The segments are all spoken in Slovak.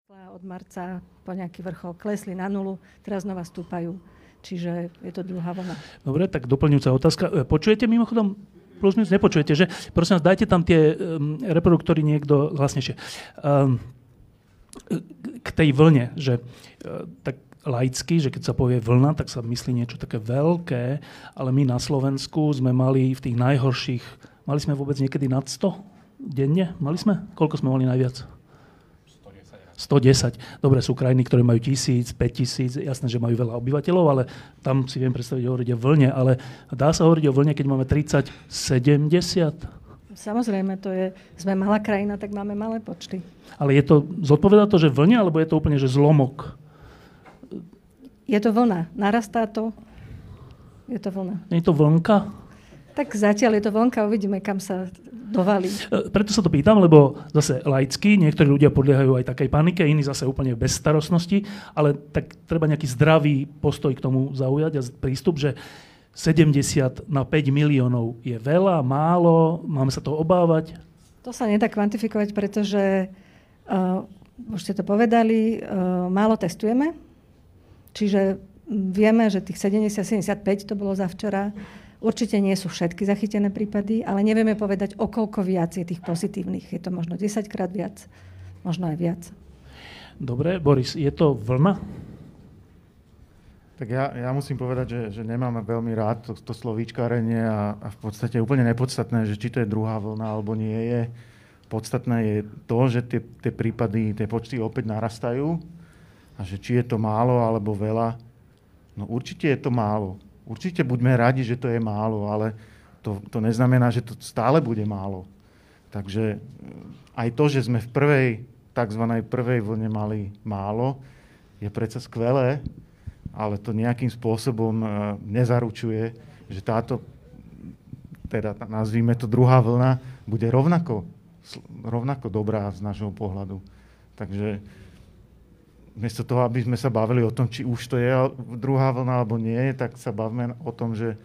Od marca po nejaký vrchol klesli na nulu, teraz znova stúpajú. Čiže je to druhá vlna. Dobre, tak doplňujúca otázka. Počujete mimochodom? Plus minus nepočujete, že? Prosím vás, dajte tam tie reproduktory niekto hlasnejšie. K tej vlne, že tak laicky, že keď sa povie vlna, tak sa myslí niečo také veľké, ale my na Slovensku sme mali v tých najhorších, mali sme vôbec niekedy nad 100 denne? Mali sme? Koľko sme mali najviac? 110. Dobre, sú krajiny, ktoré majú 1000, 5000, jasné, že majú veľa obyvateľov, ale tam si viem predstaviť hovoriť o vlne, ale dá sa hovoriť o vlne, keď máme 30, 70? Samozrejme, sme malá krajina, tak máme malé počty. Ale zodpovedá to, že vlne, alebo je to úplne, že zlomok? Je to vlna. Narastá to. Je to vlna. Nie je to vlnka? Tak zatiaľ je to vlnka, uvidíme, kam sa dovalí. Preto sa to pýtam, lebo zase laicky, niektorí ľudia podliehajú aj takej panike, iní zase úplne bez starostnosti, ale tak treba nejaký zdravý postoj k tomu zaujať a prístup, že 70 na 5 miliónov je veľa, málo, máme sa toho obávať? To sa nedá kvantifikovať, pretože už ste to povedali, málo testujeme, čiže vieme, že tých 70-75 to bolo za včera. Určite nie sú všetky zachytené prípady, ale nevieme povedať, o koľko viac je tých pozitívnych. Je to možno 10-krát viac, možno aj viac. Dobre, Boris, je to vlna? Tak ja musím povedať, že nemám veľmi rád to slovíčkarenie a v podstate úplne nepodstatné, že či to je druhá vlna alebo nie je. Podstatné je to, že tie prípady, tie počty opäť narastajú a že či je to málo alebo veľa. No určite je to málo. Určite buďme radi, že to je málo, ale to neznamená, že to stále bude málo. Takže aj to, že sme v takzvanej prvej vlne mali málo, je predsa skvelé, ale to nejakým spôsobom nezaručuje, že táto, teda nazvime to druhá vlna, bude rovnako dobrá z nášho pohľadu. Takže miesto toho, aby sme sa bavili o tom, či už to je druhá vlna alebo nie, tak sa bavíme o tom, že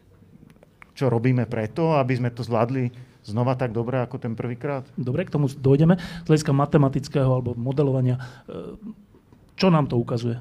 čo robíme preto, aby sme to zvládli znova tak dobre ako ten prvýkrát. Dobre, k tomu dojdeme. Z hľadiska matematického alebo modelovania, čo nám to ukazuje?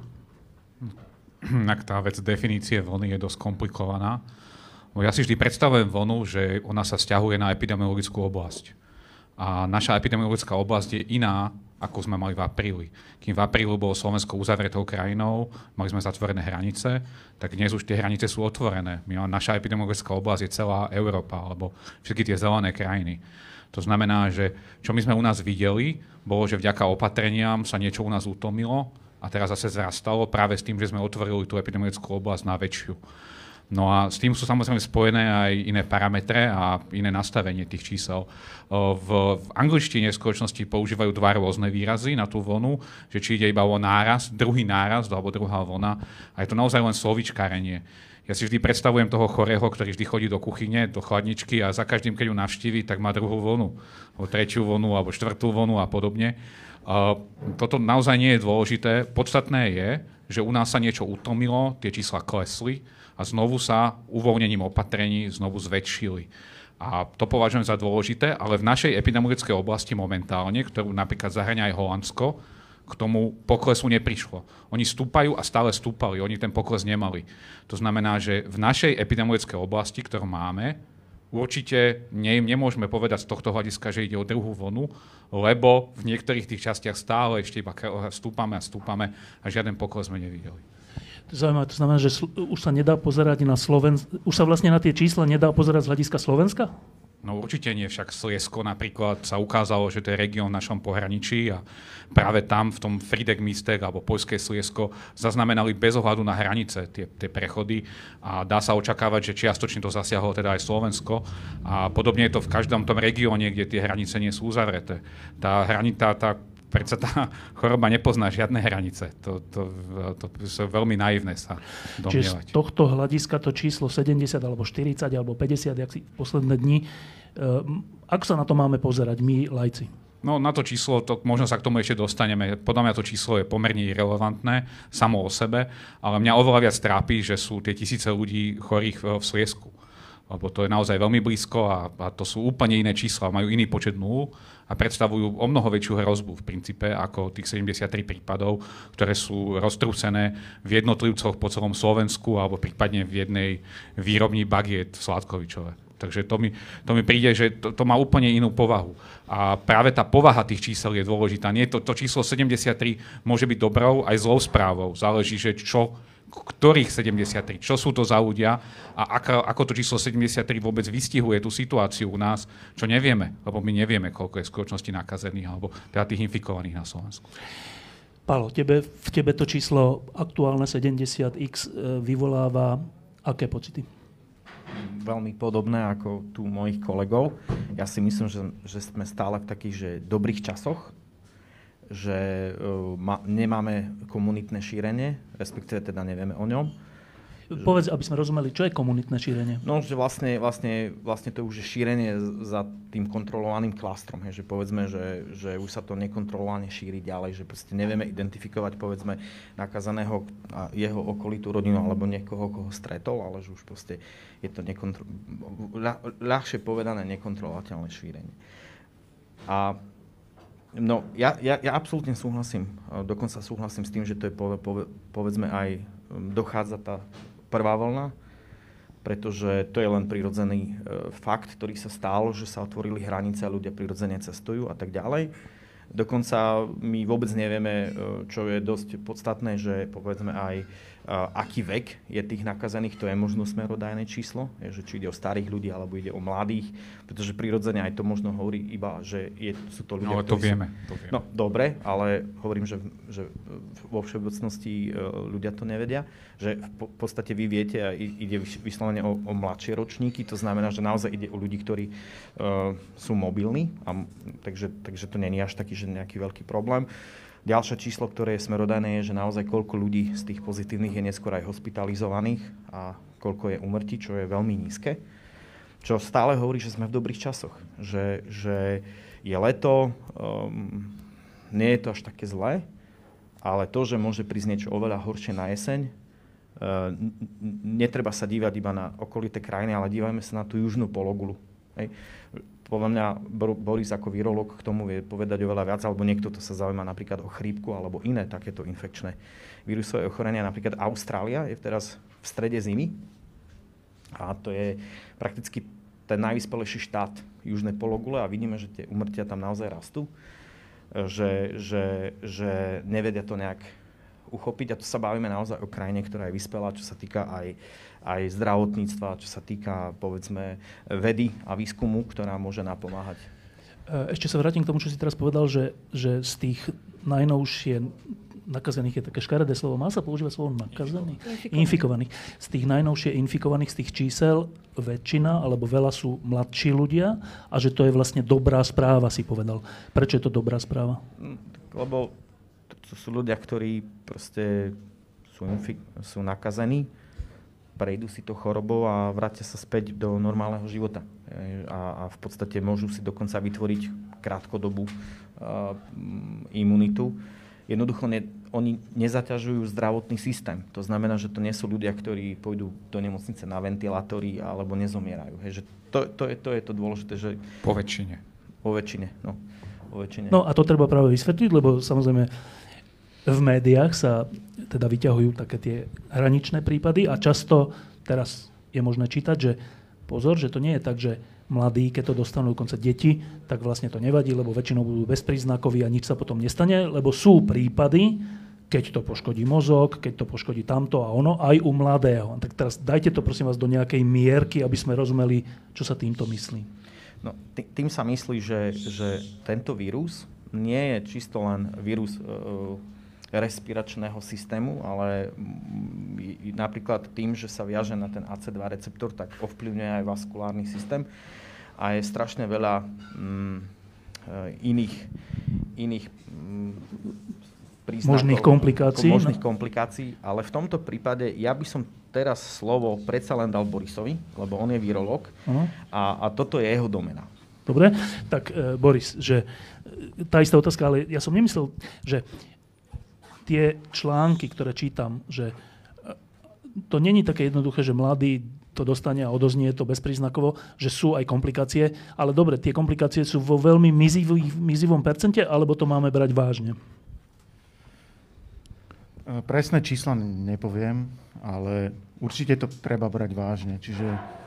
Tak tá vec definície vlny je dosť komplikovaná. Ja si vždy predstavujem vlnu, že ona sa vzťahuje na epidemiologickú oblasť. A naša epidemiologická oblasť je iná, ako sme mali v apríli. Kým v apríli bolo Slovensko uzavretou krajinou, mali sme zatvorené hranice, tak dnes už tie hranice sú otvorené. Naša epidemiologická oblasť je celá Európa, alebo všetky tie zelené krajiny. To znamená, že čo my sme u nás videli, bolo, že vďaka opatreniam sa niečo u nás utomilo a teraz zase zrastalo práve s tým, že sme otvorili tú epidemiologickú oblasť na väčšiu. No a s tým sú samozrejme spojené aj iné parametre a iné nastavenie tých čísel. V angličtine v skutočnosti používajú dva rôzne výrazy na tú vlnu, že či ide iba o nárast, druhý nárast alebo druhá vlna. A je to naozaj len slovíčkarenie. Ja si vždy predstavujem toho chorého, ktorý vždy chodí do kuchyne, do chladničky a za každým, keď ju navštíví, tak má druhú vlnu, alebo tretiu vlnu, alebo štvrtú vlnu a podobne. Toto naozaj nie je dôležité. Podstatné je, že u nás sa niečo utomilo, tie čísla klesli, a znovu sa uvoľnením opatrení znovu zväčšili. A to považujem za dôležité, ale v našej epidemiologickej oblasti momentálne, ktorú napríklad zahŕňa aj Holandsko, k tomu poklesu neprišlo. Oni stúpajú a stále stúpali, oni ten pokles nemali. To znamená, že v našej epidemiologickej oblasti, ktorú máme, určite nemôžeme povedať z tohto hľadiska, že ide o druhú vlnu, lebo v niektorých tých častiach stále ešte iba stúpame a žiaden pokles sme nevideli. Zaujímavé, to znamená, že už sa nedá pozerať na už sa vlastne na tie čísla nedá pozerať z hľadiska Slovenska? No určite nie, však Sliesko napríklad sa ukázalo, že to je región v našom pohraničí a práve tam v tom Frýdek místek alebo poľské Sliesko zaznamenali bez ohľadu na hranice tie prechody a dá sa očakávať, že čiastočne to zasiahlo teda aj Slovensko a podobne je to v každom tom regióne, kde tie hranice nie sú uzavreté. Predsa tá choroba nepozná žiadne hranice. To je veľmi naivné sa domnievať. Čiže z tohto hľadiska to číslo 70 alebo 40 alebo 50, jak si v posledné dni, ako sa na to máme pozerať my, laici? No na to číslo, možno sa k tomu ešte dostaneme. Podľa mňa to číslo je pomerne irelevantné samo o sebe, ale mňa oveľa viac trápi, že sú tie tisíce ľudí chorých v Sliesku. lebo to je naozaj veľmi blízko a to sú úplne iné čísla, majú iný počet nul a predstavujú o mnoho väčšiu hrozbu v princípe ako tých 73 prípadov, ktoré sú roztrúsené v jednotlivcoch po celom Slovensku alebo prípadne v jednej výrobni bagiet v Sladkovičove. Takže to mi príde, že to má úplne inú povahu. A práve tá povaha tých čísel je dôležitá. Nie, to číslo 73 môže byť dobrou aj zlou správou. Záleží, že ktorých 73, čo sú to za ľudia a ako to číslo 73 vôbec vystihuje tú situáciu u nás, čo nevieme, lebo my nevieme, koľko je v skutočnosti nakazených alebo teda tých infikovaných na Slovensku. Pálo, v tebe to číslo aktuálne 70x vyvoláva aké pocity? Veľmi podobné ako tu mojich kolegov. Ja si myslím, že sme stále v takých že dobrých časoch, že nemáme komunitné šírenie, respektíve teda nevieme o ňom. Povedz, aby sme rozumeli, čo je komunitné šírenie? No, že vlastne to už je šírenie za tým kontrolovaným klastrom. Že povedzme, že už sa to nekontrolovane šíri ďalej, že proste nevieme identifikovať povedzme nakazaného a jeho okolitú rodinu alebo niekoho, koho stretol, ale že už proste je to ľahšie povedané nekontrolovateľné šírenie. A no, ja absolútne súhlasím, dokonca súhlasím s tým, že to je povedzme aj dochádza tá prvá vlna, pretože to je len prirodzený fakt, ktorý sa stal, že sa otvorili hranice a ľudia prirodzene cestujú a tak ďalej. Dokonca my vôbec nevieme, čo je dosť podstatné, že povedzme aj aký vek je tých nakazených, to je možno smerodajné číslo, že či ide o starých ľudí alebo ide o mladých, pretože prirodzene aj to možno hovorí iba, že sú to ľudia, no, to vieme. No dobre, ale hovorím, že vo všeobecnosti ľudia to nevedia, že v podstate vy viete a ide vyslovene o mladšie ročníky, to znamená, že naozaj ide o ľudí, ktorí sú mobilní, takže to nie je až taký, že nejaký veľký problém. Ďalšie číslo, ktoré je smerodajné, je, že naozaj koľko ľudí z tých pozitívnych je neskôr aj hospitalizovaných a koľko je úmrtí, čo je veľmi nízke. Čo stále hovorí, že sme v dobrých časoch. Že je leto, nie je to až také zlé, ale to, že môže prísť niečo oveľa horšie na jeseň, netreba sa dívať iba na okolité krajiny, ale dívajme sa na tú južnú pologulu. Hej. Podľa mňa Boris ako virológ k tomu vie povedať oveľa viac, alebo niekto to sa zaujíma napríklad o chrípku alebo iné takéto infekčné vírusové ochorenia. Napríklad Austrália je teraz v strede zimy a to je prakticky ten najvyspelejší štát južnej pologule a vidíme, že tie úmrtia tam naozaj rastú, že nevedia to nejak uchopiť a to sa bavíme naozaj o krajine, ktorá je vyspelá, čo sa týka aj zdravotníctva, čo sa týka, povedzme, vedy a výskumu, ktorá môže napomáhať. Ešte sa vrátim k tomu, čo si teraz povedal, že z tých najnovšie nakazených je také škaredé slovo. Má sa používať slovo nakazených? Infikovaných. Z tých najnovšie infikovaných, z tých čísel väčšina, alebo veľa sú mladší ľudia a že to je vlastne dobrá správa, si povedal. Prečo je to dobrá správa? Lebo to sú ľudia, ktorí proste sú nakazení, prejdú si to chorobou a vrátia sa späť do normálneho života. A v podstate môžu si dokonca vytvoriť krátkodobú imunitu. Jednoducho oni nezaťažujú zdravotný systém. To znamená, že to nie sú ľudia, ktorí pôjdu do nemocnice na ventilátory alebo nezomierajú. Že to je to dôležité. Že po väčšine. Po väčšine, no. Po väčšine. No a to treba práve vysvetliť, lebo samozrejme v médiách sa teda vyťahujú také tie hraničné prípady a často teraz je možné čítať, že pozor, že to nie je tak, že mladí, keď to dostanú dokonca deti, tak vlastne to nevadí, lebo väčšinou budú bezpríznakoví a nič sa potom nestane, lebo sú prípady, keď to poškodí mozog, keď to poškodí tamto a ono, aj u mladého. Tak teraz dajte to prosím vás do nejakej mierky, aby sme rozumeli, čo sa týmto myslí. No, tým sa myslí, že tento vírus nie je čisto len vírus respiračného systému, ale napríklad tým, že sa viaže na ten AC2 receptor, tak ovplyvňuje aj vaskulárny systém a je strašne veľa iných príznakov, možných komplikácií, ale v tomto prípade ja by som teraz slovo predsa len dal Borisovi, lebo on je virológ a toto je jeho domena. Dobre, tak Boris, že tá istá otázka, ale ja som nemyslel, že tie články, ktoré čítam, že to není také jednoduché, že mladí to dostane a odoznie to bezpríznakovo, že sú aj komplikácie. Ale dobre, tie komplikácie sú vo veľmi mizivom percente, alebo to máme brať vážne? Presné čísla nepoviem, ale určite to treba brať vážne. Čiže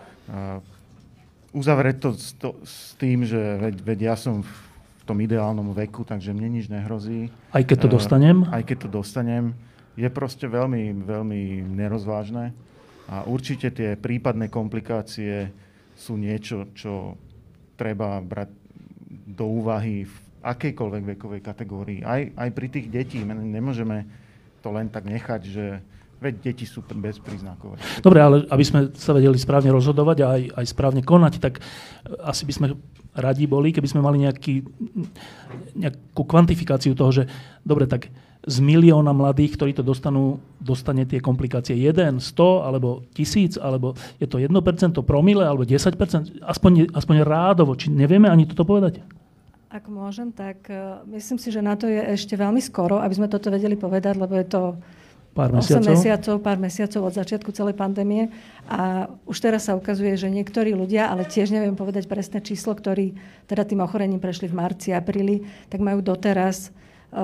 uzavrieť to s tým, že veď ja som v tom ideálnom veku, takže mne nič nehrozí. Aj keď to dostanem? Aj keď to dostanem. Je proste veľmi, veľmi nerozvážne. A určite tie prípadné komplikácie sú niečo, čo treba brať do úvahy v akejkoľvek vekovej kategórii. Aj pri tých detí. Nemôžeme to len tak nechať, že veď deti sú bezpríznakové. Dobre, ale aby sme sa vedeli správne rozhodovať a aj správne konať, tak asi by sme radi boli, keby sme mali nejakú kvantifikáciu toho, že dobre, tak z 1 000 000 mladých, ktorí to dostane tie komplikácie 1, 100, alebo 1000, alebo je to 1%, promile, alebo 10%, aspoň rádovo. Či nevieme ani toto povedať? Ak môžem, tak myslím si, že na to je ešte veľmi skoro, aby sme toto vedeli povedať, lebo je to pár mesiacov od začiatku celej pandémie. A už teraz sa ukazuje, že niektorí ľudia, ale tiež neviem povedať presné číslo, ktorí teda tým ochorením prešli v marci, apríli, tak majú doteraz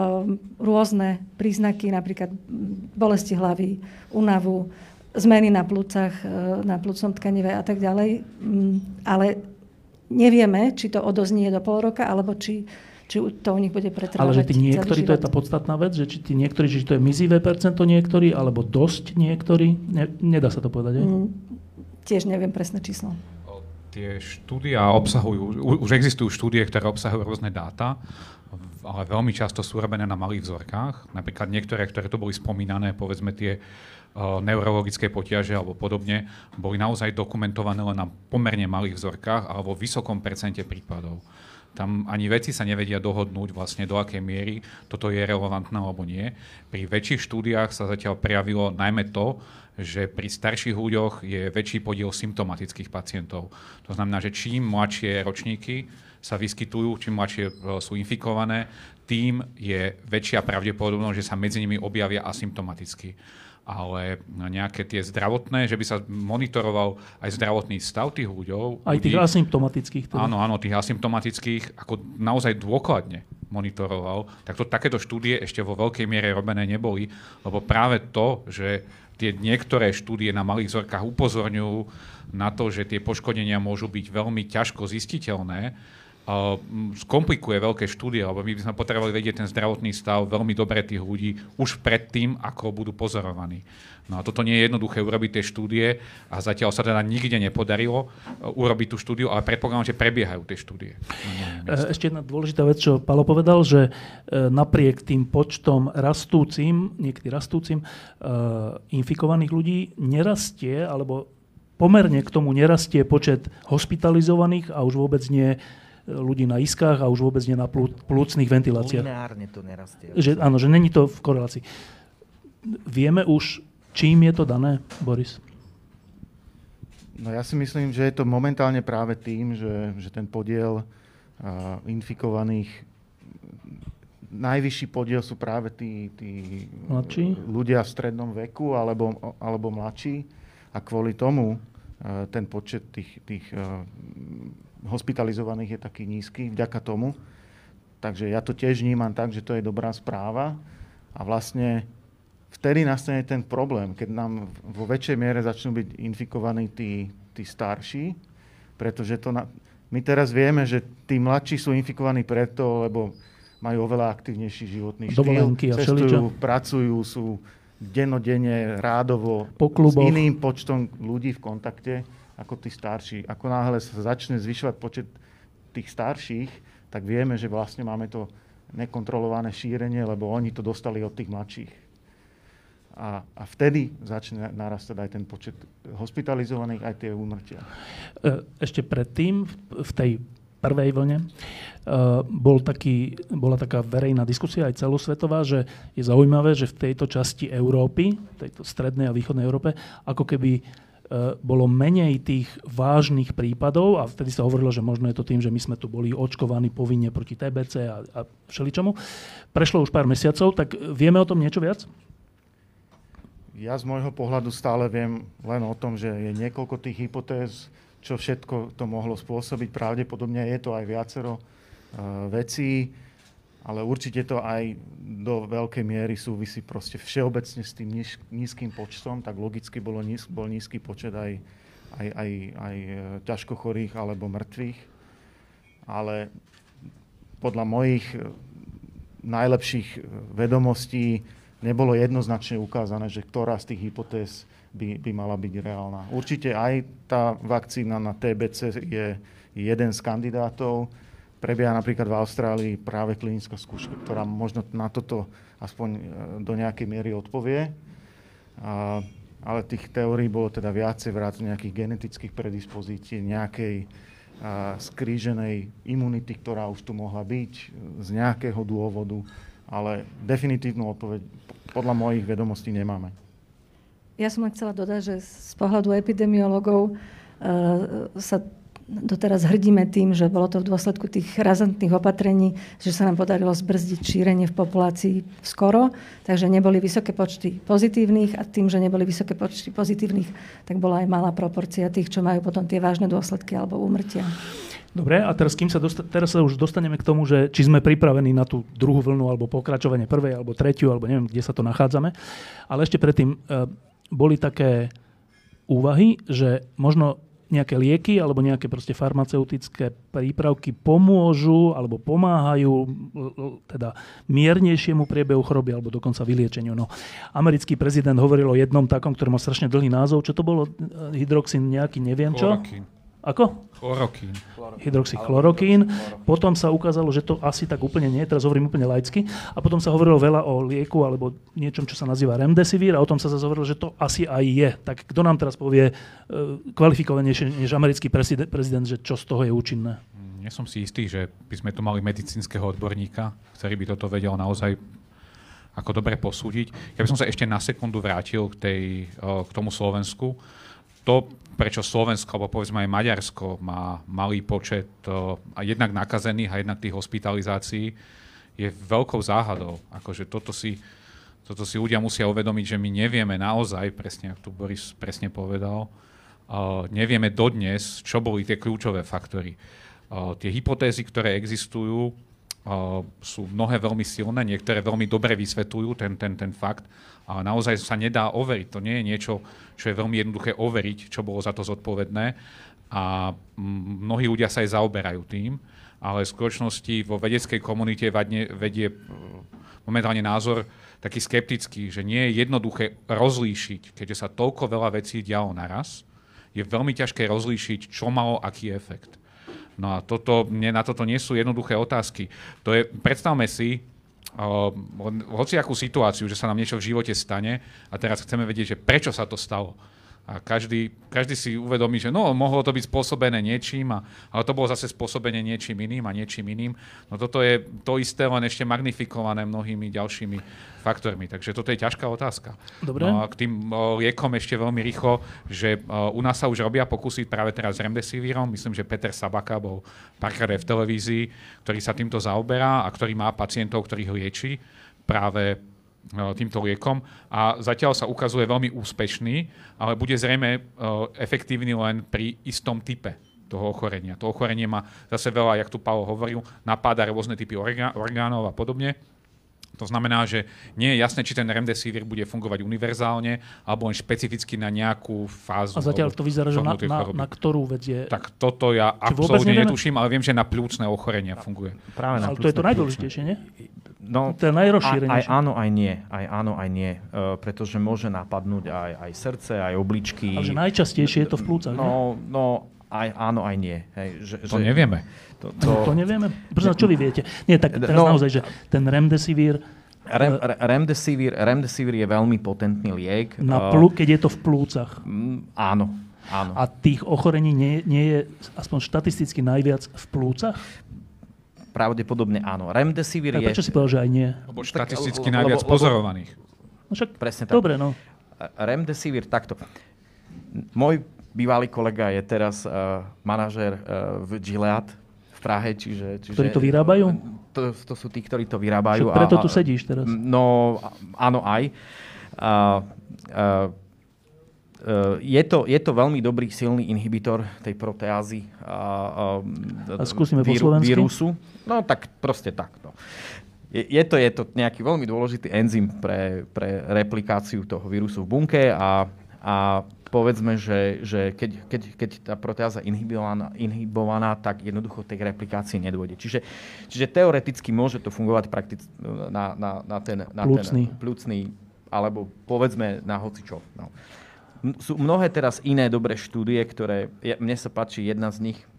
rôzne príznaky, napríklad bolesti hlavy, únavu, zmeny na plúcach, na plúcnom tkanive a tak ďalej. Ale nevieme, či to odoznie do pol roka, alebo či to u nich bude pretrvávať. Ale že tí niektorí, to je tá podstatná vec, že či tí niektorí, že to je mizivé percento niektorí, alebo dosť niektorí, nedá sa to povedať, Tiež neviem presné číslo. Tie štúdia obsahujú, už existujú štúdie, ktoré obsahujú rôzne dáta, ale veľmi často sú robené na malých vzorkách. Napríklad niektoré, ktoré tu boli spomínané, povedzme tie neurologické potiaže alebo podobne, boli naozaj dokumentované len na pomerne malých vzorkách alebo vysokom percente prípadov. Tam ani vedci sa nevedia dohodnúť vlastne do akej miery toto je relevantné alebo nie. Pri väčších štúdiách sa zatiaľ prejavilo najmä to, že pri starších ľuďoch je väčší podiel symptomatických pacientov. To znamená, že čím mladšie ročníky sa vyskytujú, čím mladšie sú infikované, tým je väčšia pravdepodobnosť, že sa medzi nimi objavia asymptomaticky. Ale nejaké tie zdravotné, že by sa monitoroval aj zdravotný stav tých ľuďí. Aj tých asymptomatických. Teda. Áno, tých asymptomatických, ako naozaj dôkladne monitoroval. Tak takéto štúdie ešte vo veľkej miere robené neboli, lebo práve to, že tie niektoré štúdie na malých vzorkách upozorňujú na to, že tie poškodenia môžu byť veľmi ťažko zistiteľné, skomplikuje veľké štúdie, lebo my by sme potrebovali vedieť ten zdravotný stav veľmi dobre tých ľudí už predtým, ako budú pozorovaní. No a toto nie je jednoduché urobiť tie štúdie a zatiaľ sa teda nikde nepodarilo urobiť tú štúdiu, ale predpokladám, že prebiehajú tie štúdie. Ešte jedna dôležitá vec, čo Paolo povedal, že napriek tým počtom rastúcim infikovaných ľudí nerastie, alebo pomerne k tomu nerastie počet hospitalizovaných a už vôbec nie ľudí na iskách a už vôbec nie na plúcnych ventiláciách. Lineárne to nerastie. Áno, že není to v korelácii. Vieme už, čím je to dané, Boris? No ja si myslím, že je to momentálne práve tým, že ten podiel infikovaných, najvyšší podiel sú práve tí ľudia v strednom veku alebo mladší a kvôli tomu ten počet tých hospitalizovaných je taký nízky vďaka tomu. Takže ja to tiež vnímam tak, že to je dobrá správa a vlastne vtedy nastane ten problém, keď nám vo väčšej miere začnú byť infikovaní tí starší, pretože my teraz vieme, že tí mladší sú infikovaní preto, lebo majú oveľa aktívnejší životný štýl, cestujú, pracujú, sú dennodenne, rádovo s iným počtom ľudí v kontakte ako tí starší. Ako náhle sa začne zvyšovať počet tých starších, tak vieme, že vlastne máme to nekontrolované šírenie, lebo oni to dostali od tých mladších. A vtedy začne narastať aj ten počet hospitalizovaných, aj tie úmrtia. Ešte predtým, v tej prvej vlne, bola taká verejná diskusia aj celosvetová, že je zaujímavé, že v tejto časti Európy, tejto strednej a východnej Európe, ako keby bolo menej tých vážnych prípadov a vtedy sa hovorilo, že možno je to tým, že my sme tu boli očkovaní povinne proti TBC a všeličomu. Prešlo už pár mesiacov, tak vieme o tom niečo viac? Ja z môjho pohľadu stále viem len o tom, že je niekoľko tých hypotéz, čo všetko to mohlo spôsobiť. Pravdepodobne je to aj viacero vecí, ale určite to aj do veľkej miery súvisí proste všeobecne s tým nízkym počtom, tak logicky bol nízky počet aj ťažko chorých alebo mŕtvych. Ale podľa mojich najlepších vedomostí nebolo jednoznačne ukázané, že ktorá z tých hypotéz by mala byť reálna. Určite aj tá vakcína na TBC je jeden z kandidátov. Prebieha napríklad v Austrálii práve klinická skúška, ktorá možno na toto aspoň do nejakej miery odpovie. Ale tých teórií bolo teda viacej vrátane nejakých genetických predispozícií, nejakej skríženej imunity, ktorá už tu mohla byť z nejakého dôvodu. Ale definitívnu odpoveď podľa mojich vedomostí nemáme. Ja som len chcela dodať, že z pohľadu epidemiológov sa doteraz hrdíme tým, že bolo to v dôsledku tých razantných opatrení, že sa nám podarilo zbrzdiť šírenie v populácii skoro, takže neboli vysoké počty pozitívnych a tým, že neboli vysoké počty pozitívnych, tak bola aj malá proporcia tých, čo majú potom tie vážne dôsledky alebo úmrtia. Dobre, a teraz, teraz sa už dostaneme k tomu, že či sme pripravení na tú druhú vlnu, alebo pokračovanie prvej, alebo tretiu, alebo neviem, kde sa to nachádzame. Ale ešte predtým boli také úvahy, že možno nejaké lieky alebo nejaké proste farmaceutické prípravky pomôžu alebo pomáhajú teda miernejšiemu priebehu choroby alebo dokonca vyliečeniu. No, americký prezident hovoril o jednom takom, ktorý má strašne dlhý názov. Čo to bolo? Hydroxín nejaký, neviem čo? Ako? Chlorokín. Hydroxychlorokín. Potom sa ukázalo, že to asi tak úplne nie, teraz hovorím úplne laicky. A potom sa hovorilo veľa o lieku alebo niečom, čo sa nazýva Remdesivir a o tom sa zase hovorilo, že to asi aj je. Tak kto nám teraz povie kvalifikovanejšie než americký prezident, že čo z toho je účinné? Nie som si istý, že by sme tu mali medicínskeho odborníka, ktorý by toto vedel naozaj ako dobre posúdiť. Ja by som sa ešte na sekundu vrátil k tomu Slovensku. To, prečo Slovensko, alebo povedzme aj Maďarsko má malý počet jednak nakazených a jednak tých hospitalizácií, je veľkou záhadou. Akože toto si ľudia musia uvedomiť, že my nevieme naozaj, presne ako tu Boris presne povedal, nevieme dodnes, čo boli tie kľúčové faktory. Tie hypotézy, ktoré existujú, sú mnohé veľmi silné, niektoré veľmi dobre vysvetľujú ten fakt, ale naozaj sa nedá overiť. To nie je niečo, čo je veľmi jednoduché overiť, čo bolo za to zodpovedné a mnohí ľudia sa aj zaoberajú tým, ale v skutočnosti vo vedeckej komunite vedie momentálne názor taký skeptický, že nie je jednoduché rozlíšiť, keďže sa toľko veľa vecí dialo naraz, je veľmi ťažké rozlíšiť, čo malo aký efekt. No a na toto nie sú jednoduché otázky. Predstavme si hociakú situáciu, že sa nám niečo v živote stane a teraz chceme vedieť, že prečo sa to stalo. A každý si uvedomí, že mohlo to byť spôsobené niečím, ale to bolo zase spôsobené niečím iným a niečím iným. No toto je to isté, len ešte magnifikované mnohými ďalšími faktormi. Takže toto je ťažká otázka. Dobre. No a k tým liekom ešte veľmi rýchlo, že u nás sa už robia pokusy práve teraz s Remdesivirom. Myslím, že Peter Sabaka bol párkrát aj v televízii, ktorý sa týmto zaoberá a ktorý má pacientov, ktorých lieči práve týmto liekom a zatiaľ sa ukazuje veľmi úspešný, ale bude zrejme efektívny len pri istom type toho ochorenia. To ochorenie má zase veľa, jak tu Paolo hovoril, napáda rôzne typy orgánov a podobne. To znamená, že nie je jasné, či ten Remdesivir bude fungovať univerzálne alebo len špecificky na nejakú fázu. A zatiaľ to vyzerá, že na ktorú vec je... Tak toto ja absolútne netuším, ale viem, že na pľúcne ochorenia funguje. Práve ale to je to najdôležitejšie, nie? No, to je najrozšírenejšie. Aj áno, aj nie. Pretože môže napadnúť aj srdce, aj obličky. Ale že najčastejšie je to v plúcach, No, aj áno, aj nie. Hej, to nevieme. To nevieme? Prosím, čo vy viete? Nie, tak teraz naozaj, že ten Remdesivir... Remdesivir je veľmi potentný liek. Keď je to v plúcach. Áno. A tých ochorení nie je aspoň štatisticky najviac v plúcach? Pravdepodobne áno. Remdesivir je... Prečo si povedal, že aj nie? Lebo štatisticky najviac pozorovaných. No však presne tak. Dobre, no. Remdesivir, takto. Môj bývalý kolega je teraz manažér v Gilead v Prahe, čiže... Ktorí to vyrábajú? To sú tí, ktorí to vyrábajú. Však preto tu sedíš teraz. No, áno aj. Je to veľmi dobrý, silný inhibitor tej proteázy skúsime po slovensky. vírusu. No tak proste takto. Je to nejaký veľmi dôležitý enzym pre replikáciu toho vírusu v bunke a povedzme, že keď tá proteáza inhibovaná, tak jednoducho tej replikácii nedôjde. Čiže teoreticky môže to fungovať prakticky na ten plúcny, alebo povedzme na hocičo. No. Sú mnohé teraz iné dobré štúdie, mne sa páči jedna z nich.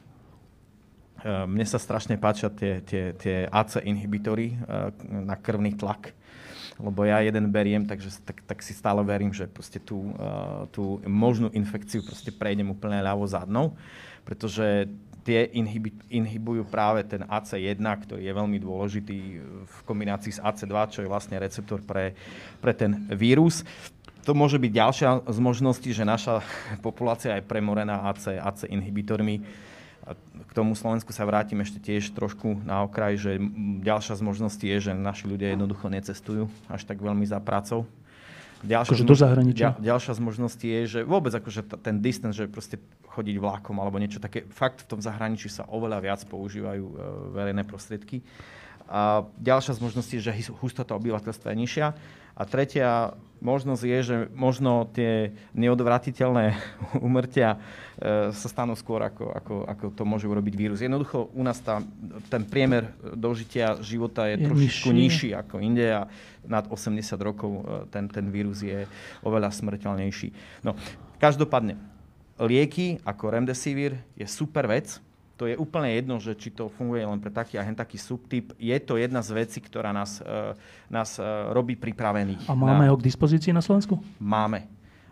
Mne sa strašne páčia tie AC inhibitory na krvný tlak. Lebo ja jeden beriem, takže tak si stále verím, že proste tú možnú infekciu proste prejdem úplne ľavo zadnou, pretože tie inhibujú práve ten AC1, ktorý je veľmi dôležitý v kombinácii s AC2, čo je vlastne receptor pre ten vírus. To môže byť ďalšia z možností, že naša populácia je premorená AC inhibitormi. K tomu Slovensku sa vrátim ešte tiež trošku na okraj, že ďalšia z možností je, že naši ľudia jednoducho necestujú až tak veľmi za prácou. Do zahraničia. Ďalšia z možností je, že vôbec akože ten distance, že proste chodiť vlákom alebo niečo také, fakt v tom zahraničí sa oveľa viac používajú verejné prostriedky. A ďalšia z možností je, že hustota obyvateľstva je nižšia. A tretia možnosť je, že možno tie neodvratiteľné úmrtia sa stanú skôr, ako to môže urobiť vírus. Jednoducho u nás ten priemer dožitia života je trošičku nižší ako inde a nad 80 rokov ten vírus je oveľa smrteľnejší. No, každopádne, lieky ako Remdesivir je super vec. To je úplne jedno, že či to funguje len pre taký a hen taký subtyp. Je to jedna z vecí, ktorá nás robí pripravených. A máme ho k dispozícii na Slovensku? Máme.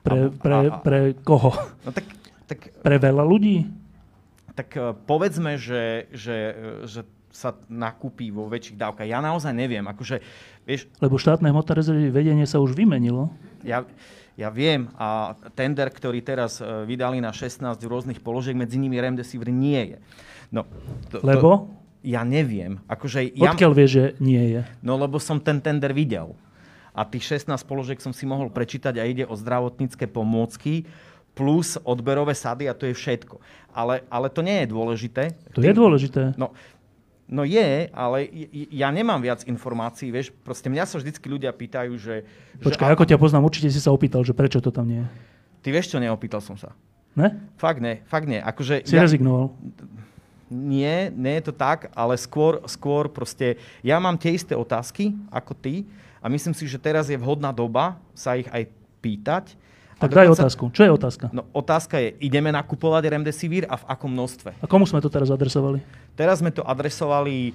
Pre koho? No tak, pre veľa ľudí? Tak povedzme, že sa nakúpí vo väčších dávkach. Ja naozaj neviem. Akože, vieš, lebo štátne hmotné rezervy vedenie sa už vymenilo. Ja viem a tender, ktorý teraz vydali na 16 rôznych položiek, medzi nimi Remdesivir nie je. No, lebo? Ja neviem. Odkiaľ vieš, že nie je? No lebo som ten tender videl. A tých 16 položiek som si mohol prečítať a ide o zdravotnícke pomôcky plus odberové sady a to je všetko. Ale to nie je dôležité. To je dôležité. No je, ale ja nemám viac informácií, vieš, proste mňa sa vždycky ľudia pýtajú, že... Počkaj, ako ťa poznám, určite si sa opýtal, že prečo to tam nie je. Ty vieš čo, neopýtal som sa. Ne? Fakt nie. Akože si rezignoval? Nie je to tak, ale skôr proste, ja mám tie isté otázky ako ty a myslím si, že teraz je vhodná doba sa ich aj pýtať. Tak daj otázku. Čo je otázka? No, otázka je, ideme nakupovať Remdesivir a v akom množstve? A komu sme to teraz adresovali? Teraz sme to adresovali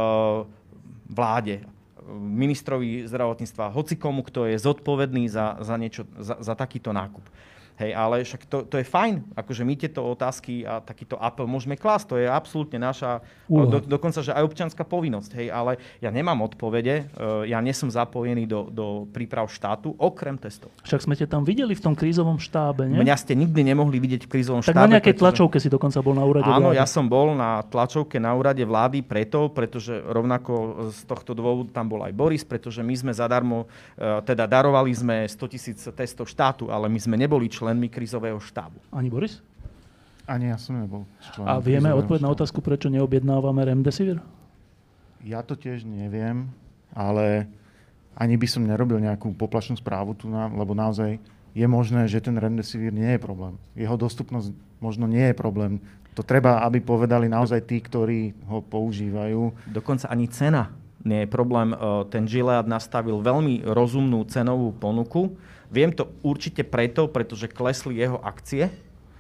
vláde, ministrovi zdravotníctva, hocikomu, kto je zodpovedný za takýto nákup. Hej, ale však to je fajn. Akože my tieto otázky a takýto apel môžeme klásť. To je absolútne naša, dokonca, že aj občianská povinnosť. Hej, ale ja nemám odpovede. Ja nie som zapojený do príprav štátu, okrem testov. Však sme ťa tam videli v tom krízovom štábe, nie? Mňa ste nikdy nemohli vidieť v krízovom štábe. Tak na nejakej tlačovke si dokonca bol na úrade vlády. Áno, ja som bol na tlačovke na úrade vlády pretože rovnako z tohto dôvodu tam bol aj Boris, pretože my sme zadarmo, teda darovali sme 100 000 testov štátu, ale my sme neboli členmi krízového štábu. Ani Boris? Ani ja som nebol členom. A vieme odpovedť na otázku, prečo neobjednávame Remdesivir? Ja to tiež neviem, ale ani by som nerobil nejakú poplašnú správu tu, lebo naozaj je možné, že ten Remdesivir nie je problém. Jeho dostupnosť možno nie je problém. To treba, aby povedali naozaj tí, ktorí ho používajú. Dokonca ani cena nie je problém. Ten Gilead nastavil veľmi rozumnú cenovú ponuku. Viem to určite pretože klesli jeho akcie.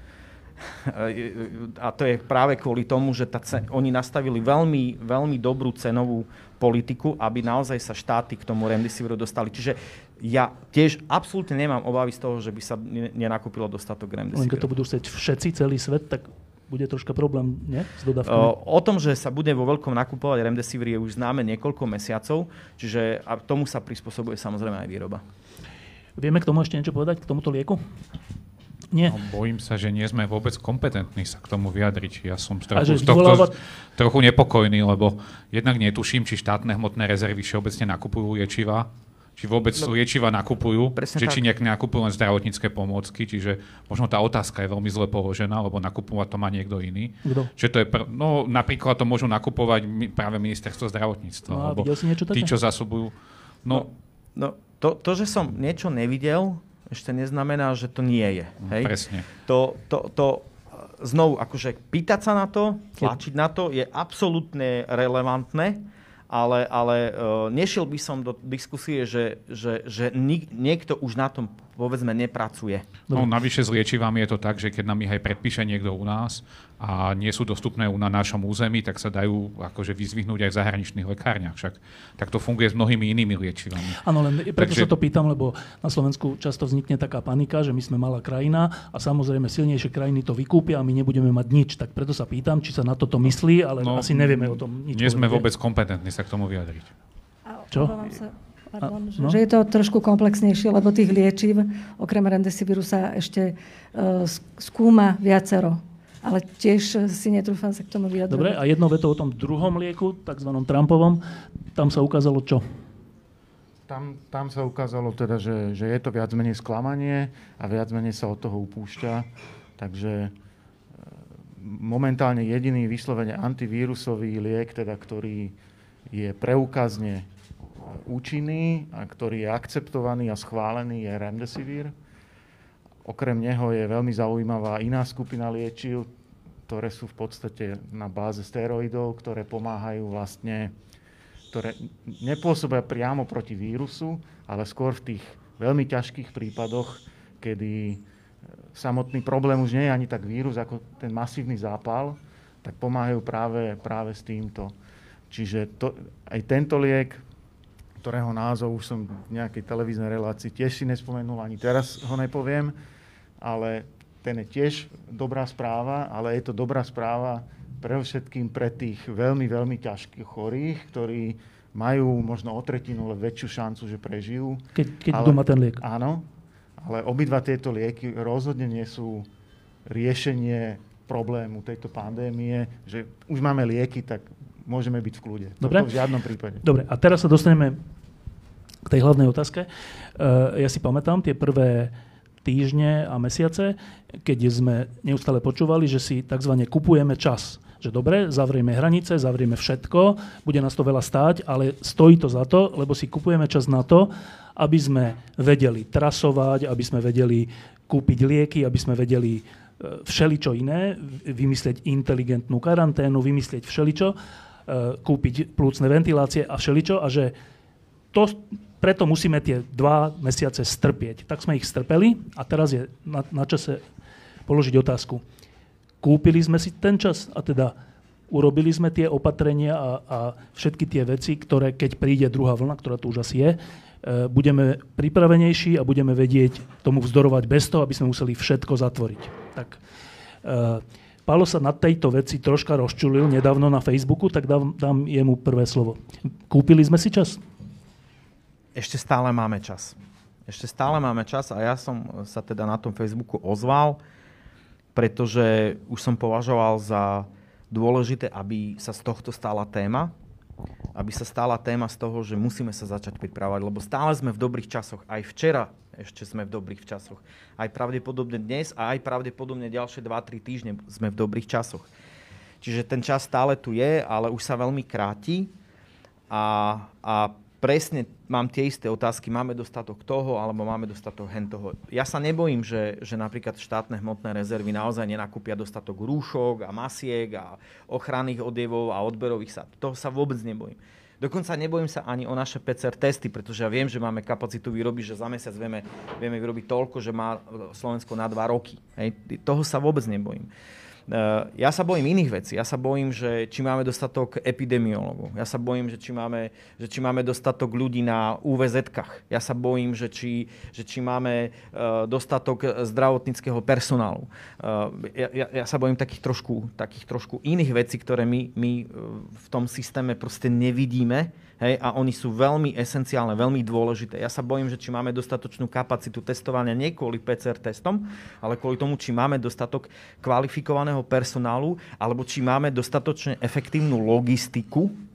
A to je práve kvôli tomu, že oni nastavili veľmi, veľmi dobrú cenovú politiku, aby naozaj sa štáty k tomu Remdesiviru dostali. Čiže ja tiež absolútne nemám obavy z toho, že by sa nenakúpilo dostatok Remdesiviru. Len keď to budú chcieť všetci, celý svet, tak bude troška problém, nie? S dodávkami. O tom, že sa bude vo veľkom nakupovať Remdesivir, je už známe niekoľko mesiacov, čiže a tomu sa prispôsobuje samozrejme aj výroba. Vieme k tomu ešte niečo povedať, k tomuto lieku? Nie. No, bojím sa, že nie sme vôbec kompetentní sa k tomu vyjadriť. Ja som trochu nepokojný, lebo jednak netuším, či štátne hmotné rezervy všeobecne nakupujú liečiva, či vôbec liečiva nakupujú, Presne že či tak. nakupujú len zdravotnícke pomôcky, čiže možno tá otázka je veľmi zle položená, lebo nakupovať to má niekto iný. Kto? Že to je napríklad to môžu nakupovať práve ministerstvo zdravotníctva, No a alebo videl si niečo také? tí, čo zásobujú. To, že som niečo nevidel, ešte neznamená, že to nie je. Hej? Presne. Znovu, akože pýtať sa na to, tlačiť na to je absolútne relevantné, ale nešiel by som do diskusie, že niekto už na tom, povedzme, nepracuje. No, navyše s liečivami je to tak, že keď nám ich aj predpíše niekto u nás a nie sú dostupné na našom území, tak sa dajú akože vyzvihnúť aj v zahraničných lekárniach. Však tak to funguje s mnohými inými liečivami. Áno, len preto sa to pýtam, lebo na Slovensku často vznikne taká panika, že my sme malá krajina a samozrejme silnejšie krajiny to vykúpia a my nebudeme mať nič. Tak preto sa pýtam, či sa na toto myslí, ale asi nevieme o tom nič. Nie sme vôbec kompetentní sa k tomu vyjadriť. Čo? Že je to trošku komplexnejšie, lebo tých liečiv, okrem Remdesiviru sa ešte skúma viacero. Ale tiež si netrúfam sa k tomu vyjadrovať. Dobre, a jednou vetou o tom druhom lieku, takzvanom Trumpovom, tam sa ukázalo čo? Tam sa ukázalo teda, že je to viac menej sklamanie a viac menej sa od toho upúšťa. Takže momentálne jediný vyslovene antivírusový liek, teda, ktorý je preukazne účinný a ktorý je akceptovaný a schválený, je Remdesivir. Okrem neho je veľmi zaujímavá iná skupina liečiv, ktoré sú v podstate na báze steroidov, ktoré pomáhajú vlastne, ktoré nepôsobia priamo proti vírusu, ale skôr v tých veľmi ťažkých prípadoch, kedy samotný problém už nie je ani tak vírus, ako ten masívny zápal, tak pomáhajú práve s týmto. Čiže aj tento liek, ktorého názov už som v nejakej televíznej relácii tiež si nespomenul, ani teraz ho nepoviem, ale ten je tiež dobrá správa, ale je to dobrá správa predovšetkým pre tých veľmi, veľmi ťažkých chorých, ktorí majú možno o tretinu väčšiu šancu, že prežijú. Keď doma ten liek. Áno, ale obidva tieto lieky rozhodne nie sú riešenie problému tejto pandémie, že už máme lieky, tak môžeme byť v kľude. Dobre. To v žiadnom prípade. Dobre, a teraz sa dostaneme k tej hlavnej otázke. Ja si pamätám tie prvé týždne a mesiace, keď sme neustále počúvali, že si tzv. Kupujeme čas. Že dobre, zavrieme hranice, zavrieme všetko, bude nás to veľa stáť, ale stojí to za to, lebo si kupujeme čas na to, aby sme vedeli trasovať, aby sme vedeli kúpiť lieky, aby sme vedeli všeličo iné, vymyslieť inteligentnú karanténu, vymyslieť všeličo, kúpiť plúcne ventilácie a všeličo a že preto musíme tie 2 mesiace strpieť. Tak sme ich strpeli a teraz je na čase položiť otázku. Kúpili sme si ten čas a teda urobili sme tie opatrenia a všetky tie veci, ktoré keď príde druhá vlna, ktorá tu už asi je, budeme pripravenejší a budeme vedieť tomu vzdorovať bez toho, aby sme museli všetko zatvoriť. Tak Pálo sa na tejto veci troška rozčulil nedávno na Facebooku, tak dám jemu prvé slovo. Kúpili sme si čas? Ešte stále máme čas. A ja som sa teda na tom Facebooku ozval, pretože už som považoval za dôležité, aby sa z tohto stala téma. Aby sa stala téma z toho, že musíme sa začať pripravať, lebo stále sme v dobrých časoch. Aj včera ešte sme v dobrých časoch. Aj pravdepodobne dnes a aj pravdepodobne ďalšie 2-3 týždne sme v dobrých časoch. Čiže ten čas stále tu je, ale už sa veľmi kráti a presne mám tie isté otázky. Máme dostatok toho, alebo máme dostatok hentoho. Ja sa nebojím, že napríklad štátne hmotné rezervy naozaj nenakúpia dostatok rúšok a masiek a ochranných odievov a odberových sád. Toho sa vôbec nebojím. Dokonca nebojím sa ani o naše PCR testy, pretože ja viem, že máme kapacitu vyrobiť, že za mesiac vieme vyrobiť toľko, že má Slovensko na 2 roky. Hej. Toho sa vôbec nebojím. Ja sa bojím iných vecí. Ja sa bojím, že či máme dostatok epidemiológov. Ja sa bojím, že či máme dostatok ľudí na UVZ-kách. Ja sa bojím, že či máme dostatok zdravotníckeho personálu. Ja sa bojím takých trošku iných vecí, ktoré my v tom systéme proste nevidíme. Hej, a oni sú veľmi esenciálne, veľmi dôležité. Ja sa bojím, že či máme dostatočnú kapacitu testovania nie kvôli PCR testom, ale kvôli tomu, či máme dostatok kvalifikovaného personálu, alebo či máme dostatočne efektívnu logistiku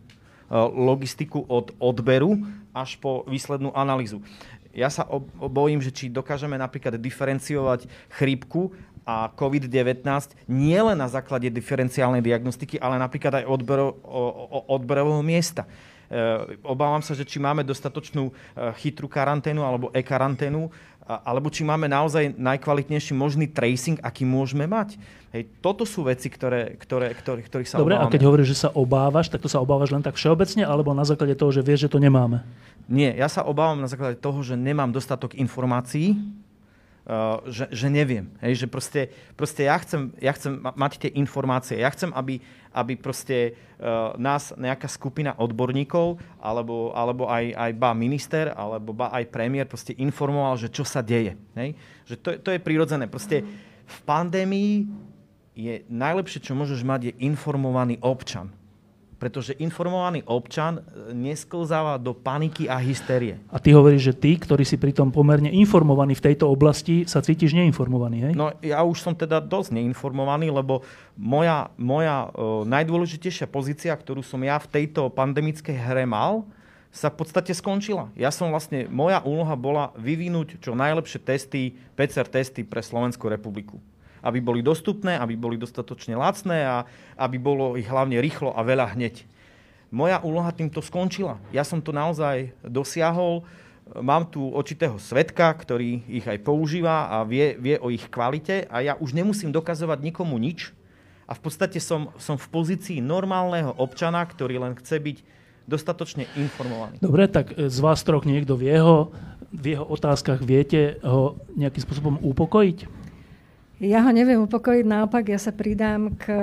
logistiku od odberu až po výslednú analýzu. Ja sa bojím, že či dokážeme napríklad diferenciovať chrípku a COVID-19 nie len na základe diferenciálnej diagnostiky, ale napríklad aj odberového miesta. Obávam sa, že či máme dostatočnú chytrú karanténu alebo e-karanténu, alebo či máme naozaj najkvalitnejší možný tracing, aký môžeme mať. Hej, toto sú veci, ktorých sa Dobre, obávame. a keď hovoríš, že sa obávaš, tak to sa obávaš len tak všeobecne, alebo na základe toho, že vieš, že to nemáme? Nie, ja sa obávam na základe toho, že nemám dostatok informácií, že neviem. Hej, že proste ja chcem mať tie informácie. Ja chcem, aby proste nás nejaká skupina odborníkov alebo aj minister alebo aj premiér proste informoval, že čo sa deje. Hej? Že to je prirodzené. Proste v pandémii je najlepšie, čo môžeš mať, je informovaný občan. Pretože informovaný občan nesklzáva do paniky a hystérie. A ty hovoríš, že ty, ktorý si pritom pomerne informovaný v tejto oblasti, sa cítiš neinformovaný, hej? No ja už som teda dosť neinformovaný, lebo moja najdôležitejšia pozícia, ktorú som ja v tejto pandemickej hre mal, sa v podstate skončila. Moja úloha bola vyvinúť čo najlepšie testy, PCR testy pre Slovenskú republiku. Aby boli dostupné, aby boli dostatočne lacné a aby bolo ich hlavne rýchlo a veľa hneď. Moja úloha týmto skončila. Ja som to naozaj dosiahol. Mám tu očitého svedka, ktorý ich aj používa a vie o ich kvalite a ja už nemusím dokazovať nikomu nič. A v podstate som v pozícii normálneho občana, ktorý len chce byť dostatočne informovaný. Dobre, tak z vás troch niekto v jeho otázkach viete ho nejakým spôsobom upokojiť? Ja ho neviem upokojiť, naopak ja sa pridám k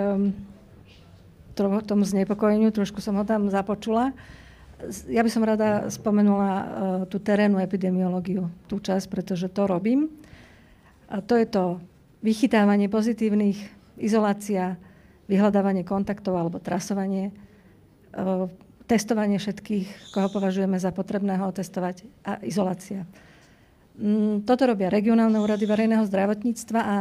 tomu znepokojeniu, trošku som ho tam započula. Ja by som rada spomenula tú terénnu epidemiológiu, tú časť, pretože to robím. A to je to vychytávanie pozitívnych, izolácia, vyhľadávanie kontaktov alebo trasovanie, testovanie všetkých, koho považujeme za potrebného testovať a izolácia. Toto robia regionálne úrady verejného zdravotníctva a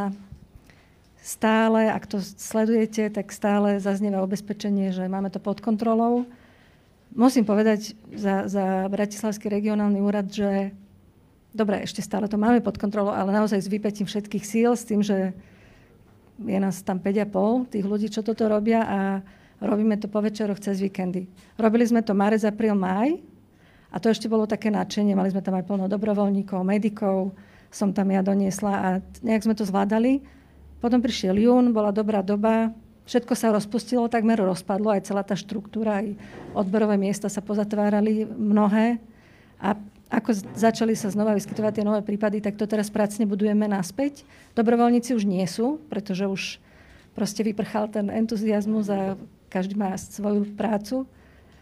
stále, ak to sledujete, tak stále zaznieva ubezpečenie, že máme to pod kontrolou. Musím povedať za Bratislavský regionálny úrad, že dobre, ešte stále to máme pod kontrolou, ale naozaj s vypätím všetkých síl, s tým, že je nás tam 5,5 tých ľudí, čo toto robia a robíme to po večeroch cez víkendy. Robili sme to marec, apríl, máj. A to ešte bolo také nadšenie. Mali sme tam aj plno dobrovoľníkov, medikov, som tam ja doniesla a nejak sme to zvládali. Potom prišiel jún, bola dobrá doba, všetko sa rozpustilo, takmer rozpadlo, aj celá tá štruktúra, aj odberové miesta sa pozatvárali mnohé. A ako začali sa znova vyskytovať tie nové prípady, tak to teraz pracne budujeme naspäť. Dobrovoľníci už nie sú, pretože už proste vyprchal ten entuziazmus a každý má svoju prácu.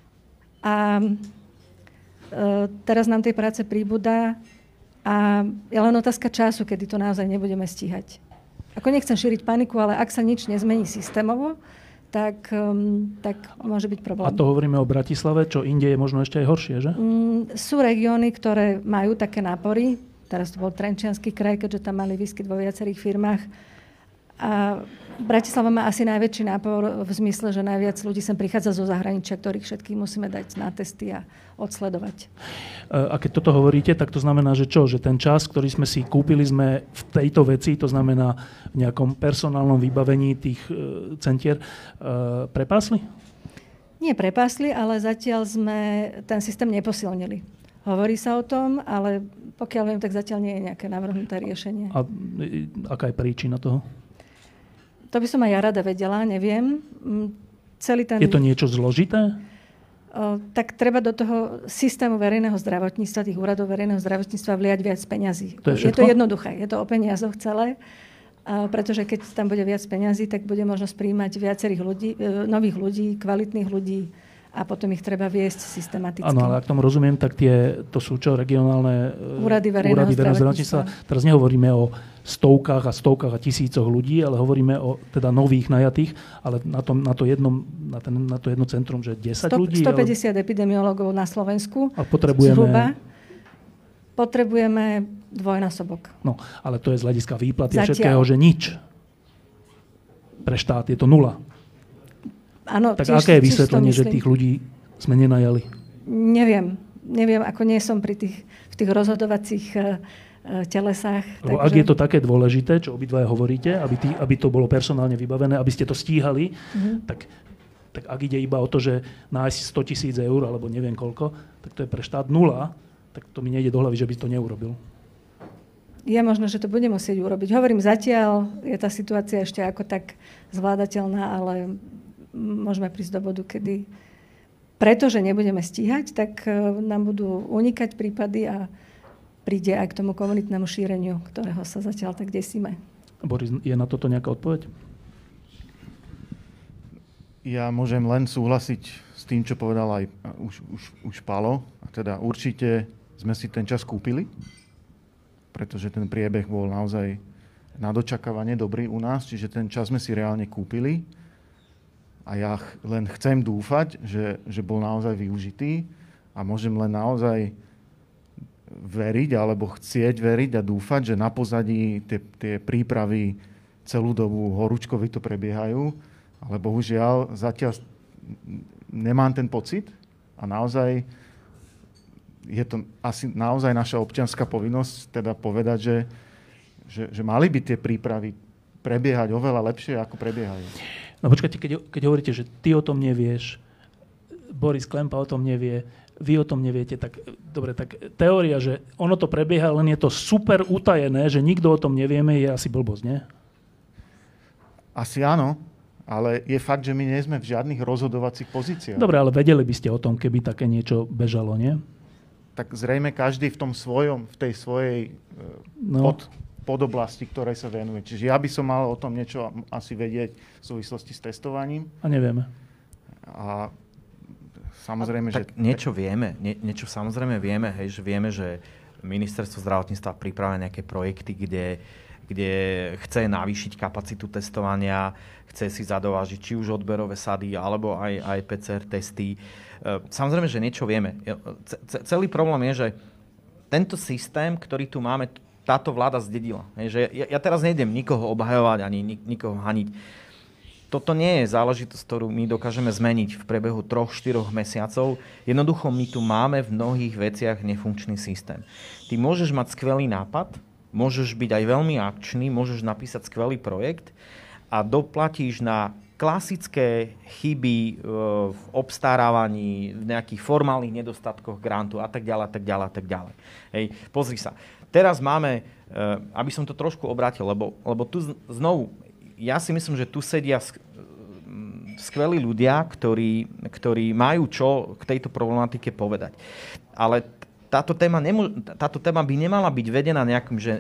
A teraz nám tej práce príbudá a je len otázka času, kedy to naozaj nebudeme stíhať. Ako nechcem šíriť paniku, ale ak sa nič nezmení systémovo, tak môže byť problém. A to hovoríme o Bratislave, čo inde je možno ešte aj horšie, že? Sú regióny, ktoré majú také nápory. Teraz to bol Trenčiansky kraj, keďže tam mali výskyt vo viacerých firmách. A Bratislava má asi najväčší nápor v zmysle, že najviac ľudí sem prichádza zo zahraničia, ktorých všetkých musíme dať na testy a odsledovať. A keď toto hovoríte, tak to znamená, že čo? Že ten čas, ktorý sme si kúpili, sme v tejto veci, to znamená v nejakom personálnom vybavení tých centier, prepásli? Nie prepásli, ale zatiaľ sme ten systém neposilnili. Hovorí sa o tom, ale pokiaľ viem, tak zatiaľ nie je nejaké navrhnuté riešenie. A aká je príčina toho? To by som aj ja rada vedela, neviem. Je to niečo zložité? Tak treba do toho systému verejného zdravotníctva, tých úradov verejného zdravotníctva vliať viac peňazí. Je to jednoduché, je to o peniazoch celé, pretože keď tam bude viac peňazí, tak bude možnosť prijímať viacerých ľudí, nových ľudí, kvalitných ľudí a potom ich treba viesť systematicky. Áno, ale ak tomu rozumiem, tak to sú čo, regionálne úrady verejného zdravotníctva. Teraz nehovoríme o stovkách a tisícoch ľudí, ale hovoríme o teda nových najatých, ale na to jedno centrum, že 10 ľudí? 150 epidemiológov na Slovensku. A potrebujeme dvojnásobok. No, ale to je z hľadiska výplaty a všetkého, že nič. Pre štát je to nula. Áno, tak aké je vysvetlenie, že tých ľudí sme nenajali? Neviem, ako nie som v tých rozhodovacích telesách. Lebo ak je to také dôležité, čo obidvaja hovoríte, aby to bolo personálne vybavené, aby ste to stíhali, tak ak ide iba o to, že nájsť 100 000 eur, alebo neviem koľko, tak to je pre štát 0, tak to mi nejde do hlavy, že by to neurobil. Je možné, že to bude musieť urobiť. Hovorím, zatiaľ je tá situácia ešte ako tak zvládateľná, ale môžeme prísť do bodu, kedy pretože nebudeme stíhať, tak nám budú unikať prípady a príde aj k tomu komunitnému šíreniu, ktorého sa zatiaľ tak desíme. Boris, je na toto nejaká odpoveď? Ja môžem len súhlasiť s tým, čo povedal aj už Pálo. Teda určite sme si ten čas kúpili, pretože ten priebeh bol naozaj na dočakávanie dobrý u nás, čiže ten čas sme si reálne kúpili. A ja len chcem dúfať, že bol naozaj využitý a môžem len naozaj veriť alebo chcieť veriť a dúfať, že na pozadí tie prípravy celú dobu horúčkovito prebiehajú. Ale bohužiaľ zatiaľ nemám ten pocit a naozaj je to asi naozaj naša občianská povinnosť teda povedať, že mali by tie prípravy prebiehať oveľa lepšie, ako prebiehajú. No počkajte, keď hovoríte, že ty o tom nevieš, Boris Klempa o tom nevie, vy o tom neviete, tak dobre, tak teória, že ono to prebieha, len je to super utajené, že nikto o tom nevieme, je asi blbosť, nie? Asi áno. Ale je fakt, že my nie sme v žiadnych rozhodovacích pozíciách. Dobre, ale vedeli by ste o tom, keby také niečo bežalo, nie? Tak zrejme každý v tej svojej podoblasti, ktorej sa venuje. Čiže ja by som mal o tom niečo asi vedieť v súvislosti s testovaním. A nevieme. A samozrejme, že... Niečo vieme. Niečo samozrejme vieme. Hej, že vieme, že ministerstvo zdravotníctva pripravuje nejaké projekty, kde chce navýšiť kapacitu testovania, chce si zadovážiť či už odberové sady, alebo aj PCR testy. Samozrejme, že niečo vieme. Celý problém je, že tento systém, ktorý tu máme, táto vláda zdedila. Ja teraz nejdem nikoho obhajovať ani nikoho haniť. Toto nie je záležitosť, ktorú my dokážeme zmeniť v priebehu 3-4 mesiacov. Jednoducho my tu máme v mnohých veciach nefunkčný systém. Ty môžeš mať skvelý nápad, môžeš byť aj veľmi akčný, môžeš napísať skvelý projekt a doplatíš na klasické chyby v obstarávaní, v nejakých formálnych nedostatkoch grantu a tak ďalej. Hej, pozri sa. Teraz máme, aby som to trošku obrátil, lebo tu znovu, ja si myslím, že tu sedia skvelí ľudia, ktorí majú čo k tejto problematike povedať. Ale táto téma by nemala byť vedená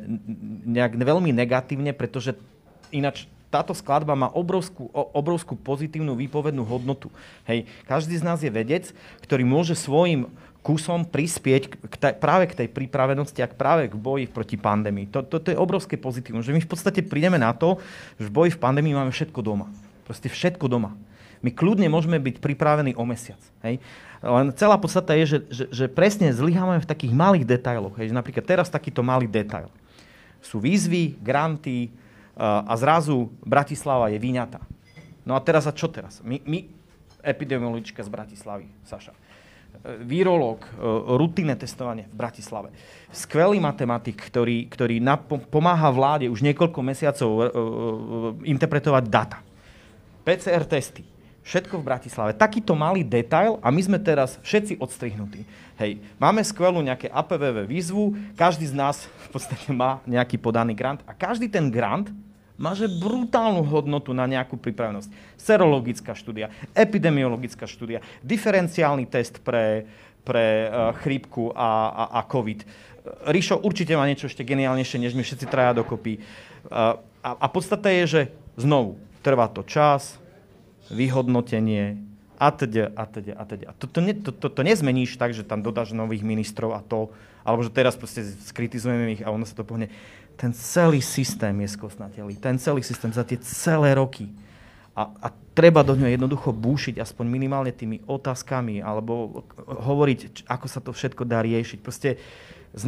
nejak veľmi negatívne, pretože ináč táto skladba má obrovskú pozitívnu výpovednú hodnotu. Hej. Každý z nás je vedec, ktorý môže svojím kusom prispieť práve k tej pripravenosti a práve k boji proti pandémii. To je obrovské pozitívum, že my v podstate prídeme na to, že v boji v pandémii máme všetko doma. Proste všetko doma. My kľudne môžeme byť pripravení o mesiac. Hej. Len celá podstata je, že presne zlyhávame v takých malých detailoch. Hej. Napríklad teraz takýto malý detail. Sú výzvy, granty a zrazu Bratislava je vyňatá. No a teraz a čo teraz? My epidemiologička z Bratislavy, Saša. Virológ, rutinné testovanie v Bratislave. Skvelý matematik, ktorý pomáha vláde už niekoľko mesiacov interpretovať data. PCR testy. Všetko v Bratislave. Takýto malý detail a my sme teraz všetci odstrihnutí. Hej, máme skvelú nejaké APVV výzvu, každý z nás v podstate má nejaký podaný grant a každý ten grant má že brutálnu hodnotu na nejakú pripravenosť. Serologická štúdia, epidemiologická štúdia, diferenciálny test pre chrípku a COVID. Ríšo určite má niečo ešte geniálnejšie, než my všetci traja dokopy. A podstata je, že znovu, trvá to čas, vyhodnotenie a teda. To nezmeníš tak, že tam dodáš nových ministrov a to, alebo že teraz proste skritizujeme ich a ono sa to pohne. Ten celý systém je skosnatelý. Ten celý systém za tie celé roky. A treba do ňoho jednoducho búšiť aspoň minimálne tými otázkami alebo hovoriť, ako sa to všetko dá riešiť. Proste z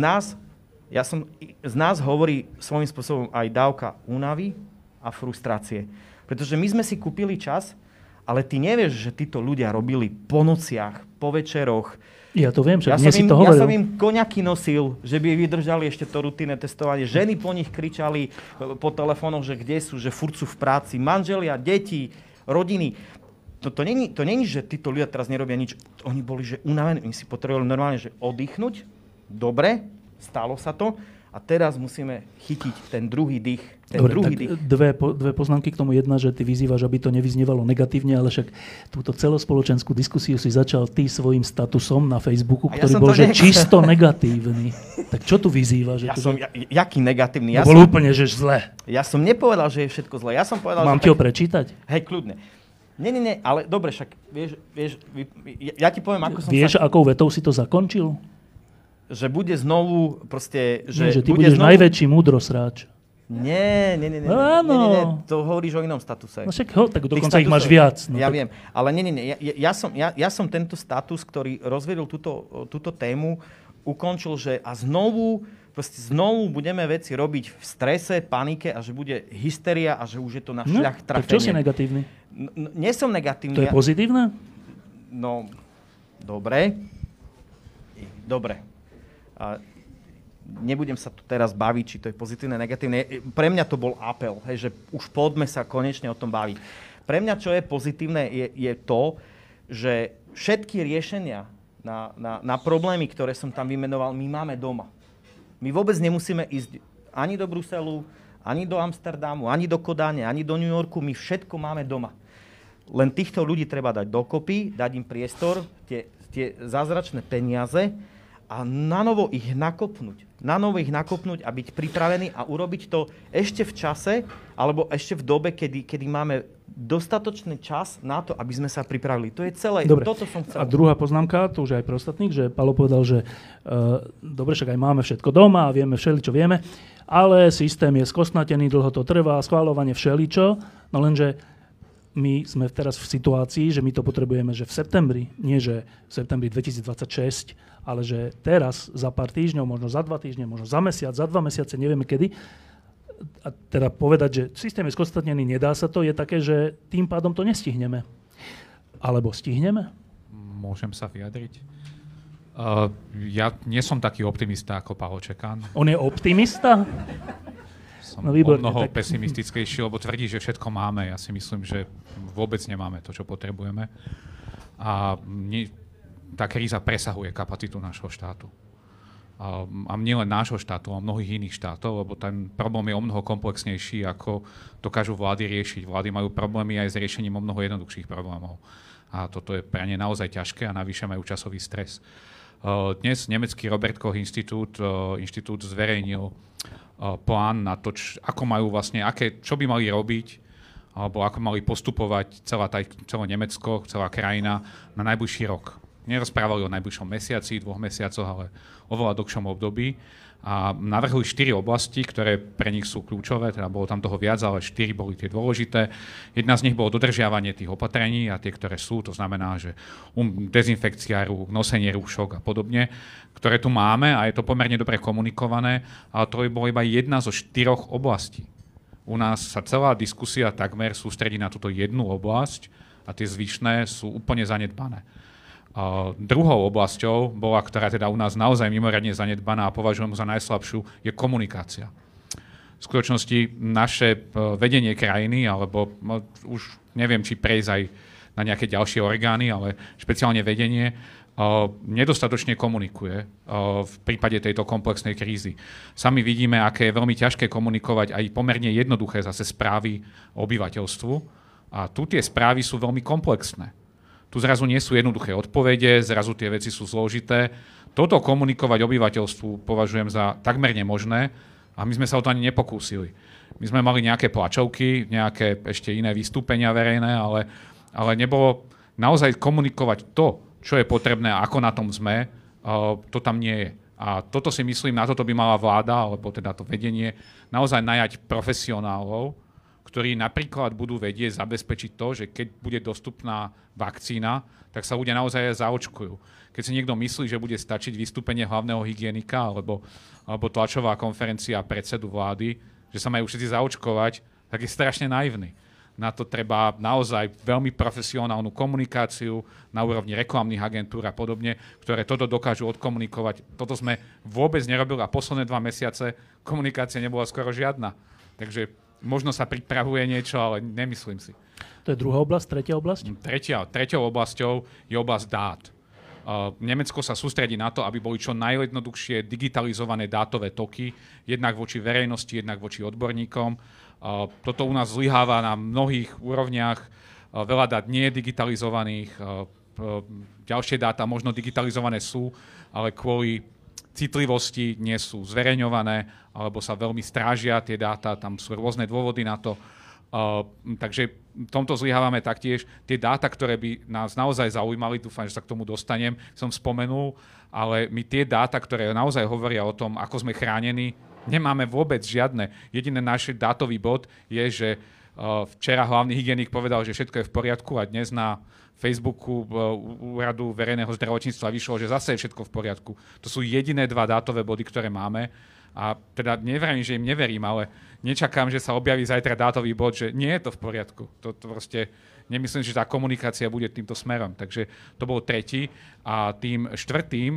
nás hovorí svojím spôsobom aj dávka únavy a frustrácie. Pretože my sme si kúpili čas a Ale ty nevieš, že títo ľudia robili po nociach, po večeroch. Ja to viem, však Ja som im koňaky nosil, že by vydržali ešte to rutinné testovanie. Ženy po nich kričali po telefónoch, že kde sú, že furt sú v práci. Manželia, deti, rodiny. To není, že títo ľudia teraz nerobia nič. Oni boli že unavení. Oni si potrebovali normálne že oddychnúť. Dobre, stalo sa to. A teraz musíme chytiť ten druhý dých. Dobre, dve poznámky k tomu. Jedna, že ty vyzývaš, aby to nevyznievalo negatívne, ale však túto celospoločenskú diskusiu si začal ty svojím statusom na Facebooku, ktorý bol že čisto negatívny. Tak čo tu vyzývaš? Jaký negatívny? Bol úplne, že zle. Ja som nepovedal, že je všetko zle. Ja som povedal, Mám ti ho prečítať? Hej, kľudne. Nie, ale dobre, však vieš, ja ti poviem, ako som Vieš, akou vetou si to zakončil? Že bude znovu proste... Že ty budeš najväčší múdrosráč. Nie. Áno. To hovoríš o inom statuse. No však tak dokonca ich máš viac. No ja viem, ale nie. Ja som tento status, ktorý rozvedol túto tému, ukončil, že a znovu budeme veci robiť v strese, panike a že bude hysteria a že už je to na šľach trafenie. Tak čo si negatívny? Nie som negatívny. To je pozitívne? No, dobre. A nebudem sa tu teraz baviť, či to je pozitívne, negatívne. Pre mňa to bol apel, že už poďme sa konečne o tom baviť. Pre mňa, čo je pozitívne, je to, že všetky riešenia na problémy, ktoré som tam vymenoval, my máme doma. My vôbec nemusíme ísť ani do Bruselu, ani do Amsterdamu, ani do Kodáne, ani do New Yorku. My všetko máme doma. Len týchto ľudí treba dať dokopy, dať im priestor, tie zázračné peniaze, a nanovo ich nakopnúť a byť pripravený a urobiť to ešte v čase, alebo ešte v dobe, kedy máme dostatočný čas na to, aby sme sa pripravili. To je celé. Dobre. Toto som chcel. A druhá poznámka, to už aj pre ostatných, že Paolo povedal, že dobre, však aj máme všetko doma a vieme všeličo vieme, ale systém je skostnatený, dlho to trvá, schvaľovanie všeličo, no lenže my sme teraz v situácii, že my to potrebujeme, že v septembri, nie že v septembri 2026, ale že teraz, za pár týždňov, možno za 2 týždne, možno za mesiac, za 2 mesiace, nevieme kedy. A teda povedať, že systém je skostnatený, nedá sa to, je také, že tým pádom to nestihneme. Alebo stihneme? Môžem sa vyjadriť? Ja nie som taký optimista ako Paolo Čekán. On je optimista? Som mnoho pesimistickejší, lebo tvrdí, že všetko máme. Ja si myslím, že vôbec nemáme to, čo potrebujeme. A tá kríza presahuje kapacitu nášho štátu. A nielen nášho štátu, a mnohých iných štátov, lebo ten problém je o mnoho komplexnejší, ako dokážu vlády riešiť. Vlády majú problémy aj s riešením o mnoho jednoduchších problémov. A toto je pre ne naozaj ťažké a navyše majú časový stres. Dnes nemecký Robert Koch inštitút zverejnil plán na to, ako majú vlastne, čo by mali robiť, alebo ako mali postupovať celé Nemecko, celá krajina na najbližší rok. Nerozprávali o najbližšom mesiaci, 2 mesiacoch, ale oveľa dlhšom období. A navrhli 4 oblasti, ktoré pre nich sú kľúčové, teda bolo tam toho viac, ale 4 boli tie dôležité. Jedna z nich bolo dodržiavanie tých opatrení a tie, ktoré sú, to znamená, že dezinfekcia rúk, nosenie rúšok a podobne, ktoré tu máme a je to pomerne dobre komunikované, ale to bola iba jedna zo 4 oblastí. U nás sa celá diskusia takmer sústredí na túto jednu oblasť a tie zvyšné sú úplne zanedbané. Druhou oblasťou bola, ktorá teda u nás naozaj mimoriadne zanedbaná a považujem za najslabšiu, je komunikácia. V skutočnosti naše vedenie krajiny, alebo už neviem, či prejsť aj na nejaké ďalšie orgány, ale špeciálne vedenie, nedostatočne komunikuje v prípade tejto komplexnej krízy. Sami vidíme, aké je veľmi ťažké komunikovať aj pomerne jednoduché zase správy o obyvateľstvu. A tu tie správy sú veľmi komplexné. Tu zrazu nie sú jednoduché odpovede, zrazu tie veci sú zložité. Toto komunikovať obyvateľstvu považujem za takmer nemožné a my sme sa o to ani nepokúsili. My sme mali nejaké tlačovky, nejaké ešte iné vystúpenia verejné, ale nebolo naozaj komunikovať to, čo je potrebné a ako na tom sme, to tam nie je. A toto si myslím, na toto by mala vláda, alebo teda to vedenie, naozaj najať profesionálov, ktorí napríklad budú vedieť zabezpečiť to, že keď bude dostupná vakcína, tak sa ľudia naozaj zaočkujú. Keď si niekto myslí, že bude stačiť vystúpenie hlavného hygienika alebo tlačová konferencia predsedu vlády, že sa majú všetci zaočkovať, tak je strašne naivný. Na to treba naozaj veľmi profesionálnu komunikáciu na úrovni reklamných agentúr a podobne, ktoré toto dokážu odkomunikovať. Toto sme vôbec nerobili a posledné 2 mesiace komunikácia nebola skoro žiadna. Takže možno sa pripravuje niečo, ale nemyslím si. To je druhá oblasť, tretia oblasť? Treťou oblasťou je oblasť dát. Nemecko sa sústredí na to, aby boli čo najjednoduchšie digitalizované dátové toky, jednak voči verejnosti, jednak voči odborníkom. Toto u nás zlyháva na mnohých úrovniach. Veľa dát nie je digitalizovaných. Ďalšie dáta možno digitalizované sú, ale kvôli citlivosti nie sú zverejňované, alebo sa veľmi strážia tie dáta. Tam sú rôzne dôvody na to. Takže v tomto zlyhávame taktiež. Tie dáta, ktoré by nás naozaj zaujímali, dúfam, že sa k tomu dostanem, som spomenul, ale my tie dáta, ktoré naozaj hovoria o tom, ako sme chránení, nemáme vôbec žiadne. Jediný náš dátový bod je, že včera hlavný hygienik povedal, že všetko je v poriadku a dnes na Facebooku Úradu verejného zdravotníctva vyšlo, že zase je všetko v poriadku. To sú jediné 2 dátové body, ktoré máme. A teda neverím, že im neverím, ale nečakám, že sa objaví zajtra dátový bod, že nie je to v poriadku. To proste nemyslím, že tá komunikácia bude týmto smerom. Takže to bol tretí. A tým štvrtým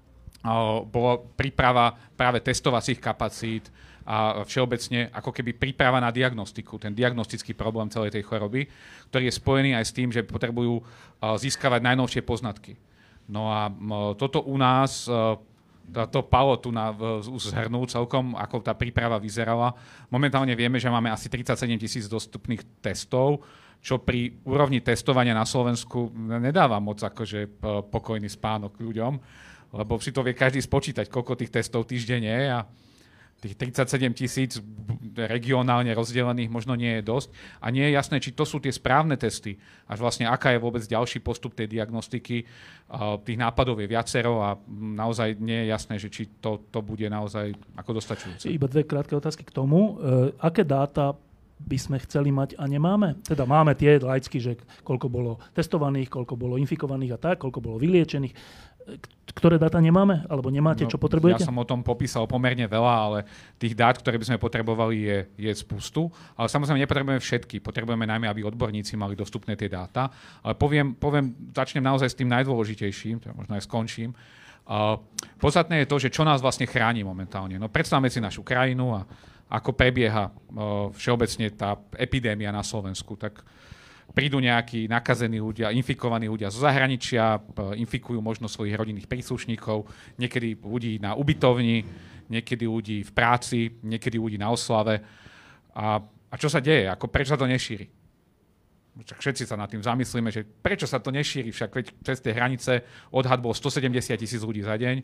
bola príprava práve testovacích kapacít a všeobecne ako keby príprava na diagnostiku, ten diagnostický problém celej tej choroby, ktorý je spojený aj s tým, že potrebujú získavať najnovšie poznatky. No a toto u nás... To Paolo tu zhrnul celkom, ako tá príprava vyzerala. Momentálne vieme, že máme asi 37 000 dostupných testov, čo pri úrovni testovania na Slovensku nedáva moc akože pokojný spánok ľuďom, lebo si to vie každý spočítať, koľko tých testov týždenne je a tých 37 000 regionálne rozdelených možno nie je dosť. A nie je jasné, či to sú tie správne testy. Až vlastne aká je vôbec ďalší postup tej diagnostiky. Tých nápadov je viacero a naozaj nie je jasné, že či to bude naozaj ako dostačujúce. Iba 2 krátke otázky k tomu. Aké dáta by sme chceli mať a nemáme? Teda máme tie laicky, že koľko bolo testovaných, koľko bolo infikovaných a tak, koľko bolo vyliečených. Ktoré dáta nemáme? Alebo nemáte, čo potrebujete? Ja som o tom popísal pomerne veľa, ale tých dát, ktoré by sme potrebovali, je spustu. Ale samozrejme nepotrebujeme všetky. Potrebujeme najmä, aby odborníci mali dostupné tie dáta. Ale začnem naozaj s tým najdôležitejším, to možno aj skončím. Podstatné je to, že čo nás vlastne chráni momentálne. No predstavme si našu krajinu a ako prebieha všeobecne tá epidémia na Slovensku. Tak prídu nejakí nakazení ľudia, infikovaní ľudia zo zahraničia, infikujú možno svojich rodinných príslušníkov, niekedy ľudí na ubytovni, niekedy ľudí v práci, niekedy ľudí na oslave. A čo sa deje? Prečo sa to nešíri? Všetci sa nad tým zamyslíme, že prečo sa to nešíri? Však cez tie hranice odhad bol 170 000 ľudí za deň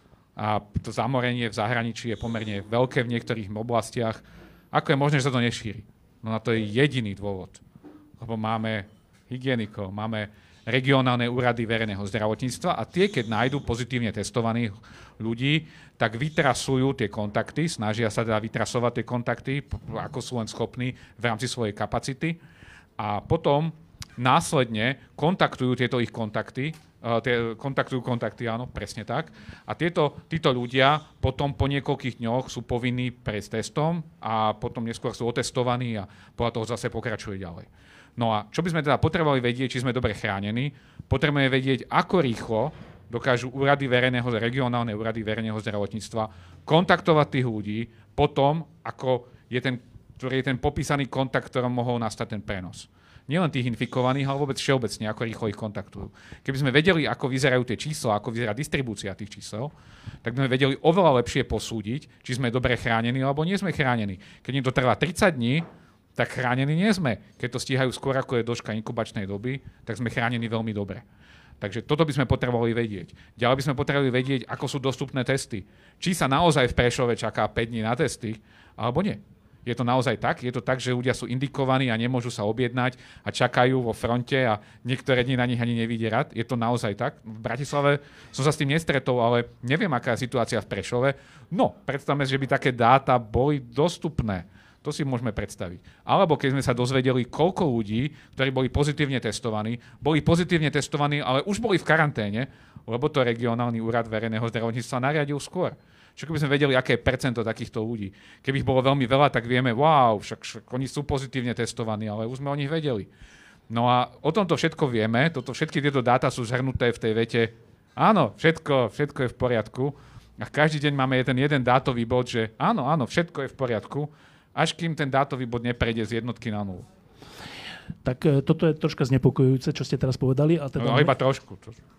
a to zamorenie v zahraničí je pomerne veľké v niektorých oblastiach. Ako je možné, že sa to nešíri? No na to je jediný dôvod. Lebo máme hygienikov, máme regionálne úrady verejného zdravotníctva a tie, keď nájdú pozitívne testovaných ľudí, tak vytrasujú tie kontakty, snažia sa teda vytrasovať tie kontakty, ako sú len schopní v rámci svojej kapacity a potom následne kontaktujú tieto ich kontakty, kontaktujú kontakty, áno, presne tak. A títo ľudia potom po niekoľkých dňoch sú povinní prejsť testom a potom neskôr sú otestovaní a podľa toho zase pokračuje ďalej. No a čo by sme teda potrebovali vedieť, či sme dobre chránení, potrebujeme vedieť, ako rýchlo dokážu regionálne úrady verejného zdravotníctva kontaktovať tých ľudí potom, ako ktorý je ten popísaný kontakt, ktorom mohol nastať ten prenos. Nielen tých infikovaných, ale vôbec všeobecne, ako rýchlo ich kontaktujú. Keby sme vedeli, ako vyzerajú tie čísla, ako vyzerá distribúcia tých čísel, tak by sme vedeli oveľa lepšie posúdiť, či sme dobre chránení alebo nie sme chránení. Keď im to trvá 30 dní, tak chránení nie sme. Keď to stíhajú skôr, ako je dĺžka inkubačnej doby, tak sme chránení veľmi dobre. Takže toto by sme potrebovali vedieť. Ďalej by sme potrebovali vedieť, ako sú dostupné testy. Či sa naozaj v Prešove čaká 5 dní na testy, alebo nie. Je to naozaj tak? Je to tak, že ľudia sú indikovaní a nemôžu sa objednať a čakajú vo fronte a niektoré dni na nich ani nevidie rad? Je to naozaj tak? V Bratislave som sa s tým nestretol, ale neviem, aká je situácia v Prešove. No, predstavme si, že by také dáta boli dostupné. To To si môžeme predstaviť. Alebo keď sme sa dozvedeli, koľko ľudí, ktorí boli pozitívne testovaní, ale už boli v karanténe, lebo to regionálny úrad verejného zdravotníctva nariadil skôr. Čiže keby sme vedeli, aké je percento takýchto ľudí. Keby ich bolo veľmi veľa, tak vieme, však oni sú pozitívne testovaní, ale už sme o nich vedeli. No a o tomto všetko vieme, všetky tieto dáta sú zhrnuté v tej vete, áno, všetko je v poriadku. A každý deň máme ten jeden dátový bod, že áno, všetko je v poriadku, až kým ten dátový bod neprejde z jednotky na nulu. Tak toto je troška znepokojujúce, čo ste teraz povedali. A teda no iba trošku.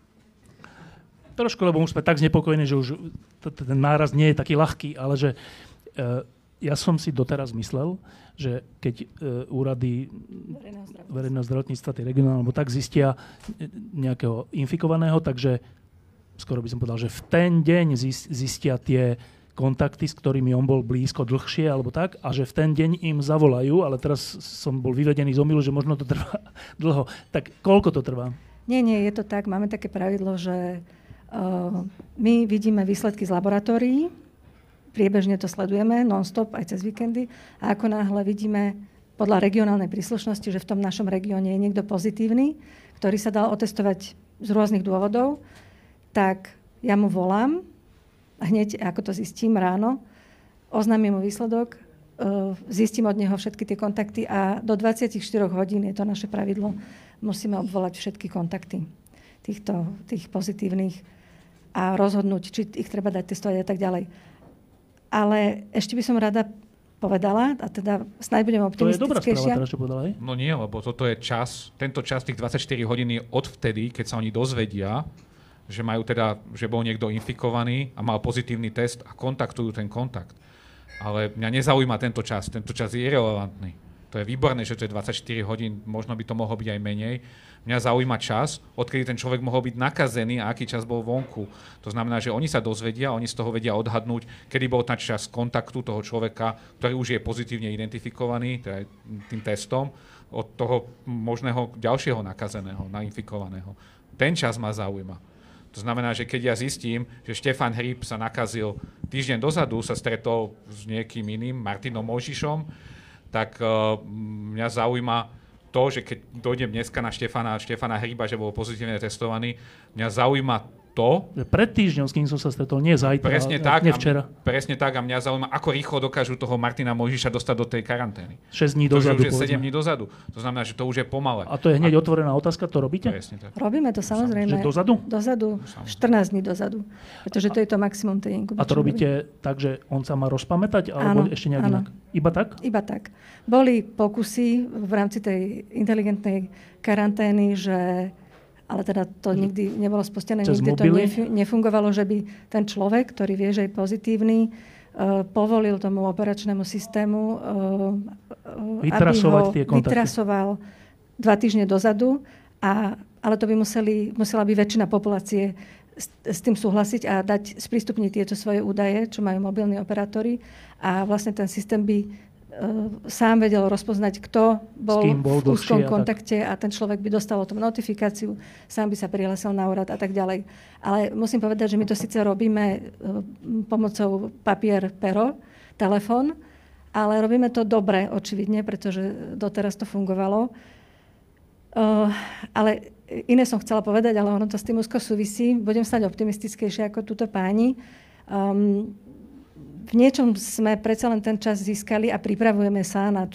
Trošku, lebo už sme tak znepokojení, že už ten náraz nie je taký ľahký, ale že ja som si doteraz myslel, že keď úrady verejného zdravotníctva, tie regionálne, alebo tak zistia nejakého infikovaného, takže skoro by som povedal, že v ten deň zistia tie kontakty, s ktorými on bol blízko dlhšie, alebo tak, a že v ten deň im zavolajú, ale teraz som bol vyvedený z omylu, že možno to trvá dlho. Tak koľko to trvá? Nie, je to tak. Máme také pravidlo, že my vidíme výsledky z laboratórií, priebežne to sledujeme non-stop aj cez víkendy a ako náhle vidíme podľa regionálnej príslušnosti, že v tom našom regióne je niekto pozitívny, ktorý sa dal otestovať z rôznych dôvodov, tak ja mu volám a hneď, ako to zistím ráno, oznámim mu výsledok, zistím od neho všetky tie kontakty a do 24 hodín, je to naše pravidlo, musíme obvolať všetky kontakty tých pozitívnych a rozhodnúť, či ich treba dať testovať a tak ďalej. Ale ešte by som rada povedala, a teda snáď budem optimistickejšia. To je dobrá správa, teraz, čo povedala, hej? No nie, lebo toto je tento čas, tých 24 hodín je odvtedy, keď sa oni dozvedia, že majú teda, že bol niekto infikovaný a mal pozitívny test a kontaktujú ten kontakt. Ale mňa nezaujíma tento čas je irelevantný. To je výborné, že to je 24 hodín, možno by to mohlo byť aj menej. Mňa zaujíma čas, odkedy ten človek mohol byť nakazený a aký čas bol vonku. To znamená, že oni sa dozvedia, oni z toho vedia odhadnúť, kedy bol ten čas kontaktu toho človeka, ktorý už je pozitívne identifikovaný, teda tým testom, od toho možného ďalšieho nakazeného, nainfikovaného. Ten čas ma zaujíma. To znamená, že keď ja zistím, že Štefan Hríb sa nakazil týždeň dozadu, sa stretol s niekým iným, Martinom Mojžišom, tak mňa zaujíma to, že keď dojdem dneska na Štefana Hríba, že bol pozitívne testovaný, mňa zaujíma to... Pred týždňom, s kým som sa stretol, nie zajtra, nie včera. Presne tak a mňa zaujíma, ako rýchlo dokážu toho Martina Mojžiša dostať do tej karantény. 6 dní dozadu. To už je 7 dní dozadu. To znamená, že to už je pomalé. A to je hneď otvorená otázka, to robíte? Presne tak. Robíme to samozrejme. Že dozadu? Dozadu, 14 dní dozadu. Pretože to je to maximum tej inkubačnej. A to robíte tak, že on sa má rozpamätať, alebo ešte nejak inak? Iba tak? Iba tak. Boli pokusy v rámci tej inteligentnej karantény, ale teda to nikdy nebolo spustené, nikdy to nefungovalo, že by ten človek, ktorý vie, že je pozitívny, povolil tomu operačnému systému, aby ho vytrasoval 2 týždne dozadu, ale to by musela by väčšina populácie s tým súhlasiť a sprístupniť tieto svoje údaje, čo majú mobilní operátori a vlastne ten systém by sám vedel rozpoznať, kto bol v úzkom kontakte a ten človek by dostal o tom notifikáciu, sám by sa prihlásil na úrad a tak ďalej. Ale musím povedať, že my to síce robíme pomocou papier, pero, telefón, ale robíme to dobre, očividne, pretože doteraz to fungovalo. Ale iné som chcela povedať, ale ono to s tým úzko súvisí. Budem snáď optimistickejšia ako túto páni. V niečom sme predsa len ten čas získali a pripravujeme sa na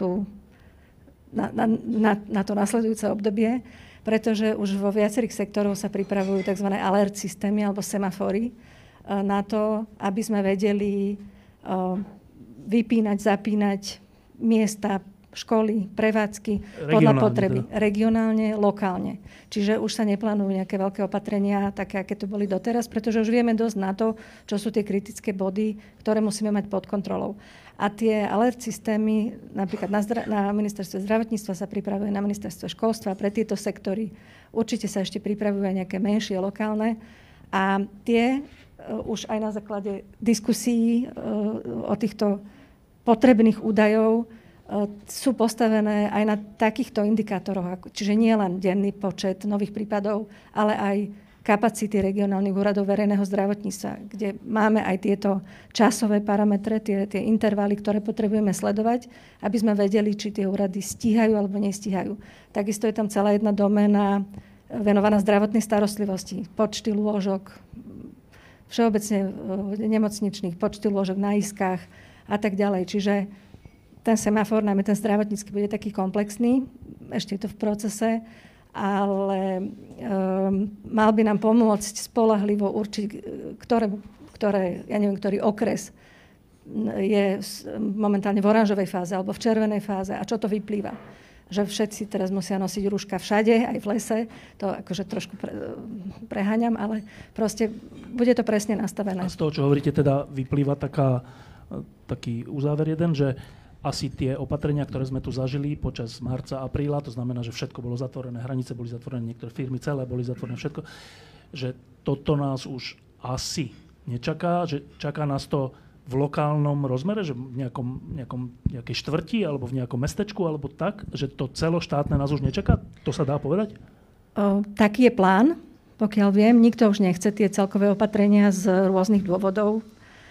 to nasledujúce obdobie, pretože už vo viacerých sektoroch sa pripravujú tzv. Alert systémy alebo semafory na to, aby sme vedeli vypínať, zapínať miesta, školy, prevádzky podľa potreby. Regionálne, lokálne. Čiže už sa neplánujú nejaké veľké opatrenia, také, aké to boli doteraz, pretože už vieme dosť na to, čo sú tie kritické body, ktoré musíme mať pod kontrolou. A tie alert systémy, napríklad na ministerstve zdravotníctva sa pripravuje, na ministerstve školstva, pre tieto sektory určite sa ešte pripravujú aj nejaké menšie, lokálne. A tie už aj na základe diskusí o týchto potrebných údajov sú postavené aj na takýchto indikátoroch, čiže nie len denný počet nových prípadov, ale aj kapacity regionálnych úradov verejného zdravotníctva, kde máme aj tieto časové parametre, tie intervaly, ktoré potrebujeme sledovať, aby sme vedeli, či tie úrady stíhajú alebo nestíhajú. Takisto je tam celá jedna doména venovaná zdravotnej starostlivosti, počty lôžok, všeobecne nemocničných, počty lôžok na iskách a tak ďalej. Čiže ten semafor, najmä ten zdravotnícky, bude taký komplexný, ešte je to v procese, ale mal by nám pomôcť spoľahlivo určiť, ktorý okres je momentálne v oranžovej fáze alebo v červenej fáze a čo to vyplýva. Že všetci teraz musia nosiť rúška všade, aj v lese. To akože trošku preháňam, ale proste bude to presne nastavené. A z toho, čo hovoríte, teda vyplýva taký uzáver jeden, že asi tie opatrenia, ktoré sme tu zažili počas marca, apríla, to znamená, že všetko bolo zatvorené, hranice boli zatvorené, niektoré firmy celé boli zatvorené, všetko, že toto nás už asi nečaká, že čaká nás to v lokálnom rozmere, že v nejakej štvrti alebo v nejakom mestečku, alebo tak, že to celoštátne nás už nečaká? To sa dá povedať? Taký je plán, pokiaľ viem. Nikto už nechce tie celkové opatrenia z rôznych dôvodov.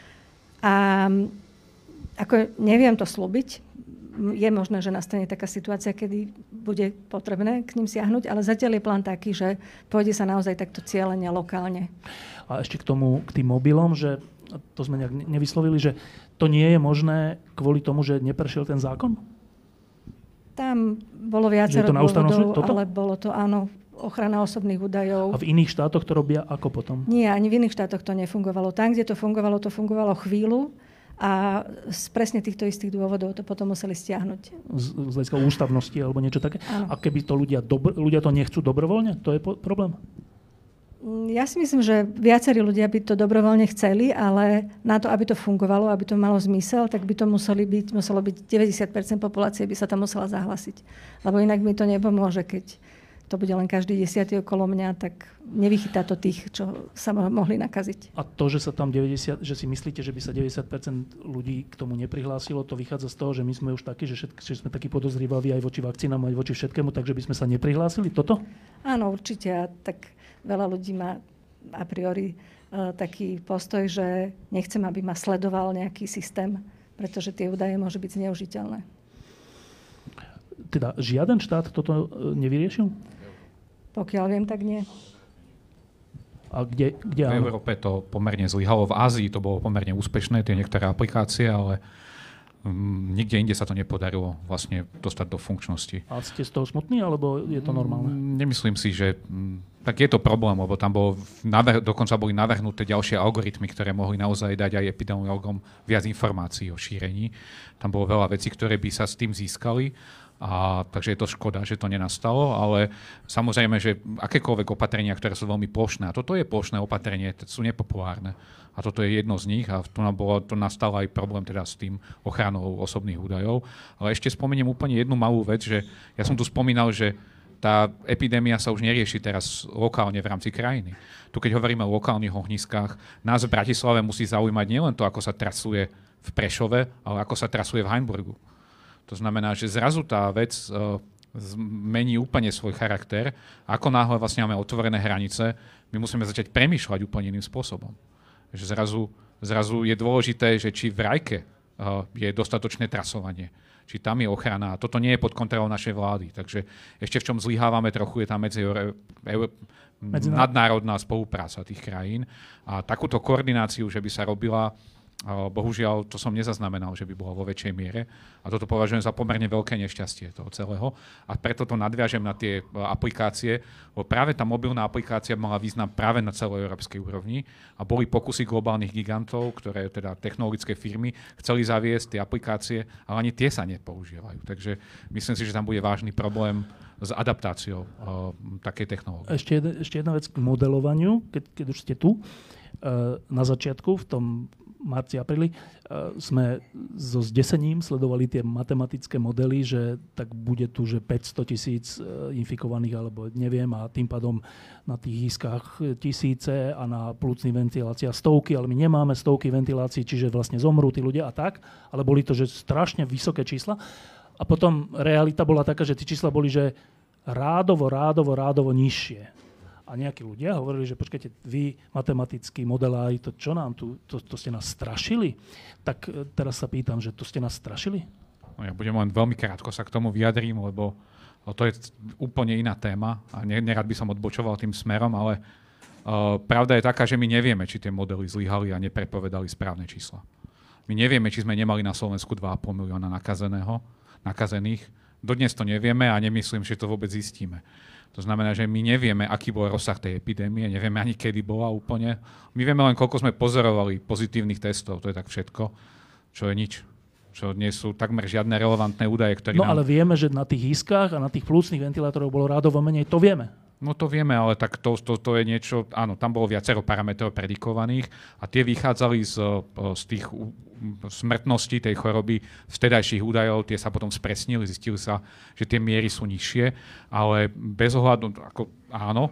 A ako neviem to slúbiť. Je možné, že nastane taká situácia, kedy bude potrebné k ním siahnuť, ale zatiaľ je plán taký, že pôjde sa naozaj takto cieľene, lokálne. A ešte k tým mobilom, že to sme nejak nevyslovili, že to nie je možné kvôli tomu, že neprešiel ten zákon? Tam bolo viacero dôvodov, ale bolo to, áno, ochrana osobných údajov. A v iných štátoch to robia ako potom? Nie, ani v iných štátoch to nefungovalo. Tam, kde to fungovalo chvíľu, a z presne týchto istých dôvodov to potom museli stiahnuť. Z hľadiska ústavnosti alebo niečo také? Áno. A keby to ľudia to nechcú dobrovoľne? To je problém? Ja si myslím, že viacerí ľudia by to dobrovoľne chceli, ale na to, aby to fungovalo, aby to malo zmysel, tak by to muselo byť 90% populácie by sa tam musela zahlásiť. Lebo inak mi to nepomôže, keď to bude len každý 10. okolo mňa, tak nevychytá to tých, čo sa mohli nakaziť. A to, že sa tam že si myslíte, že by sa 90% ľudí k tomu neprihlásilo, to vychádza z toho, že my sme už takí, že sme takí podozrievaví aj voči vakcínám, aj voči všetkému, takže by sme sa neprihlásili? Toto? Áno, určite. A tak veľa ľudí má a priori taký postoj, že nechcem, aby ma sledoval nejaký systém, pretože tie údaje môžu byť zneužiteľné. Teda žiaden štát toto nevyriešil? Pokiaľ viem, tak nie. A kde v Európe to pomerne zlyhalo. V Ázii to bolo pomerne úspešné, tie niektoré aplikácie, ale nikde inde sa to nepodarilo vlastne dostať do funkčnosti. A ste z toho smutní, alebo je to normálne? Nemyslím si, že tak je to problém, lebo tam dokonca boli navrhnuté ďalšie algoritmy, ktoré mohli naozaj dať aj epidemiologom viac informácií o šírení. Tam bolo veľa vecí, ktoré by sa s tým získali. Takže je to škoda, že to nenastalo, ale samozrejme, že akékoľvek opatrenia, ktoré sú veľmi plošné, a toto je plošné opatrenie, sú nepopulárne. A toto je jedno z nich a to nastal aj problém teda s tým ochranou osobných údajov. Ale ešte spomeniem úplne jednu malú vec, že ja som tu spomínal, že tá epidémia sa už nerieši teraz lokálne v rámci krajiny. Tu keď hovoríme o lokálnych ohniskách, nás v Bratislave musí zaujímať nielen to, ako sa trasuje v Prešove, ale ako sa trasuje v Hainburgu. To znamená, že zrazu tá vec mení úplne svoj charakter. Ako náhle vlastne máme otvorené hranice, my musíme začať premýšľať úplne iným spôsobom. Že zrazu je dôležité, že či v Rajke je dostatočné trasovanie, či tam je ochrana. A toto nie je pod kontrolou našej vlády. Takže ešte v čom zlyhávame trochu je tam nadnárodná spolupráca tých krajín. A takúto koordináciu, že by sa robila, bohužiaľ, to som nezaznamenal, že by bola vo väčšej miere. A toto považujem za pomerne veľké nešťastie toho celého. A preto to nadviažem na tie aplikácie, lebo práve tá mobilná aplikácia mala význam práve na celoeurópskej úrovni a boli pokusy globálnych gigantov, ktoré teda technologické firmy chceli zaviesť tie aplikácie, ale ani tie sa nepoužívajú. Takže myslím si, že tam bude vážny problém s adaptáciou takej technológie. Ešte jedna vec k modelovaniu, keď už ste tu. Na začiatku, v tom marci, apríli, sme so zdesením sledovali tie matematické modely, že tak bude tu, že 500 000 infikovaných, alebo neviem, a tým pádom na tých iskách tisíce a na plúcnych ventiláciách stovky, ale my nemáme stovky ventilácií, čiže vlastne zomrú tí ľudia a tak, ale boli to, že strašne vysoké čísla. A potom realita bola taká, že tie čísla boli, že rádovo nižšie. A nejakí ľudia hovorili, že počkajte, vy, matematickí modelári, to čo nám tu, to ste nás strašili? Tak teraz sa pýtam, že to ste nás strašili? No, ja budem len veľmi krátko sa k tomu vyjadrím, lebo to je úplne iná téma a nerad by som odbočoval tým smerom, ale pravda je taká, že my nevieme, či tie modely zlyhali a neprepovedali správne čísla. My nevieme, či sme nemali na Slovensku 2,5 milióna nakazených. Dodnes to nevieme a nemyslím, že to vôbec zistíme. To znamená, že my nevieme, aký bol rozsah tej epidémie, nevieme ani kedy bola úplne. My vieme len, koľko sme pozorovali pozitívnych testov, to je tak všetko, čo je nič. Čo nie sú takmer žiadne relevantné údaje, ktoré ale vieme, že na tých iskách a na tých plúcnych ventilátorov bolo rádovo menej, to vieme. No to vieme, ale tak to je niečo, áno, tam bolo viacero parametrov predikovaných a tie vychádzali z tých smrtností tej choroby, z vtedajších údajov, tie sa potom spresnili, zistili sa, že tie miery sú nižšie, ale bez ohľadu, áno,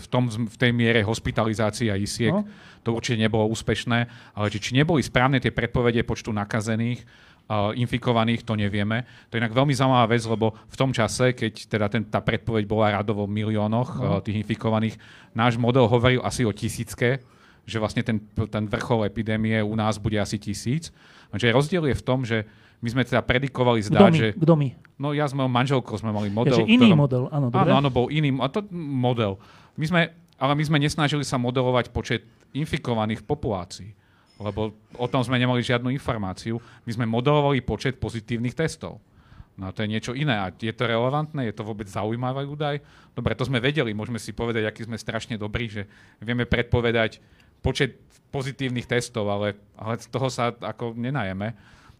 v tej miere hospitalizácií a ISIek to určite nebolo úspešné, ale či neboli správne tie predpovede počtu nakazených, infikovaných, to nevieme. To je inak veľmi zaujímavá vec, lebo v tom čase, keď teda tá predpoveď bola radovo v miliónoch tých infikovaných, náš model hovoril asi o 1000, že vlastne ten vrchol epidémie u nás bude asi 1000. Takže rozdiel je v tom, že my sme teda predikovali že... Kto my? No ja s mojou manželkou sme mali model. Takže iný model, áno, dobre. Áno, bol iný model. Ale my sme nesnažili sa modelovať počet infikovaných v populácii. Lebo o tom sme nemali žiadnu informáciu. My sme modelovali počet pozitívnych testov. No a to je niečo iné. A je to relevantné? Je to vôbec zaujímavý údaj? Dobre, to sme vedeli. Môžeme si povedať, aký sme strašne dobrí, že vieme predpovedať počet pozitívnych testov, ale z toho sa ako nenajeme.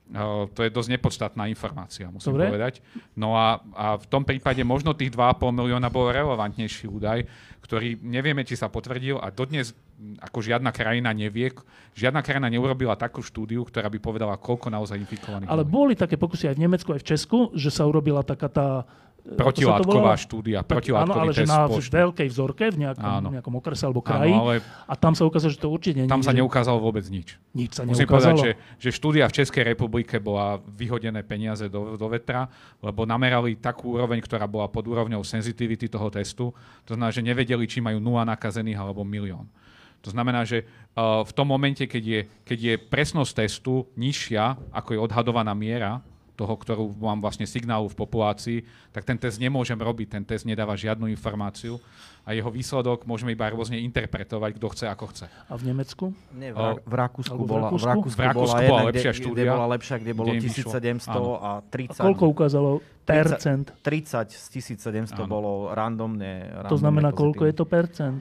To je dosť nepodstatná informácia, musím povedať. No a v tom prípade možno tých 2,5 milióna bol relevantnejší údaj, ktorý nevieme, či sa potvrdil a dodnes ako žiadna krajina nevie, žiadna krajina neurobila takú štúdiu, ktorá by povedala, koľko naozaj infikovaných. Ale boli také pokusy aj v Nemecku, aj v Česku, že sa urobila taká tá protilátková štúdia, protilátkový test spoločný. Áno, ale že na veľkej vzorke v nejakom okrese alebo kraji. Áno, a tam sa ukázalo, že to určite nie. Tam sa neukázalo vôbec nič. Nič sa neukázalo. Musím povedať, že štúdia v Českej republike bola vyhodené peniaze do vetra, lebo namerali takú úroveň, ktorá bola pod úrovňou senzitivity toho testu. To znamená, že nevedeli, či majú 0 nakazených alebo 1 000 000. To znamená, že v tom momente, keď je presnosť testu nižšia, ako je odhadovaná miera toho, ktorú mám vlastne signálu v populácii, tak ten test nemôžem robiť, ten test nedáva žiadnu informáciu a jeho výsledok môžeme iba rôzne interpretovať, kto chce, ako chce. A v Nemecku? Nie, v Rakúsku bola lepšia štúdia, kde bola lepšia, kde bolo 1700 a 30. A koľko ukázalo percent? 30 z 1700 bolo randomne to znamená, koľko je to percent?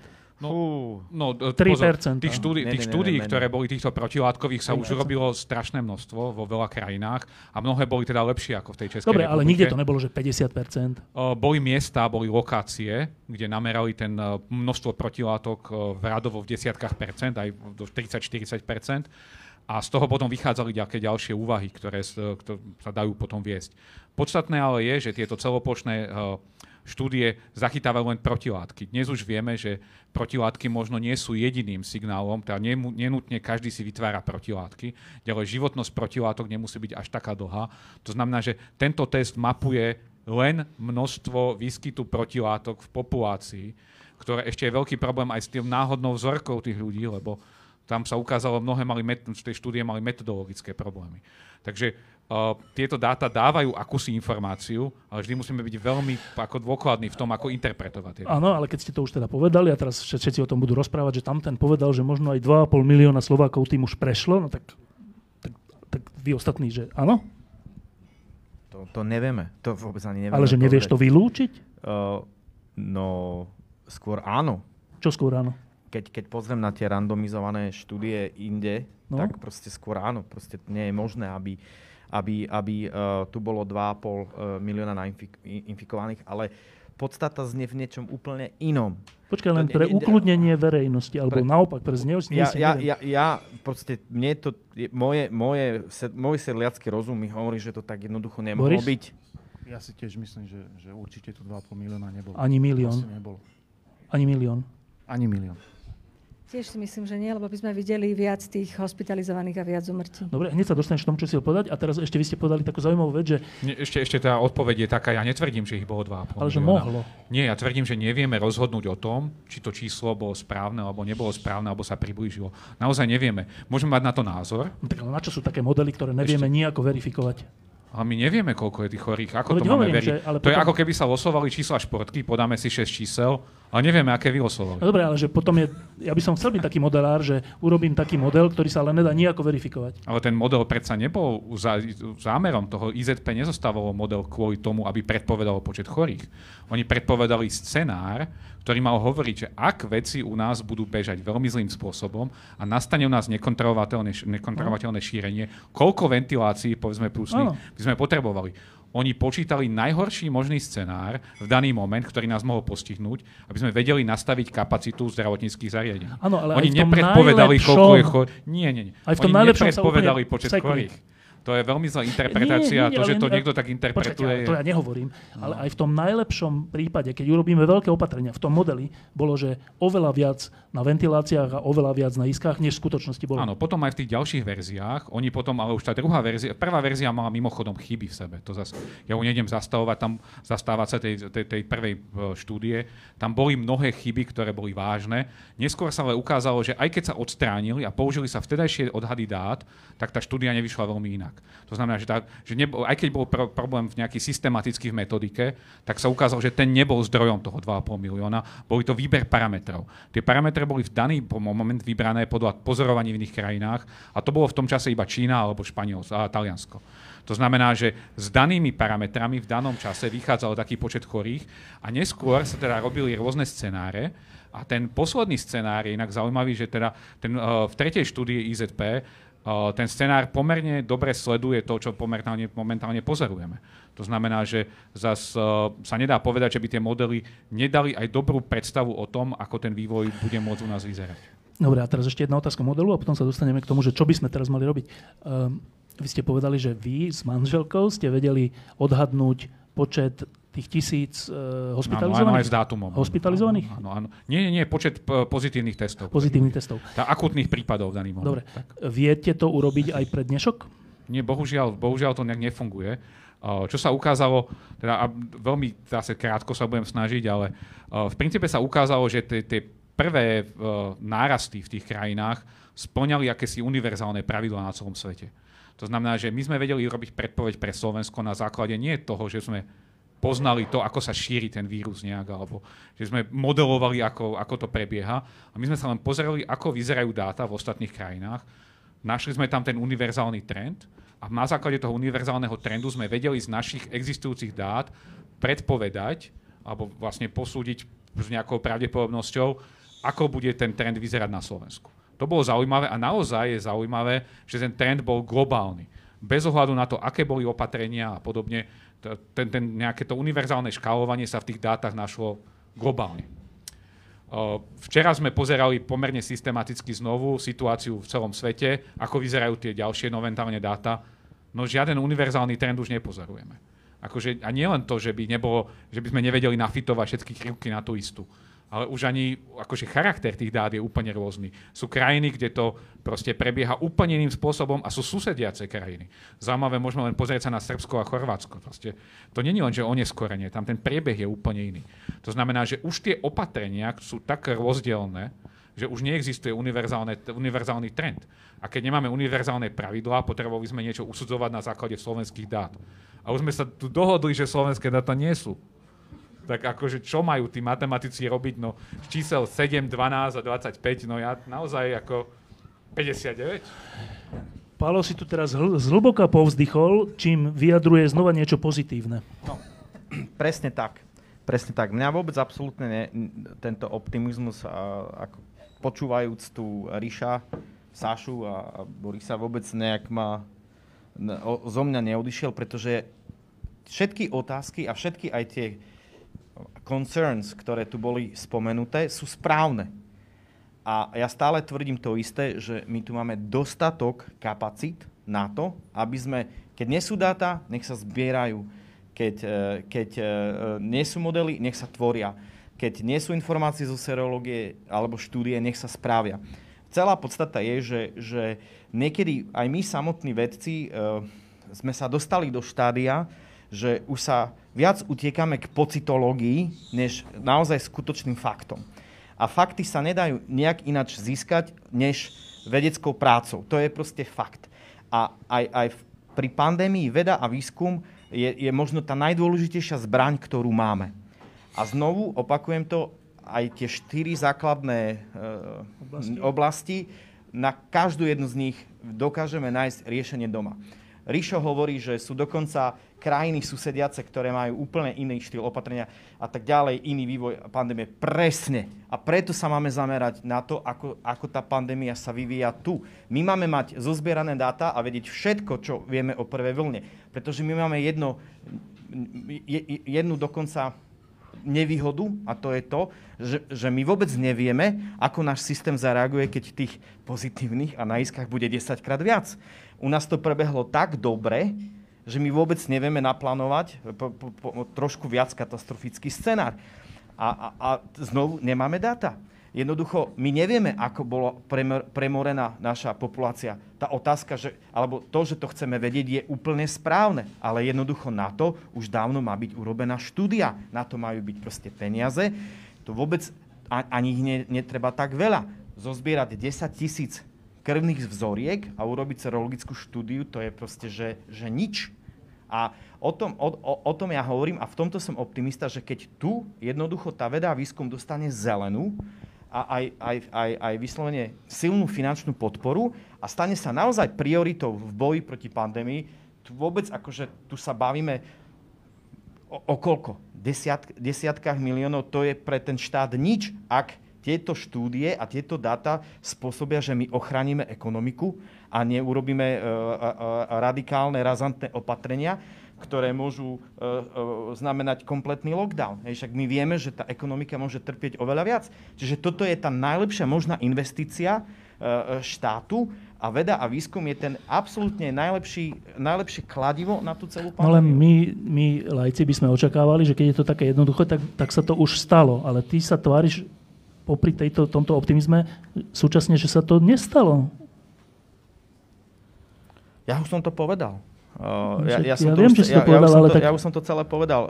3%. Tých štúdií, ktoré boli týchto protilátkových, sa už urobilo strašné množstvo vo veľa krajinách a mnohé boli teda lepšie ako v tej Českej republike. Dobre, ale nikde to nebolo, že 50%. Boli miesta, boli lokácie, kde namerali ten množstvo protilátok v radovo v desiatkách percent, aj do 30-40%. A z toho potom vychádzali nejaké ďalšie úvahy, ktoré sa dajú potom viesť. Podstatné ale je, že tieto celoplošné štúdie zachytávajú len protilátky. Dnes už vieme, že protilátky možno nie sú jediným signálom, teda nenutne každý si vytvára protilátky. Ďalej životnosť protilátok nemusí byť až taká dlhá. To znamená, že tento test mapuje len množstvo výskytu protilátok v populácii, ktoré ešte je veľký problém aj s tým náhodnou vzorkou tých ľudí, lebo tam sa ukázalo, mnohé z tej štúdie mali metodologické problémy. Takže tieto dáta dávajú akúsi informáciu, ale vždy musíme byť veľmi dôkladní v tom, ako interpretovať. Áno, ale keď ste to už teda povedali a teraz všetci o tom budú rozprávať, že tam ten povedal, že možno aj 2,5 milióna Slovákov tým už prešlo, no tak vy ostatní, že áno? To nevieme. To vôbec ani nevieme. Ale že nevieš to vylúčiť? No, skôr áno. Čo skôr áno? Keď pozriem na tie randomizované štúdie inde, tak proste skôr áno. Proste nie je možné, aby tu bolo 2,5 milióna infikovaných, ale podstata znie v niečom úplne inom. Počkaj, len pre ukludnenie verejnosti, alebo naopak pre proste mne to, môj sedliacky rozum mi hovorí, že to tak jednoducho nemohlo byť. Ja si tiež myslím, že určite tu 2,5 milióna nebolo. Ani milión. Asi nebolo. Ani milión. Ani milión. Tiež si myslím, že nie, lebo by sme videli viac tých hospitalizovaných a viac úmrtí. Dobre, hneď sa dostaneš k tomu, čo si povedať. A teraz ešte vy ste povedali takú zaujímavú vec, že... Ešte tá odpoveď je taká, ja netvrdím, že ich bolo 2,5 milióna. Ale že mohlo. Nie, ja tvrdím, že nevieme rozhodnúť o tom, či to číslo bolo správne, alebo nebolo správne, alebo sa priblížilo. Naozaj nevieme. Môžeme mať na to názor. No, tak na čo sú také modely, ktoré nevieme nejako verifikovať? Ale my nevieme, koľko je tých chorých. Ako to máme veriť? To je ako keby sa losovali čísla športky, podáme si 6 čísel, ale nevieme, aké vylosovali. No dobre, ale že potom ja by som chcel byť taký modelár, že urobím taký model, ktorý sa ale nedá nejako verifikovať. Ale ten model predsa nebol zámerom toho IZP, nezostávalo model kvôli tomu, aby predpovedalo počet chorých. Oni predpovedali scenár, ktorý mal hovoriť, že ak veci u nás budú bežať veľmi zlým spôsobom a nastane u nás nekontrolovateľné šírenie, koľko ventilácií, povedzme plusných, by sme potrebovali. Oni počítali najhorší možný scenár v daný moment, ktorý nás mohol postihnúť, aby sme vedeli nastaviť kapacitu zdravotníckých zariadení. Áno, ale oni nepredpovedali, koľko je chorých. Nie. Aj v tom oni najlepšom nepredpovedali počet chorých. To je veľmi zlá interpretácia. To, že to niekto tak interpretuje... Počkajte, to ja nehovorím. Ale aj v tom najlepšom prípade, keď urobíme veľké opatrenia, v tom modeli bolo, že oveľa viac na ventiláciách a oveľa viac na iskách, než v skutočnosti bolo. Áno, potom aj v tých ďalších verziách, oni potom, ale už tá druhá verzia, prvá verzia mala mimochodom chyby v sebe. To zase, ja ju nejdem zastávať sa tej prvej štúdie. Tam boli mnohé chyby, ktoré boli vážne. Neskôr sa ale ukázalo, že aj keď sa odstránili a použili sa vtedajšie odhady dát, tak tá štúdia nevyšla veľmi inak. To znamená, že aj keď bol problém v nejakej systematickej metodike, tak sa ukázalo, že ten nebol zdrojom toho 2,5 milióna. Boli to výber parametrov. Tie parametre boli v daný moment vybrané podľa pozorovaní v iných krajinách a to bolo v tom čase iba Čína alebo Španielsko a Taliansko. To znamená, že s danými parametrami v danom čase vychádzal taký počet chorých a neskôr sa teda robili rôzne scenáre a ten posledný scenár je inak zaujímavý, že teda v tretej štúdii IZP ten scenár pomerne dobre sleduje to, čo momentálne pozorujeme. To znamená, že zas sa nedá povedať, že by tie modely nedali aj dobrú predstavu o tom, ako ten vývoj bude môcť u nás vyzerať. Dobre, a teraz ešte jedna otázka modelu a potom sa dostaneme k tomu, že čo by sme teraz mali robiť. Vy ste povedali, že vy s manželkou ste vedeli odhadnúť počet tých 1000 hospitalizovaných? Áno, aj s dátumom. Hospitalizovaných? Áno. Nie, počet pozitívnych testov. Pozitívnych testov. Akútnych prípadov v daný moment. Dobre. Tak. Viete to urobiť aj pre dnešok? Nie, bohužiaľ to nejak nefunguje. Čo sa ukázalo, teda veľmi zase krátko sa budem snažiť, ale v princípe sa ukázalo, že tie prvé nárasty v tých krajinách spĺňali akési univerzálne pravidlá na celom svete. To znamená, že my sme vedeli robiť predpoveď pre Slovensko na základe nie toho, že sme poznali to, ako sa šíri ten vírus nejak, alebo že sme modelovali, ako to prebieha. A my sme sa len pozerali, ako vyzerajú dáta v ostatných krajinách. Našli sme tam ten univerzálny trend a na základe toho univerzálneho trendu sme vedeli z našich existujúcich dát predpovedať, alebo vlastne posúdiť s nejakou pravdepodobnosťou, ako bude ten trend vyzerať na Slovensku. To bolo zaujímavé a naozaj je zaujímavé, že ten trend bol globálny. Bez ohľadu na to, aké boli opatrenia a podobne, nejaké to univerzálne škálovanie sa v tých dátach našlo globálne. Včera sme pozerali pomerne systematicky znovu situáciu v celom svete, ako vyzerajú tie ďalšie momentálne dáta, no žiaden univerzálny trend už nepozorujeme. A nie len to, že by sme nevedeli nafitovať všetky krivky na tú istú, ale už ani charakter tých dát je úplne rôzny. Sú krajiny, kde to proste prebieha úplne iným spôsobom a sú susediace krajiny. Zaujímavé, môžeme len pozrieť sa na Srbsko a Chorvátsko. Proste, to nie je len, že oneskorenie, tam ten priebeh je úplne iný. To znamená, že už tie opatrenia sú tak rozdielne, že už neexistuje univerzálny trend. A keď nemáme univerzálne pravidlá, potrebovali sme niečo usudzovať na základe slovenských dát. A už sme sa tu dohodli, že slovenské dáta nie sú. Tak akože čo majú tí matematici robiť? No čísel 7, 12 a 25, no ja naozaj ako 59. Pálo si tu teraz zhlboka povzdychol, čím vyjadruje znova niečo pozitívne. No, presne tak. Mňa vôbec absolútne tento optimizmus, ako počúvajúc tu Ríša, Sašu a Borisa, vôbec nejak zo mňa neodišiel, pretože všetky otázky a všetky aj tie concerns, ktoré tu boli spomenuté, sú správne. A ja stále tvrdím to isté, že my tu máme dostatok kapacít na to, aby sme, keď nie sú dáta, nech sa zbierajú. Keď nie sú modely, nech sa tvoria. Keď nie sú informácie zo serológie alebo štúdie, nech sa správia. Celá podstata je, že niekedy aj my samotní vedci sme sa dostali do štádia, že už sa viac utiekame k pocitológii, než naozaj skutočným faktom. A fakty sa nedajú nejak ináč získať, než vedeckou prácou. To je proste fakt. A aj pri pandémii veda a výskum je možno tá najdôležitejšia zbraň, ktorú máme. A znovu, opakujem to, aj tie 4 základné oblasti, na každú jednu z nich dokážeme nájsť riešenie doma. Rišo hovorí, že sú dokonca krajiny susediace, ktoré majú úplne iný štýl opatrenia a tak ďalej, iný vývoj pandémie. Presne. A preto sa máme zamerať na to, ako tá pandémia sa vyvíja tu. My máme mať zozbierané dáta a vedieť všetko, čo vieme o prvej vlne. Pretože my máme jednu dokonca nevýhodu, a to je to, že my vôbec nevieme, ako náš systém zareaguje, keď tých pozitívnych a na iskách bude 10-krát viac. U nás to prebehlo tak dobre, že my vôbec nevieme naplánovať trošku viac katastrofický scenár. A znovu nemáme dáta. Jednoducho, my nevieme, ako bola premorená naša populácia. Tá otázka, alebo to, že to chceme vedieť, je úplne správne. Ale jednoducho na to už dávno má byť urobená štúdia. Na to majú byť proste peniaze. To vôbec ani ich netreba tak veľa. Zozbierať 10 000 krvných vzoriek a urobiť serologickú štúdiu, to je proste, že nič. A o tom ja hovorím a v tomto som optimista, že keď tu jednoducho tá veda a výskum dostane zelenú a aj vyslovene silnú finančnú podporu a stane sa naozaj prioritou v boji proti pandémii, tu vôbec akože tu sa bavíme o koľko? Desiatkách miliónov, to je pre ten štát nič, ak tieto štúdie a tieto dáta spôsobia, že my ochránime ekonomiku a neurobíme radikálne, razantné opatrenia, ktoré môžu znamenať kompletný lockdown. Však my vieme, že tá ekonomika môže trpieť oveľa viac. Čiže toto je tá najlepšia možná investícia štátu a veda a výskum je ten absolútne najlepšie kladivo na tú celú pandémiu. Ale my laici by sme očakávali, že keď je to také jednoduché, tak sa to už stalo. Ale ty sa tváriš popri tomto optimizme súčasne, že sa to nestalo. Ja už som to povedal. Ja viem, že si to povedal, ale tak... Ja už som to celé povedal.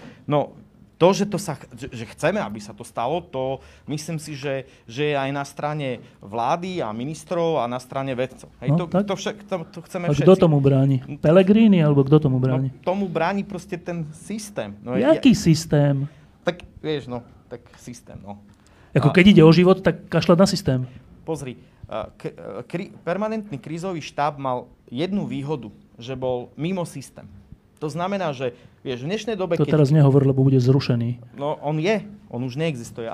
To, že chceme, aby sa to stalo, to myslím si, že je aj na strane vlády a ministrov a na strane vedcov. To chceme všetci. A kto tomu bráni? Pellegrini alebo kto tomu bráni? Tomu bráni proste ten systém. Jaký systém? Tak vieš, tak systém, Ako keď ide o život, tak kašľať na systém. Pozri, permanentný krízový štáb mal jednu výhodu, že bol mimo systém. To znamená, že vieš, v dnešnej dobe... To teraz nehovor, lebo bude zrušený. No on už neexistuje,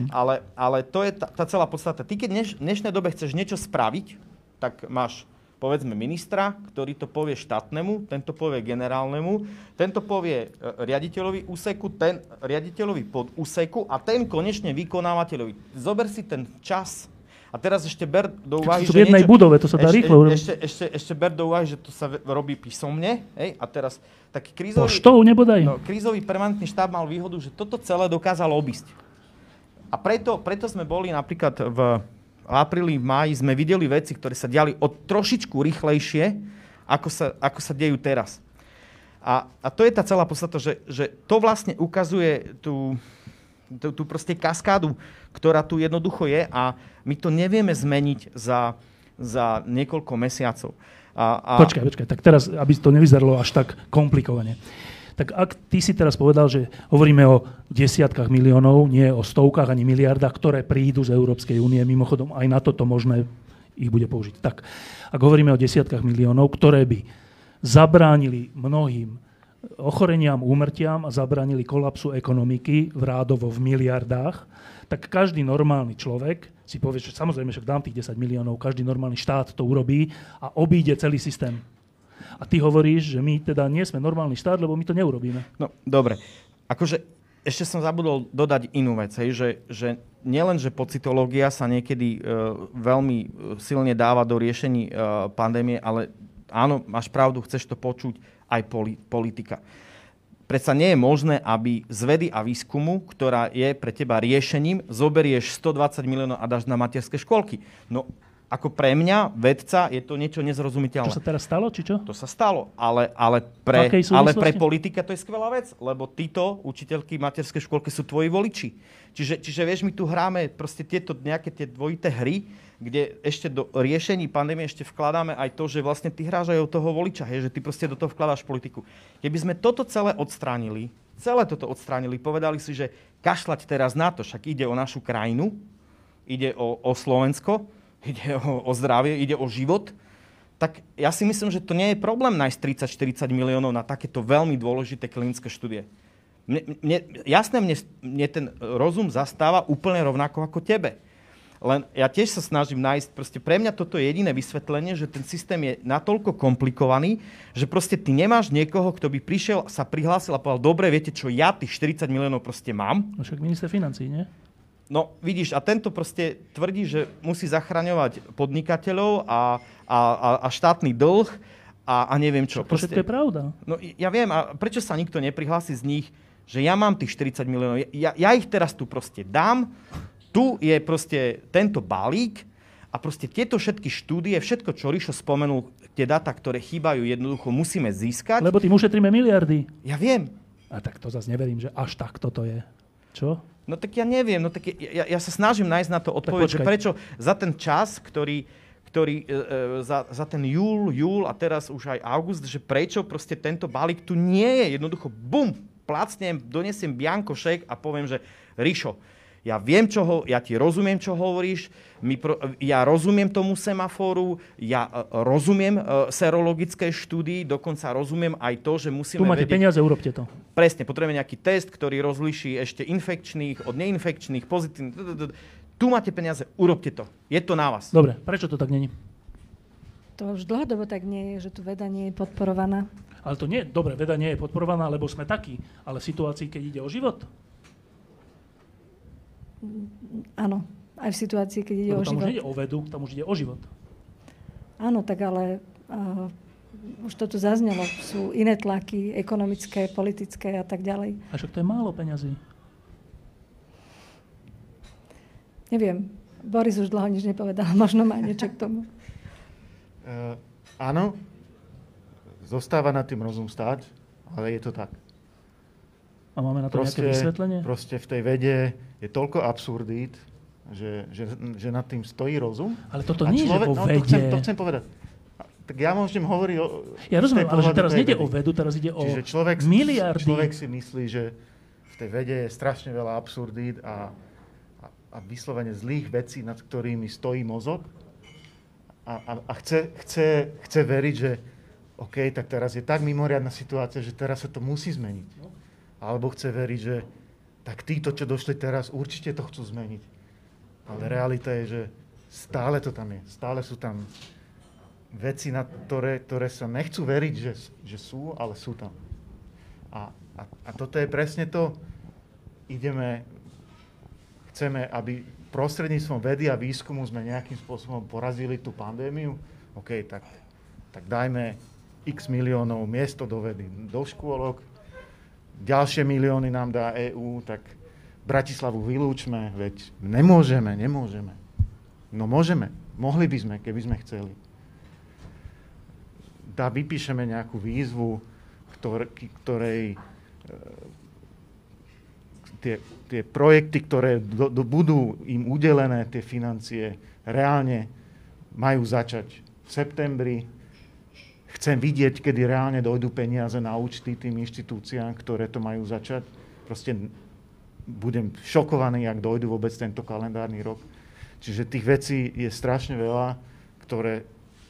ale to je tá celá podstata. Ty keď v dnešnej dobe chceš niečo spraviť, tak máš povedzme ministra, ktorý to povie štátnemu, tento povie generálnemu, tento povie riaditeľovi úseku, ten riaditeľovi podúseku a ten konečne vykonávateľovi. Zober si ten čas. A teraz ešte ber do úvahy, že v jednej budove, to sa dá rýchlo. Ešte ber do úvahy, že to sa robí písomne. A teraz taký poštou nebodaj. Krízový permanentný štáb mal výhodu, že toto celé dokázal obísť. A preto sme boli napríklad v apríli, v máji, sme videli veci, ktoré sa diali trošičku rýchlejšie, ako sa dejú teraz. A to je tá celá podstata, že to vlastne ukazuje tú proste kaskádu, ktorá tu jednoducho je a my to nevieme zmeniť za niekoľko mesiacov. Počkaj, tak teraz, aby to nevyzeralo až tak komplikovane. Tak ak ty si teraz povedal, že hovoríme o desiatkách miliónov, nie o stovkách ani miliardách, ktoré prídu z Európskej únie, mimochodom aj na toto možné ich bude použiť. Tak, ak hovoríme o desiatkách miliónov, ktoré by zabránili mnohým ochoreniam, úmrtiam a zabránili kolapsu ekonomiky v rádovo v miliardách, tak každý normálny človek si povie, že samozrejme však dám tých 10 miliónov, každý normálny štát to urobí a obíde celý systém. A ty hovoríš, že my teda nie sme normálny štát, lebo my to neurobíme. No, dobre. Akože ešte som zabudol dodať inú vec, že nielen, že pocitológia sa niekedy veľmi silne dáva do riešení pandémie, ale áno, máš pravdu, chceš to počuť, aj politika. predsa nie je možné, aby z vedy a výskumu, ktorá je pre teba riešením, zoberieš 120 miliónov a dáš na materské školky. No, ako pre mňa, vedca, je to niečo nezrozumiteľné. To sa teraz stalo, či čo? To sa stalo, ale pre politika to je skvelá vec, lebo títo učiteľky v materskej škôlke sú tvoji voliči. Čiže vieš, my tu hráme proste tieto nejaké tie dvojité hry, kde ešte do riešení pandémie ešte vkladáme aj to, že vlastne ty hráš aj od toho voliča, že ty proste do toho vkladáš politiku. Keby sme toto celé odstránili, povedali si, že kašľať teraz na to, však ide o našu krajinu, ide o Slovensko, ide o zdravie, ide o život, tak ja si myslím, že to nie je problém nájsť 30-40 miliónov na takéto veľmi dôležité klinické štúdie. Mne ten rozum zastáva úplne rovnako ako tebe. Len ja tiež sa snažím nájsť, proste pre mňa toto je jediné vysvetlenie, že ten systém je natoľko komplikovaný, že proste ty nemáš niekoho, kto by prišiel, sa prihlásil a povedal, dobre, viete čo, ja tých 40 miliónov proste mám. No však minister financií, nie? No, vidíš, a tento proste tvrdí, že musí zachraňovať podnikateľov a štátny dlh a neviem čo. To všetko je pravda. No, ja viem, a prečo sa nikto neprihlási z nich, že ja mám tých 40 miliónov, ja ich teraz tu proste dám, tu je proste tento balík a proste tieto všetky štúdie, všetko, čo Rišo spomenul, tie dáta, ktoré chýbajú, jednoducho musíme získať. Lebo tým ušetríme miliardy. Ja viem. A tak to zase neverím, že až takto to je. Čo? No tak ja neviem, ja sa snažím nájsť na to odpoveď, že prečo za ten čas, ktorý za ten júl a teraz už aj august, že prečo proste tento balík tu nie je. Jednoducho, bum, plácnem, donesiem bianko šek a poviem, že Rišo, ja viem, ja ti rozumiem, čo hovoríš, ja rozumiem tomu semafóru, ja rozumiem serologické štúdii, dokonca rozumiem aj to, že musíme tu máte peniaze, urobte to. Presne, potrebujeme nejaký test, ktorý rozlíši ešte infekčných od neinfekčných, pozitívnych. Tu máte peniaze, urobte to. Je to na vás. Dobre, prečo to tak není? To už dlhodobo tak nie je, že tu veda nie je podporovaná. Ale to nie, dobre, veda nie je podporovaná, lebo sme takí, ale v situácii, keď ide o život. Áno, aj v situácii, keď ide lebo o život. Tam už ide o vedu, tam už ide o život. Áno, tak ale už to tu zaznelo. Sú iné tlaky, ekonomické, politické a tak ďalej. A však to je málo peňazí. Neviem. Boris už dlho nič nepovedal. Možno má niečo k tomu. Áno. Zostáva nad tým rozum stáť, ale je to tak. A máme na to nejaké vysvetlenie? Proste v tej vede je toľko absurdít, že nad tým stojí rozum. Ale toto nie je, že vo vede. To chcem povedať. Tak ja môžem hovoriť o... Ja rozumiem, ale že teraz nejde o vedu, teraz ide o miliardy. Človek si myslí, že v tej vede je strašne veľa absurdít a vyslovene zlých vecí, nad ktorými stojí mozog. A chce veriť, že OK, tak teraz je tak mimoriadna situácia, že teraz sa to musí zmeniť. Alebo chce veriť, že tak títo, čo došli teraz, určite to chcú zmeniť. Ale realita je, že stále to tam je. Stále sú tam veci, na ktoré sa nechcú veriť, že sú, ale sú tam. A toto je presne to. Chceme, aby prostredníctvom vedy a výskumu sme nejakým spôsobom porazili tú pandémiu. OK, tak dajme x miliónov miesto do vedy, do škôlok, ďalšie milióny nám dá EÚ, tak Bratislavu vylúčme, veď nemôžeme. No môžeme, mohli by sme, keby sme chceli. Vypíšeme nejakú výzvu, ktorej tie projekty, ktoré budú im udelené, tie financie, reálne majú začať v septembri. Chcem vidieť, kedy reálne dojdú peniaze na účty tým inštitúciám, ktoré to majú začať. Proste budem šokovaný, ak dojdú vôbec tento kalendárny rok. Čiže tých vecí je strašne veľa, ktoré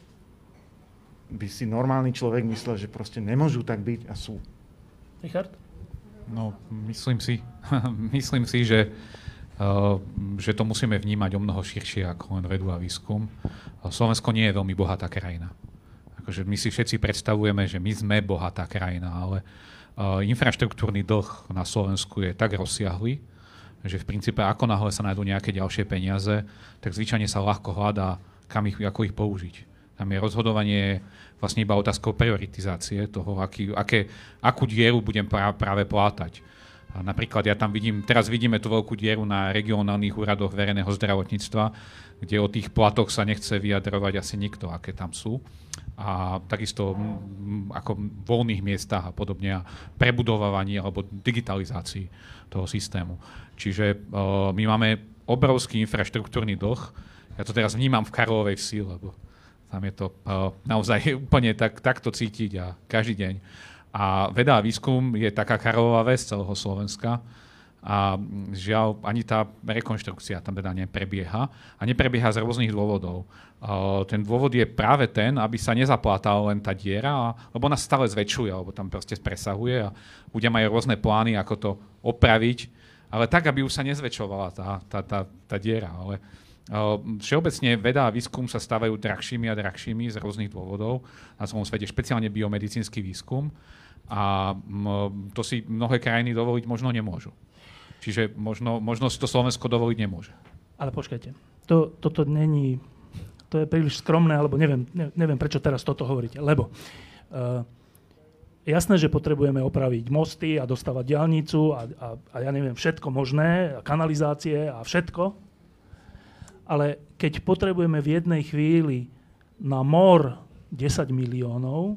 by si normálny človek myslel, že proste nemôžu tak byť a sú. Richard? No, myslím si, že to musíme vnímať o mnoho širšie ako len vedu a výskum. Slovensko nie je veľmi bohatá krajina. Akože my si všetci predstavujeme, že my sme bohatá krajina, ale infraštruktúrny dlh na Slovensku je tak rozsiahly, že v princípe ako náhle sa nájdú nejaké ďalšie peniaze, tak zvyčajne sa ľahko hľadá, ako ich použiť. Tam je rozhodovanie vlastne iba otázkou prioritizácie toho, akú dieru budem práve plátať. A napríklad teraz vidíme tú veľkú dieru na regionálnych úradoch verejného zdravotníctva, kde o tých platoch sa nechce vyjadrovať asi nikto, aké tam sú. A takisto ako v voľných miestach a podobne a prebudovávaní alebo digitalizácii toho systému. Čiže my máme obrovský infraštruktúrny dlh. Ja to teraz vnímam v Karlovej Vsi, lebo tam je to naozaj úplne takto cítiť a každý deň. A veda a výskum je taká Karlová Ves celého Slovenska a žiaľ ani tá rekonštrukcia tam teda neprebieha a neprebieha z rôznych dôvodov. Ten dôvod je práve ten, aby sa nezaplátala len tá diera, lebo ona stále zväčšuje, alebo tam proste presahuje a ľudia majú rôzne plány, ako to opraviť, ale tak, aby už sa nezväčšovala tá diera. Ale všeobecne veda a výskum sa stávajú drahšími a drahšími z rôznych dôvodov na celom svete, špeciálne biomedicínsky výskum a to si mnohé krajiny dovoliť možno nemôžu. Čiže možno si to Slovensko dovoliť nemôže. Ale počkajte, toto není, to je príliš skromné, alebo neviem prečo teraz toto hovoríte, lebo jasné, že potrebujeme opraviť mosty a dostávať diaľnicu a ja neviem, všetko možné, kanalizácie a všetko. Ale keď potrebujeme v jednej chvíli na MOR 10 miliónov,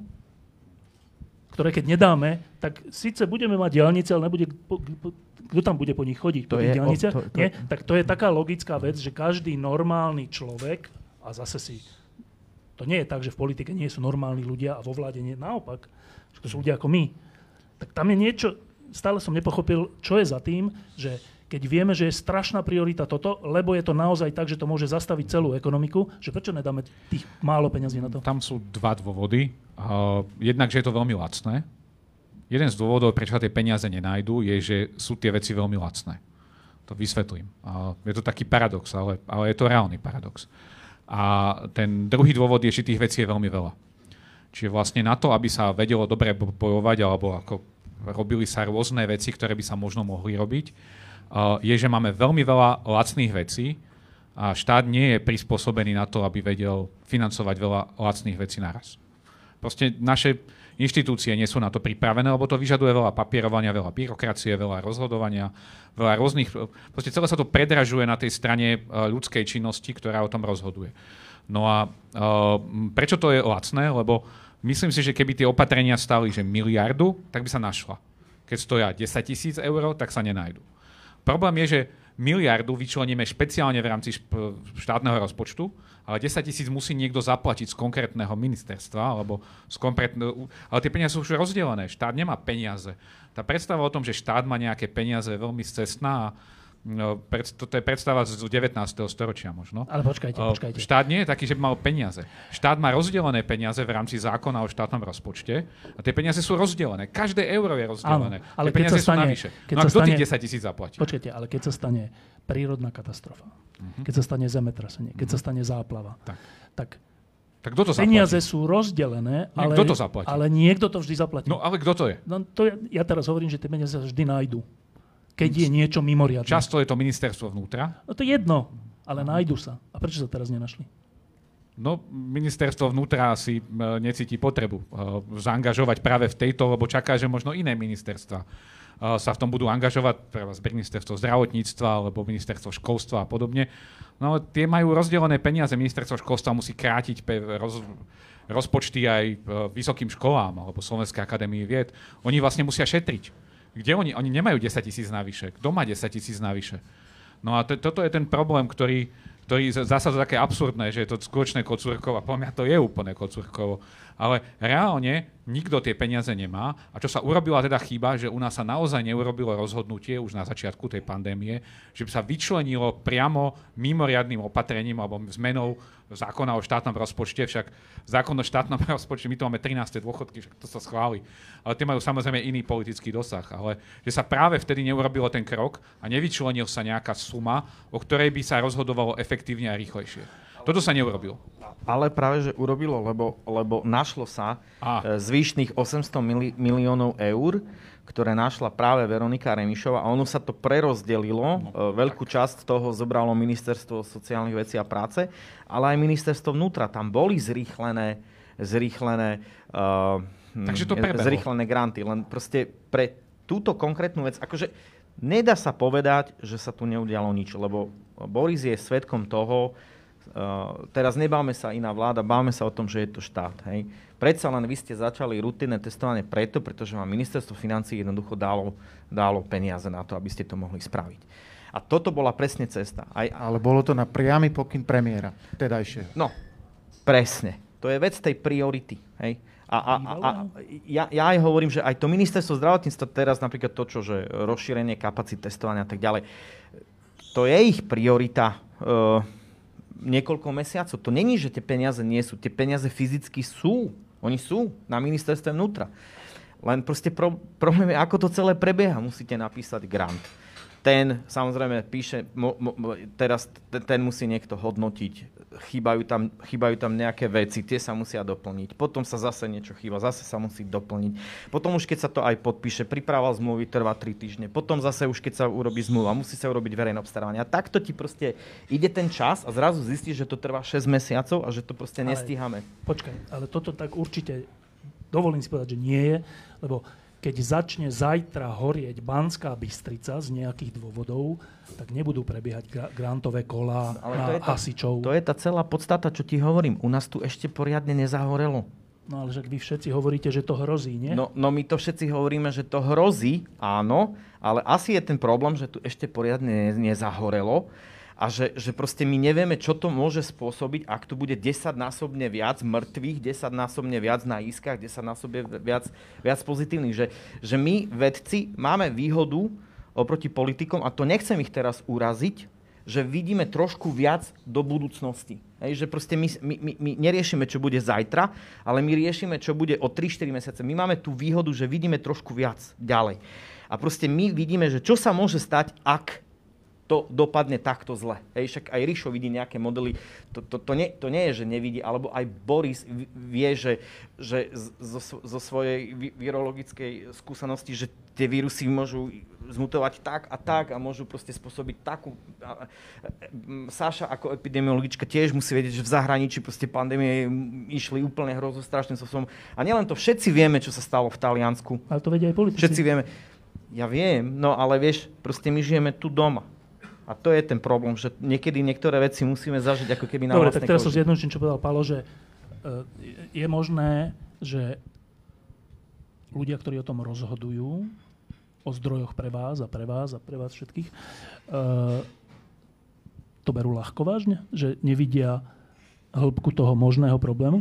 ktoré keď nedáme, tak síce budeme mať diaľnice, ale nebude, kto tam bude po nich chodiť? Po tých diaľniciach? Nie? Tak to je taká logická vec, že každý normálny človek, a zase to nie je tak, že v politike nie sú normálni ľudia a vo vláde nie, naopak, že to sú ľudia ako my. Tak tam je niečo, stále som nepochopil, čo je za tým, že keď vieme, že je strašná priorita toto, lebo je to naozaj tak, že to môže zastaviť celú ekonomiku, že prečo nedáme tých málo peňazí na to? Tam sú dva dôvody. Jednak, že je to veľmi lacné. Jeden z dôvodov, prečo tie peniaze nenájdu, je, že sú tie veci veľmi lacné. To vysvetlím. Je to taký paradox, ale je to reálny paradox. A ten druhý dôvod je, že tých vecí je veľmi veľa. Čiže vlastne na to, aby sa vedelo dobre bojovať, alebo ako robili sa rôzne veci, ktoré by sa možno mohli robiť, je, že máme veľmi veľa lacných vecí a štát nie je prispôsobený na to, aby vedel financovať veľa lacných vecí naraz. Proste naše inštitúcie nie sú na to pripravené, lebo to vyžaduje veľa papierovania, veľa byrokracie, veľa rozhodovania, veľa rôznych... Proste celé sa to predražuje na tej strane ľudskej činnosti, ktorá o tom rozhoduje. No a prečo to je lacné? Lebo myslím si, že keby tie opatrenia stáli že miliardu, tak by sa našla. Keď stoja 10 000 eur, tak sa nenájdu. Problém je, že miliardu vyčleníme špeciálne v rámci štátneho rozpočtu, ale 10 000 musí niekto zaplatiť z konkrétneho ministerstva, ale tie peniaze sú už rozdelené. Štát nemá peniaze. Tá predstava o tom, že štát má nejaké peniaze, je veľmi scestná. To je predstava z 19. storočia možno. Ale počkajte. Štát nie je taký, že by mal peniaze. Štát má rozdelené peniaze v rámci zákona o štátnom rozpočte a tie peniaze sú rozdelené. Každé euro je rozdelené. Áno, ale tie peniaze sú navyše. No a kto tých 10 000 zaplatí? Počkajte, ale keď sa stane prírodná katastrofa, keď sa stane zemetrasenie, keď sa stane záplava, tak kto to zaplatí? Peniaze sú rozdelené, ale, kto to zaplatí? Ale niekto to vždy zaplatí. No ale kto to je? No, ja teraz hovorím, že tie peniaze sa vždy nájdú. Keď je niečo mimoriadne. Často je to ministerstvo vnútra. No to je jedno, ale nájdu sa. A prečo sa teraz nenašli? No, ministerstvo vnútra si necíti potrebu zaangažovať práve v tejto, lebo čaká, že možno iné ministerstva sa v tom budú angažovať, práve ministerstvo zdravotníctva alebo ministerstvo školstva a podobne. No ale tie majú rozdelené peniaze. Ministerstvo školstva musí krátiť rozpočty aj vysokým školám alebo Slovenskej akadémii vied. Oni vlastne musia šetriť. Kde oni nemajú 10 000 navyše. Kto má 10 000 navyše? No a toto je ten problém, ktorý zasa to také absurdné, že je to skutočné Kocúrkovo a podľa mňa to je úplne Kocúrkovo. Ale reálne nikto tie peniaze nemá a čo sa urobila teda chyba, že u nás sa naozaj neurobilo rozhodnutie už na začiatku tej pandémie, že by sa vyčlenilo priamo mimoriadnym opatrením alebo zmenou zákona o štátnom rozpočte, však zákon o štátnom rozpočte, my tu máme 13. dôchodky, však to sa schváli. Ale tie majú samozrejme iný politický dosah, ale že sa práve vtedy neurobilo ten krok a nevyčlenil sa nejaká suma, o ktorej by sa rozhodovalo efektívne a rýchlejšie. Toto sa neurobilo. Ale práve, že urobilo, lebo našlo sa zvyšných 800 miliónov eur, ktoré našla práve Veronika Remišová a ono sa to prerozdelilo. Veľkú časť toho zobralo Ministerstvo sociálnych vecí a práce, ale aj Ministerstvo vnútra. Tam boli zrýchlené granty. Len proste pre túto konkrétnu vec, akože nedá sa povedať, že sa tu neudialo nič, lebo Boris je svedkom toho, teraz nebáme sa iná vláda, báme sa o tom, že je to štát. Hej. Predsa len vy ste začali rutinné testovanie pretože vám Ministerstvo financií jednoducho dalo peniaze na to, aby ste to mohli spraviť. A toto bola presne cesta. Ale bolo to na priamy pokyn premiéra, tedajšie. No, presne. To je vec tej priority. Hej. Ja aj hovorím, že aj to Ministerstvo zdravotníctva teraz napríklad to, že rozšírenie kapacít testovania a tak ďalej, to je ich priorita niekoľko mesiacov. To není, že tie peniaze nie sú. Tie peniaze fyzicky sú. Oni sú na ministerstve vnútra. Len proste problém je, ako to celé prebieha. Musíte napísať grant. Ten samozrejme píše, teraz ten musí niekto hodnotiť. Chýbajú tam nejaké veci, tie sa musia doplniť. Potom sa zase niečo chýba, zase sa musí doplniť. Potom už keď sa to aj podpíše, príprava zmluvy trvá 3 týždne. Potom zase už keď sa urobí zmluva, musí sa urobiť verejné obstarávanie. A takto ti proste ide ten čas a zrazu zistíš, že to trvá 6 mesiacov a že to proste nestíhame. Počkaj, ale toto tak určite, dovolím si povedať, že nie je, lebo keď začne zajtra horieť Banská Bystrica z nejakých dôvodov, tak nebudú prebiehať grantové kolá na hasičov. To je tá celá podstata, čo ti hovorím. U nás tu ešte poriadne nezahorelo. No ale že vy všetci hovoríte, že to hrozí, nie? No my to všetci hovoríme, že to hrozí, áno, ale asi je ten problém, že tu ešte poriadne nezahorelo. A že proste my nevieme, čo to môže spôsobiť, ak tu bude 10-násobne viac mŕtvych, 10-násobne viac na iskách, 10-násobne viac pozitívnych. Že my, vedci, máme výhodu oproti politikom, a to nechcem ich teraz uraziť, že vidíme trošku viac do budúcnosti. Hej, že proste my neriešime, čo bude zajtra, ale my riešime, čo bude o 3-4 mesiace. My máme tú výhodu, že vidíme trošku viac ďalej. A proste my vidíme, že čo sa môže stať, ak to dopadne takto zle. Hej, však aj Rišo vidí nejaké modely. To nie je, že nevidí, alebo aj Boris vie, že zo svojej virologickej skúsenosti, že tie vírusy môžu zmutovať tak a môžu proste spôsobiť takú... Sáša ako epidemiologička tiež musí vedieť, že v zahraničí proste pandémie išli úplne hrozostrašným spôsobom. A nielen to, všetci vieme, čo sa stalo v Taliansku. Ale to vedia aj politici. Všetci vieme. Ja viem, no ale vieš, proste my žijeme tu doma. A to je ten problém, že niekedy niektoré veci musíme zažiť ako keby na vlastnej vlastnej koži. Dobre, tak teraz koži. som zjednoduším, čo povedal Pálo, že je možné, že ľudia, ktorí o tom rozhodujú, o zdrojoch pre vás všetkých, to berú ľahko vážne? Že nevidia hĺbku toho možného problému?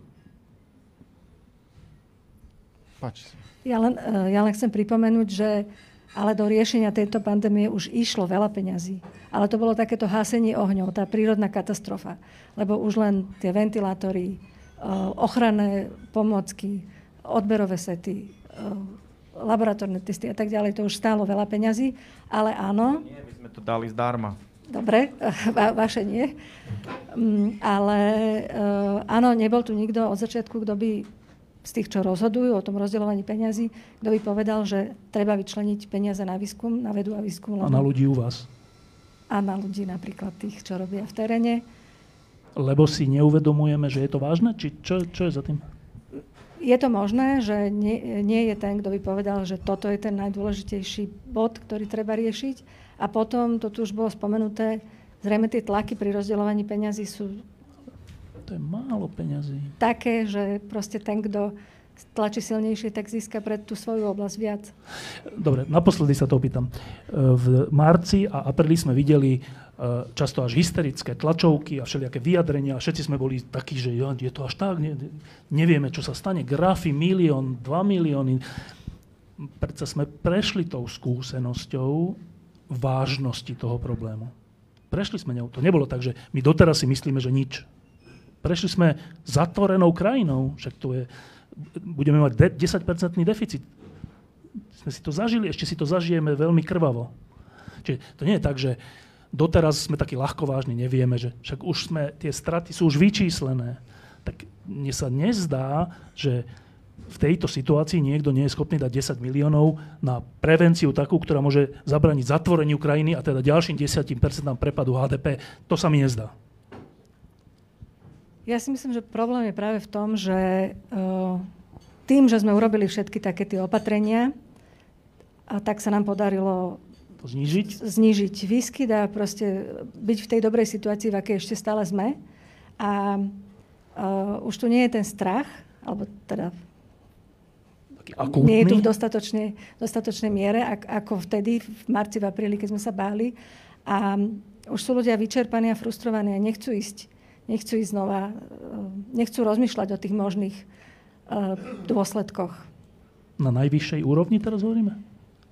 Páči sa. Ja len chcem pripomenúť, že ale do riešenia tejto pandémie už išlo veľa peňazí. Ale to bolo takéto hásenie ohňov, tá prírodná katastrofa. Lebo už len tie ventilátory, ochranné pomôcky, odberové sety, laboratórne testy a tak ďalej, to už stálo veľa peňazí. Ale áno... Nie, my sme to dali zdarma. Dobre, vaše nie. Ale áno, nebol tu nikto od začiatku, kto by z tých, čo rozhodujú o tom rozdeľovaní peňazí, kto by povedal, že treba vyčleniť peniaze na výskum, na vedu a výskum. A na ľudí u vás. A na ľudí napríklad tých, čo robia v teréne. Lebo si neuvedomujeme, že je to vážne? Či čo je za tým? Je to možné, že nie je ten, kto by povedal, že toto je ten najdôležitejší bod, ktorý treba riešiť. A potom, to tu už bolo spomenuté, zrejme tie tlaky pri rozdeľovaní peňazí sú to je málo peňazí. Také, že proste ten, kto tlačí silnejšie, tak získa pre tú svoju oblasť viac. Dobre, naposledy sa to opýtam. V marci a apríli sme videli často až hysterické tlačovky a všelijaké vyjadrenia. Všetci sme boli takí, že je to až tak, nevieme, čo sa stane. Grafy, 1 milión, 2 milióny. Predsa sme prešli tou skúsenosťou vážnosti toho problému. Prešli sme ňou. To nebolo tak, že my doteraz si myslíme, že nič. Prešli sme zatvorenou krajinou, však to je, budeme mať 10% deficit. Sme si to zažili, ešte si to zažijeme veľmi krvavo. Čiže to nie je tak, že doteraz sme takí ľahkovážni, nevieme, že však už tie straty sú už vyčíslené. Tak mne sa nezdá, že v tejto situácii niekto nie je schopný dať 10 miliónov na prevenciu takú, ktorá môže zabrániť zatvoreniu krajiny a teda ďalším 10% prepadu HDP. To sa mi nezdá. Ja si myslím, že problém je práve v tom, že tým, že sme urobili všetky také tie opatrenia, a tak sa nám podarilo znížiť výskyt a proste byť v tej dobrej situácii, v akej ešte stále sme. A už tu nie je ten strach, alebo teda nie je tu v dostatočnej miere, ako vtedy, v marci, v apríli, keď sme sa báli. A už sú ľudia vyčerpaní a frustrovaní a nechcú ísť znova, nechcú rozmýšľať o tých možných dôsledkoch. Na najvyššej úrovni teraz hovoríme?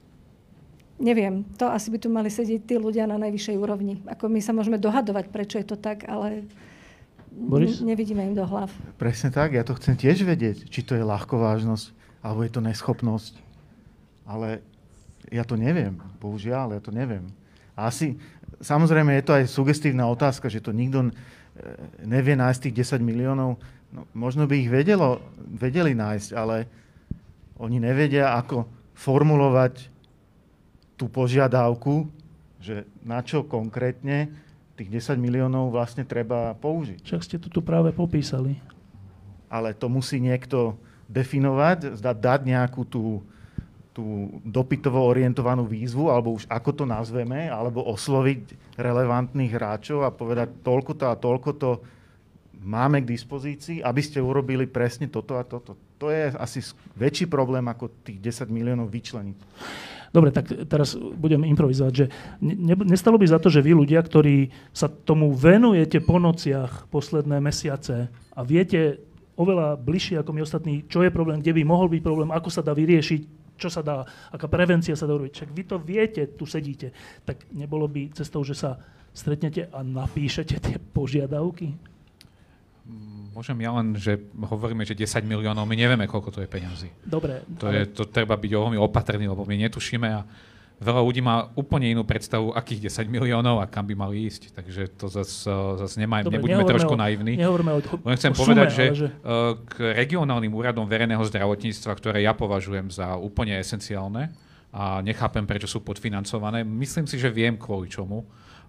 Neviem, to asi by tu mali sedieť tí ľudia na najvyššej úrovni. Ako my sa môžeme dohadovať, prečo je to tak, ale nevidíme im do hlav. Presne tak, ja to chcem tiež vedieť, či to je ľahkovážnosť, alebo je to neschopnosť. Ale ja to neviem, bohužiaľ, ja to neviem. A asi, samozrejme, je to aj sugestívna otázka, že to nikto nevie nájsť tých 10 miliónov. No, možno by ich vedeli nájsť, ale oni nevedia, ako formulovať tú požiadavku, že na čo konkrétne tých 10 miliónov vlastne treba použiť. Však ste to tu práve popísali. Ale to musí niekto definovať, dať nejakú tú dopytovo orientovanú výzvu, alebo už ako to nazveme, alebo osloviť relevantných hráčov a povedať toľko a toľko to máme k dispozícii, aby ste urobili presne toto a toto. To je asi väčší problém, ako tých 10 miliónov vyčleniť. Dobre, tak teraz budem improvizovať, že nestalo by za to, že vy ľudia, ktorí sa tomu venujete po nociach posledné mesiace a viete oveľa bližšie ako my ostatní, čo je problém, kde by mohol byť problém, ako sa dá vyriešiť, čo sa dá, aká prevencia sa dá urobiť. Však vy to viete, tu sedíte. Tak nebolo by cestou, že sa stretnete a napíšete tie požiadavky? Môžem ja len, že hovoríme, že 10 miliónov, my nevieme, koľko to je peňazí. Dobre. To treba byť veľmi opatrný, lebo my netušíme a veľa ľudí má úplne inú predstavu, akých 10 miliónov a kam by mali ísť. Takže to zase nebuďme trošku naivní. Len chcem povedať, že k regionálnym úradom verejného zdravotníctva, ktoré ja považujem za úplne esenciálne a nechápem, prečo sú podfinancované, myslím si, že viem kvôli čomu.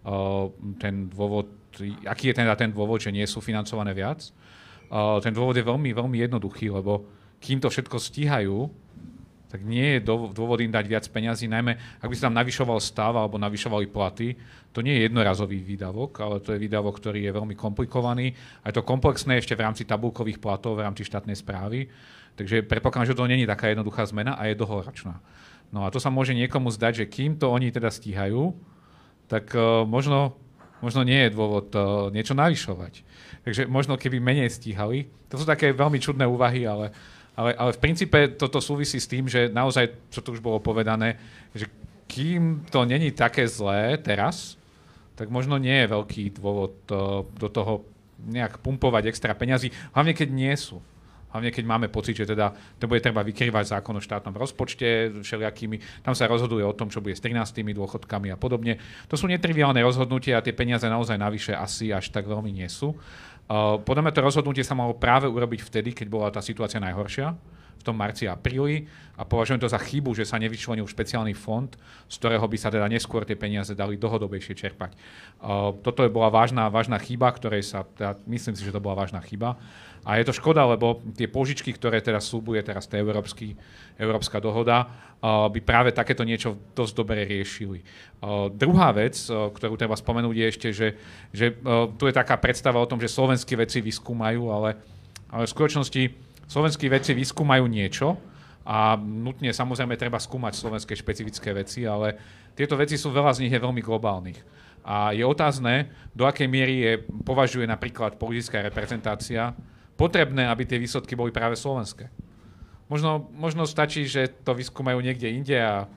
Ten dôvod, aký je ten dôvod, že nie sú financované viac. Ten dôvod je veľmi, veľmi jednoduchý, lebo kým to všetko stíhajú, tak nie je dôvod im dať viac peňazí, najmä ak by sa tam navyšoval stav alebo navyšovali platy. To nie je jednorazový výdavok, ale to je výdavok, ktorý je veľmi komplikovaný. A je to komplexné ešte v rámci tabulkových platov, v rámci štátnej správy. Takže predpokladám, že to nie je taká jednoduchá zmena a je dlhoročná. No a to sa môže niekomu zdať, že kým to oni teda stíhajú, tak možno nie je dôvod niečo navyšovať. Takže možno keby menej stíhali. To sú také veľmi čudné úvahy, ale v princípe toto súvisí s tým, že naozaj, čo tu už bolo povedané, že kým to není také zlé teraz, tak možno nie je veľký dôvod do toho nejak pumpovať extra peňazí, hlavne keď nie sú. Hlavne keď máme pocit, že teda to bude treba vykrývať zákon o štátnom rozpočte všelijakými. Tam sa rozhoduje o tom, čo bude s 13. dôchodkami a podobne. To sú netriviálne rozhodnutia a tie peniaze naozaj navyše asi až tak veľmi nie sú. Podľa mňa to rozhodnutie sa malo práve urobiť vtedy, keď bola tá situácia najhoršia, v tom marci a apríli, a považujem to za chybu, že sa nevyčlenil špeciálny fond, z ktorého by sa teda neskôr tie peniaze dali dlhodobejšie čerpať. Toto bola vážna chyba, myslím si, že to bola vážna chyba. A je to škoda, lebo tie požičky, ktoré teraz súbuje teraz tá európska dohoda, by práve takéto niečo dosť dobre riešili. Druhá vec, ktorú treba spomenúť, je ešte, že tu je taká predstava o tom, že slovenskí vedci vyskúmajú, ale v skutočnosti slovenskí vedci vyskúmajú niečo a nutne samozrejme treba skúmať slovenské špecifické veci, ale tieto veci sú, veľa z nich je veľmi globálnych. A je otázne, do akej miery považuje napríklad politická reprezentácia potrebné, aby tie výsledky boli práve slovenské. Možno stačí, že to vyskúmajú niekde inde a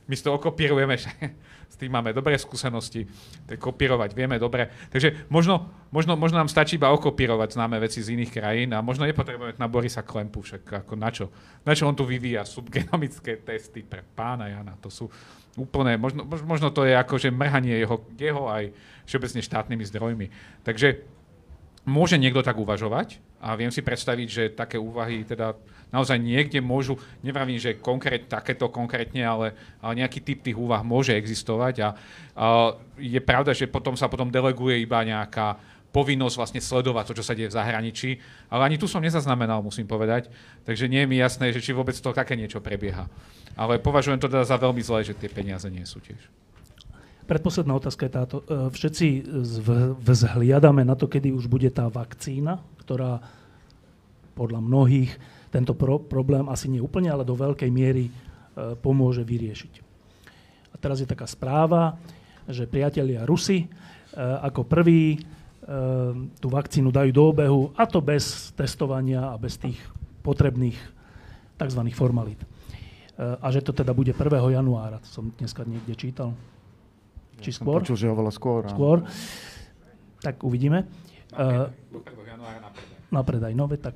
my to okopírujeme, s tým máme dobré skúsenosti, kopírovať vieme dobre. Takže možno nám stačí iba okopírovať známe veci z iných krajín a možno nepotrebujeme na Borisa Klempu, však ako na čo on tu vyvíja subgenomické testy pre pána Jana, to sú úplne, možno to je akože mrhanie jeho aj všeobecne štátnymi zdrojmi. Takže môže niekto tak uvažovať a viem si predstaviť, že také úvahy teda naozaj niekde môžu, nevravím, že takéto konkrétne, ale nejaký typ tých úvah môže existovať a je pravda, že potom sa deleguje iba nejaká povinnosť vlastne sledovať to, čo sa deje v zahraničí, ale ani tu som nezaznamenal, musím povedať, takže nie je mi jasné, že či vôbec to také niečo prebieha. Ale považujem to teda za veľmi zlé, že tie peniaze nie sú tiež. Predposledná otázka je táto. Všetci vzhliadame na to, kedy už bude tá vakcína, ktorá podľa mnohých tento problém asi nie úplne, ale do veľkej miery pomôže vyriešiť. A teraz je taká správa, že priatelia Rusi ako prví tú vakcínu dajú do obehu, a to bez testovania a bez tých potrebných tzv. Formalít. A že to teda bude 1. januára. To som dneska niekde čítal. Či skôr? Počul, že oveľa skôr. Skôr. Tak uvidíme. Do 1. januára na predaj.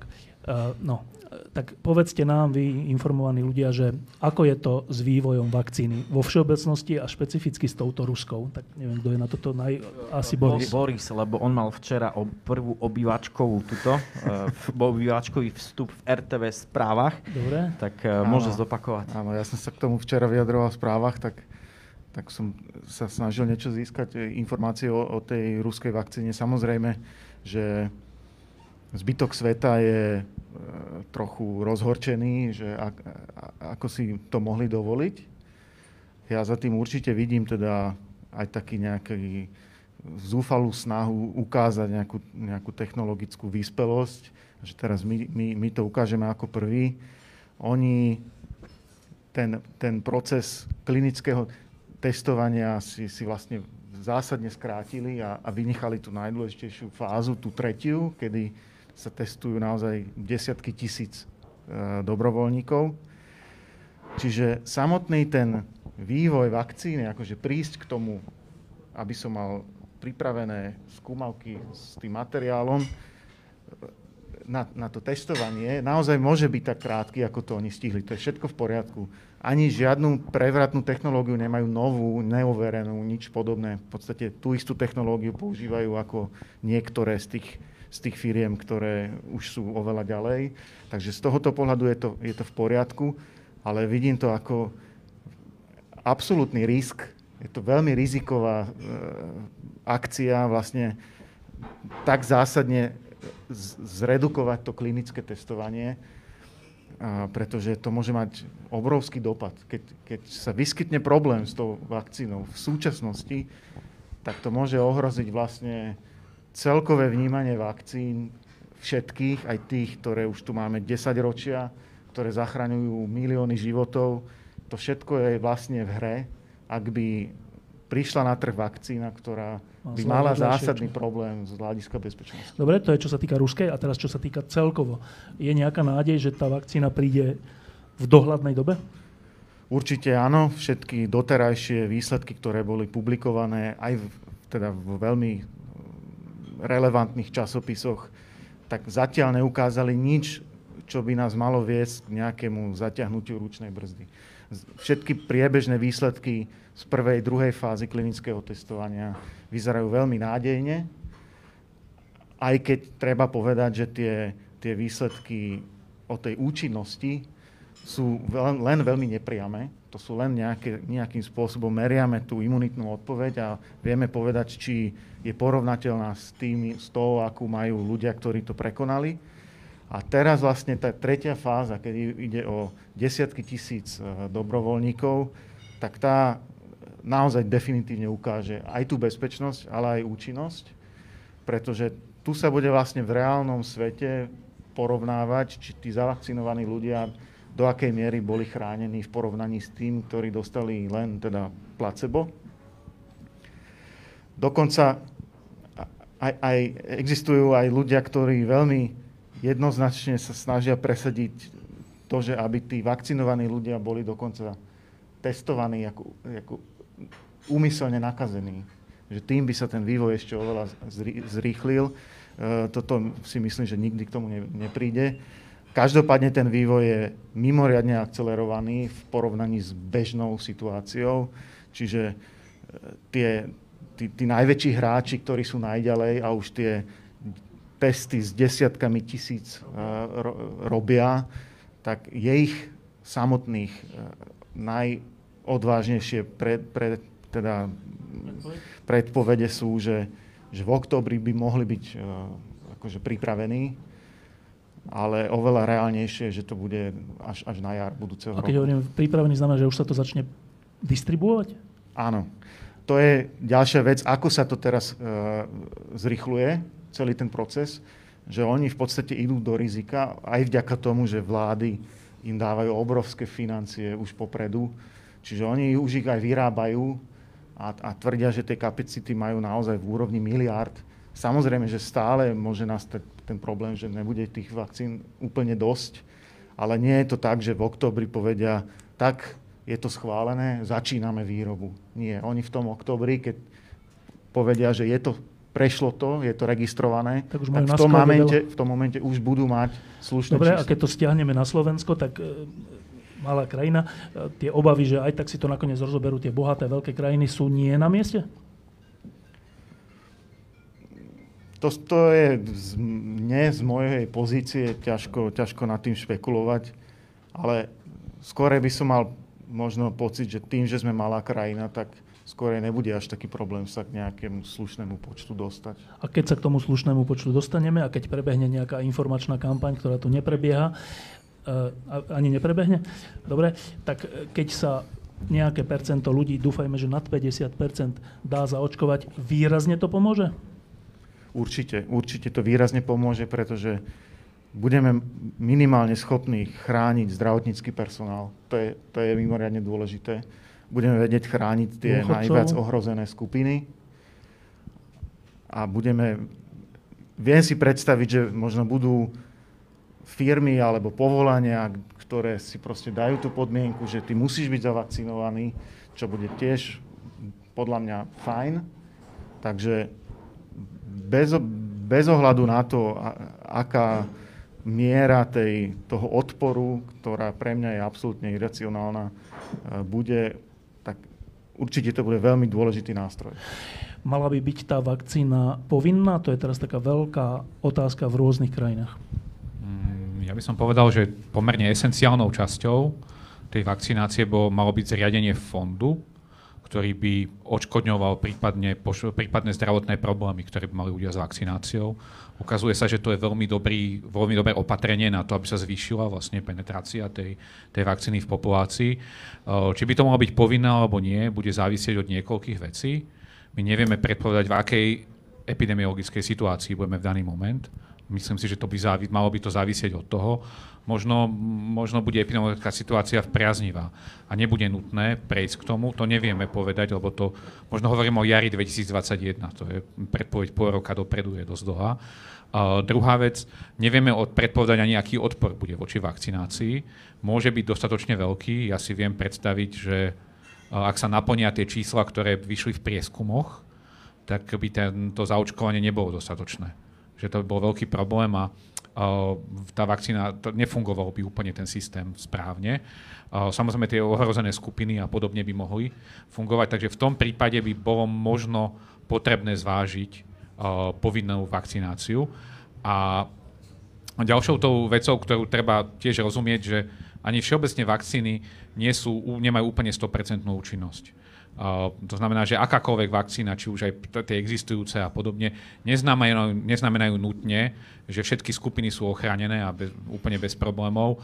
Tak povedzte nám, vy informovaní ľudia, že ako je to s vývojom vakcíny vo všeobecnosti a špecificky s touto ruskou. Tak neviem, kto je na toto asi Boris. Boris, lebo on mal včera prvú obývačkový vstup v RTV správach. Dobre. Tak môže zopakovať. Áno, ja som sa k tomu včera vyjadroval v správach, tak som sa snažil niečo získať, informácie o tej ruskej vakcíne. Samozrejme, že zbytok sveta je trochu rozhorčený, že ako si to mohli dovoliť. Ja za tým určite vidím teda aj taký nejaký zúfalú snahu ukázať nejakú technologickú vyspelosť, že teraz my to ukážeme ako prvý. Oni ten proces klinického testovania si vlastne zásadne skrátili a vynechali tú najdôležitejšiu fázu, tú tretiu, kedy sa testujú naozaj desiatky tisíc dobrovoľníkov. Čiže samotný ten vývoj vakcíny, akože prísť k tomu, aby som mal pripravené skúmavky s tým materiálom na to testovanie, naozaj môže byť tak krátky, ako to oni stihli. To je všetko v poriadku. Ani žiadnu prevratnú technológiu nemajú novú, neoverenú, nič podobné. V podstate tú istú technológiu používajú ako niektoré z tých firiem, ktoré už sú oveľa ďalej. Takže z tohoto pohľadu je to v poriadku, ale vidím to ako absolútny risk. Je to veľmi riziková akcia vlastne tak zásadne zredukovať to klinické testovanie, pretože to môže mať obrovský dopad. Keď sa vyskytne problém s tou vakcínou v súčasnosti, tak to môže ohroziť vlastne celkové vnímanie vakcín všetkých, aj tých, ktoré už tu máme 10 ročia, ktoré zachraňujú milióny životov. To všetko je vlastne v hre, ak by prišla na trh vakcína, ktorá by mala zásadný problém z hľadiska bezpečnosti. Dobre, to je čo sa týka ruskej a teraz čo sa týka celkovo. Je nejaká nádej, že tá vakcína príde v dohľadnej dobe? Určite áno. Všetky doterajšie výsledky, ktoré boli publikované aj vo veľmi relevantných časopisoch, tak zatiaľ neukázali nič, čo by nás malo viesť k nejakému zaťahnutiu ručnej brzdy. Všetky priebežné výsledky z prvej, druhej fázy klinického testovania vyzerajú veľmi nádejne, aj keď treba povedať, že tie výsledky o tej účinnosti sú len veľmi nepriame. To sú len nejakým spôsobom meriame tú imunitnú odpoveď a vieme povedať, či je porovnateľná s tou, akú majú ľudia, ktorí to prekonali. A teraz vlastne tá tretia fáza, keď ide o desiatky tisíc dobrovoľníkov, tak tá naozaj definitívne ukáže aj tú bezpečnosť, ale aj účinnosť, pretože tu sa bude vlastne v reálnom svete porovnávať, či tí zavakcinovaní ľudia do akej miery boli chránení v porovnaní s tým, ktorí dostali len teda placebo. Dokonca aj existujú aj ľudia, ktorí veľmi jednoznačne sa snažia presadiť to, že aby tí vakcinovaní ľudia boli dokonca testovaní ako úmyselne nakazení. Že tým by sa ten vývoj ešte oveľa zrýchlil. Toto si myslím, že nikdy k tomu nepríde. Každopádne ten vývoj je mimoriadne akcelerovaný v porovnaní s bežnou situáciou. Čiže tí najväčší hráči, ktorí sú najďalej a už tie testy s desiatkami tisíc robia, tak je ich samotných najodvážnejšie predpovede sú, že v októbri by mohli byť akože pripravení, ale oveľa reálnejšie, že to bude až na jar budúceho roku. A keď hovorím pripravený, znamená, že už sa to začne distribuovať? Áno. To je ďalšia vec, ako sa to teraz zrychluje, celý ten proces, že oni v podstate idú do rizika aj vďaka tomu, že vlády im dávajú obrovské financie už popredu. Čiže oni už ich aj vyrábajú a tvrdia, že tie kapacity majú naozaj v úrovni miliárd. Samozrejme, že stále môže nastať ten problém, že nebude tých vakcín úplne dosť, ale nie je to tak, že v októbri povedia, tak je to schválené, začíname výrobu. Nie, oni v tom októbri, keď povedia, že prešlo to, je to registrované, tak v tom momente už budú mať slušné Dobre, číslo. a keď to stiahneme na Slovensko, tak malá krajina, tie obavy, že aj tak si to nakoniec rozoberú tie bohaté veľké krajiny, sú nie na mieste? To je nie z mojej pozície ťažko nad tým špekulovať, ale skôr by som mal možno pocit, že tým, že sme malá krajina, tak skôr nebude až taký problém sa k nejakému slušnému počtu dostať. A keď sa k tomu slušnému počtu dostaneme a keď prebehne nejaká informačná kampaň, ktorá tu neprebieha, ani neprebehne, dobre, tak keď sa nejaké percento ľudí, dúfajme, že nad 50% dá zaočkovať, výrazne to pomôže? Určite to výrazne pomôže, pretože budeme minimálne schopní chrániť zdravotnícky personál. To je mimoriadne dôležité. Budeme vedieť chrániť tie najviac ohrozené skupiny a viem si predstaviť, že možno budú firmy alebo povolania, ktoré si proste dajú tú podmienku, že ty musíš byť zavakcinovaný, čo bude tiež podľa mňa fajn. Takže bez ohľadu na to, aká miera toho odporu, ktorá pre mňa je absolútne iracionálna, bude, tak určite to bude veľmi dôležitý nástroj. Mala by byť tá vakcína povinná? To je teraz taká veľká otázka v rôznych krajinách. Ja by som povedal, že pomerne esenciálnou časťou tej vakcinácie malo byť zriadenie fondu, ktorý by odškodňoval prípadné zdravotné problémy, ktoré by mali ľudia s vakcináciou. Ukazuje sa, že to je veľmi dobré opatrenie na to, aby sa zvýšila vlastne penetrácia tej vakcíny v populácii. Či by to malo byť povinné alebo nie, bude závisieť od niekoľkých vecí. My nevieme predpovedať, v akej epidemiologickej situácii budeme v daný moment. Myslím si, že malo by to závisieť od toho. Možno bude epidemiologická situácia priaznivá a nebude nutné prejsť k tomu. To nevieme povedať, lebo to možno hovorím o jari 2021. To je predpoveď pol roka dopredu, je dosť dlhá. Druhá vec, nevieme predpovedať ani aký odpor bude voči vakcinácii. Môže byť dostatočne veľký. Ja si viem predstaviť, že ak sa naplnia tie čísla, ktoré vyšli v prieskumoch, tak by to zaočkovanie nebolo dostatočné. Že to by bol veľký problém a tá vakcína, nefungoval by úplne ten systém správne. Samozrejme tie ohrozené skupiny a podobne by mohli fungovať, takže v tom prípade by bolo možno potrebné zvážiť povinnú vakcináciu. A ďalšou tou vecou, ktorú treba tiež rozumieť, že ani všeobecne vakcíny nemajú úplne 100% účinnosť. To znamená, že akákoľvek vakcína, či už aj tie existujúce a podobne, neznamenajú nutne, že všetky skupiny sú ochránené a úplne bez problémov.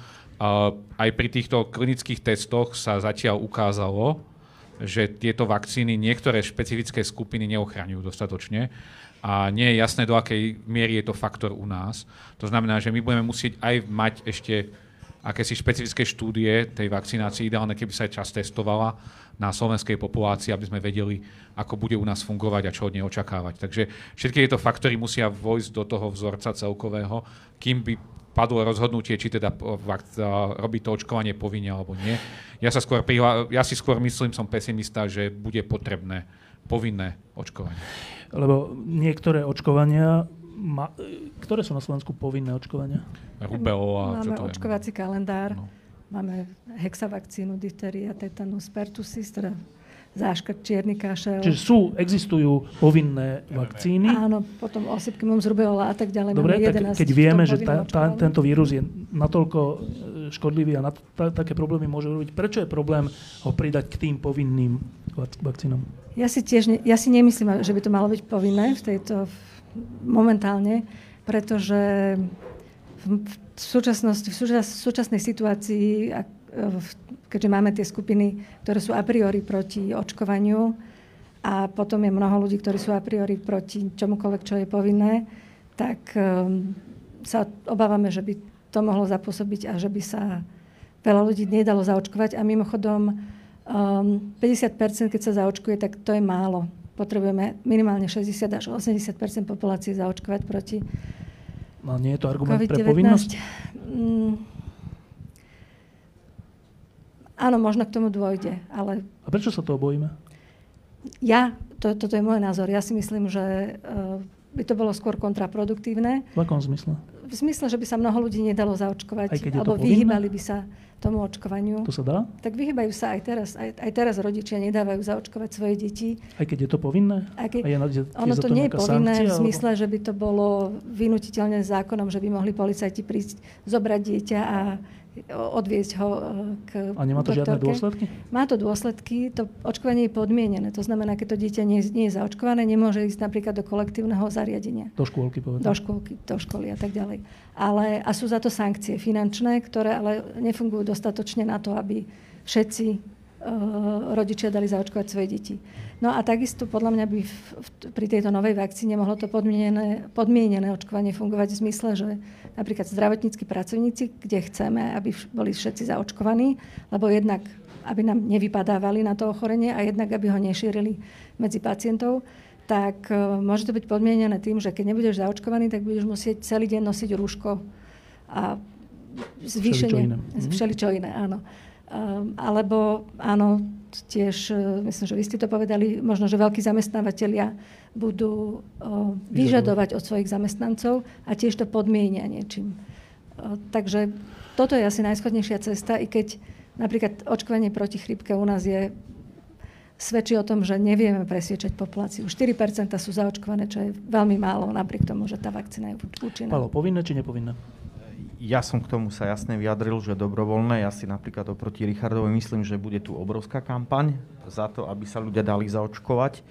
Aj pri týchto klinických testoch sa zatiaľ ukázalo, že tieto vakcíny niektoré špecifické skupiny neochraňujú dostatočne a nie je jasné, do akej miery je to faktor u nás. To znamená, že my budeme musieť aj mať ešte akési špecifické štúdie tej vakcinácie, ideálne, keby sa aj čas testovala na slovenskej populácii, aby sme vedeli, ako bude u nás fungovať a čo od nej očakávať. Takže všetky tieto faktory musia vojsť do toho vzorca celkového, kým by padlo rozhodnutie, či teda robiť to očkovanie povinne alebo nie. Ja si skôr myslím, som pesimista, že bude potrebné povinné očkovanie. Lebo niektoré očkovania, ktoré sú na Slovensku povinné očkovania? Rubeola, čo to je? Máme očkovací kalendár, máme hexavakcínu, difteria, tetanus, pertussis, teda záškrt, čierny kašel. Čiže existujú povinné vakcíny. Áno, potom osypky, mums, rubeola a tak ďalej. Dobre, máme 11 keď vieme, že tento vírus je natoľko škodlivý a také problémy môže robiť, prečo je problém ho pridať k tým povinným vakcínom? Ja si nemyslím, že by to malo byť povinné momentálne, pretože v súčasnej situácii, keďže máme tie skupiny, ktoré sú a priori proti očkovaniu a potom je mnoho ľudí, ktorí sú a priori proti čomukoľvek, čo je povinné, tak sa obávame, že by to mohlo zapôsobiť a že by sa veľa ľudí nedalo zaočkovať. A mimochodom 50%, keď sa zaočkuje, tak to je málo. Potrebujeme minimálne 60 až 80% populácie zaočkovať proti No nie je to argument COVID-19. pre povinnosť? Áno, možno k tomu dôjde, ale... A prečo sa toho bojíme? Toto je môj názor. Ja si myslím, že by to bolo skôr kontraproduktívne. V akom zmysle? V zmysle, že by sa mnoho ľudí nedalo zaočkovať, alebo povinné? vyhýbali by sa tomu očkovaniu. To sa dá? Tak vyhýbajú sa aj teraz. Aj teraz rodičia nedávajú zaočkovať svoje deti. Aj keď je to povinné? Ono to nie je povinné v zmysle, že by to bolo vynutiteľné zákonom, že by mohli policajti prísť, zobrať dieťa a odviesť ho k A nemá to doktorke. žiadne dôsledky? Má to dôsledky. To očkovanie je podmienené. To znamená, keď to dieťa nie je zaočkované, nemôže ísť napríklad do kolektívneho zariadenia. Do škôlky, povedzme. Do školy a tak ďalej. A sú za to sankcie finančné, ktoré ale nefungujú dostatočne na to, aby všetci rodičia dali zaočkovať svoje deti. No a takisto podľa mňa by pri tejto novej vakcíne mohlo to podmienené očkovanie fungovať v zmysle, že napríklad zdravotníckí pracovníci, kde chceme, aby boli všetci zaočkovaní, lebo jednak, aby nám nevypadávali na to ochorenie a jednak, aby ho nešírili medzi pacientov, tak môže to byť podmienené tým, že keď nebudeš zaočkovaný, tak budeš musieť celý deň nosiť rúško a zvýšenie. Všeličo iné, áno. Alebo áno, tiež, myslím, že vy ste to povedali, možno, že veľkí zamestnávateľia budú vyžadovať od svojich zamestnancov a tiež to podmienia niečím. Takže toto je asi najschodnejšia cesta, i keď napríklad očkovanie proti chrípke u nás svedčí o tom, že nevieme presviečať populáciu. 4% sú zaočkované, čo je veľmi málo, napriek tomu, že tá vakcína je účinná. Pálo, povinné či nepovinné? Ja som k tomu sa jasne vyjadril, že dobrovoľné. Ja si napríklad oproti Richardovi myslím, že bude tu obrovská kampaň za to, aby sa ľudia dali zaočkovať.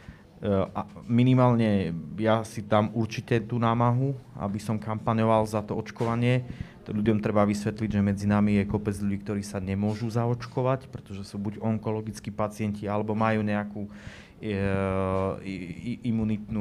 A minimálne ja si dám určite tú námahu, aby som kampaňoval za to očkovanie. Ľuďom treba vysvetliť, že medzi nami je kopec ľudí, ktorí sa nemôžu zaočkovať, pretože sú buď onkologickí pacienti, alebo majú nejakú imunitnú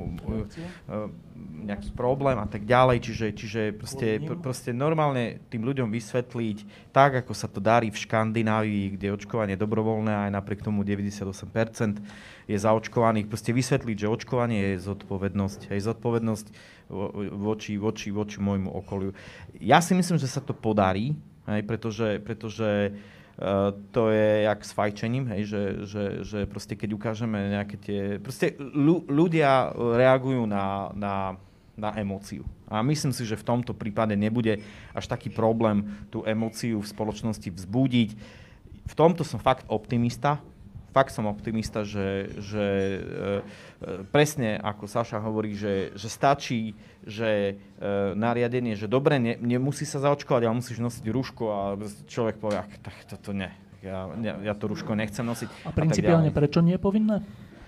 nejaký problém a tak ďalej. Čiže proste normálne tým ľuďom vysvetliť, tak ako sa to darí v Škandinávii, kde je očkovanie dobrovoľné a aj napriek tomu 98% je zaočkovaných, proste vysvetliť, že očkovanie je zodpovednosť. Je zodpovednosť voči môjmu okoliu. Ja si myslím, že sa to podarí, pretože to je jak s fajčením, že proste keď ukážeme nejaké tie... Proste ľudia reagujú na emóciu. A myslím si, že v tomto prípade nebude až taký problém tú emóciu v spoločnosti vzbudiť. V tomto som fakt optimista. Že presne ako Saša hovorí, že stačí, že nariadenie, že dobre, nemusí sa zaočkovať, ale musíš nosiť rúško a človek povie, tak toto nie. Ja to rúško nechcem nosiť. A principiálne prečo nie je povinné?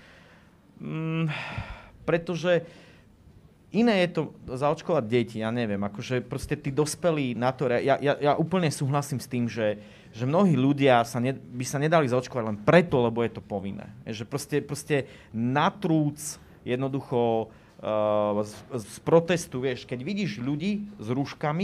Pretože iné je to zaočkovať deti, ja neviem, akože proste tí dospelí na to... Ja úplne súhlasím s tým, že mnohí ľudia by sa nedali zaočkovať len preto, lebo je to povinné. Že proste natrúc jednoducho z protestu, vieš, keď vidíš ľudí s rúškami,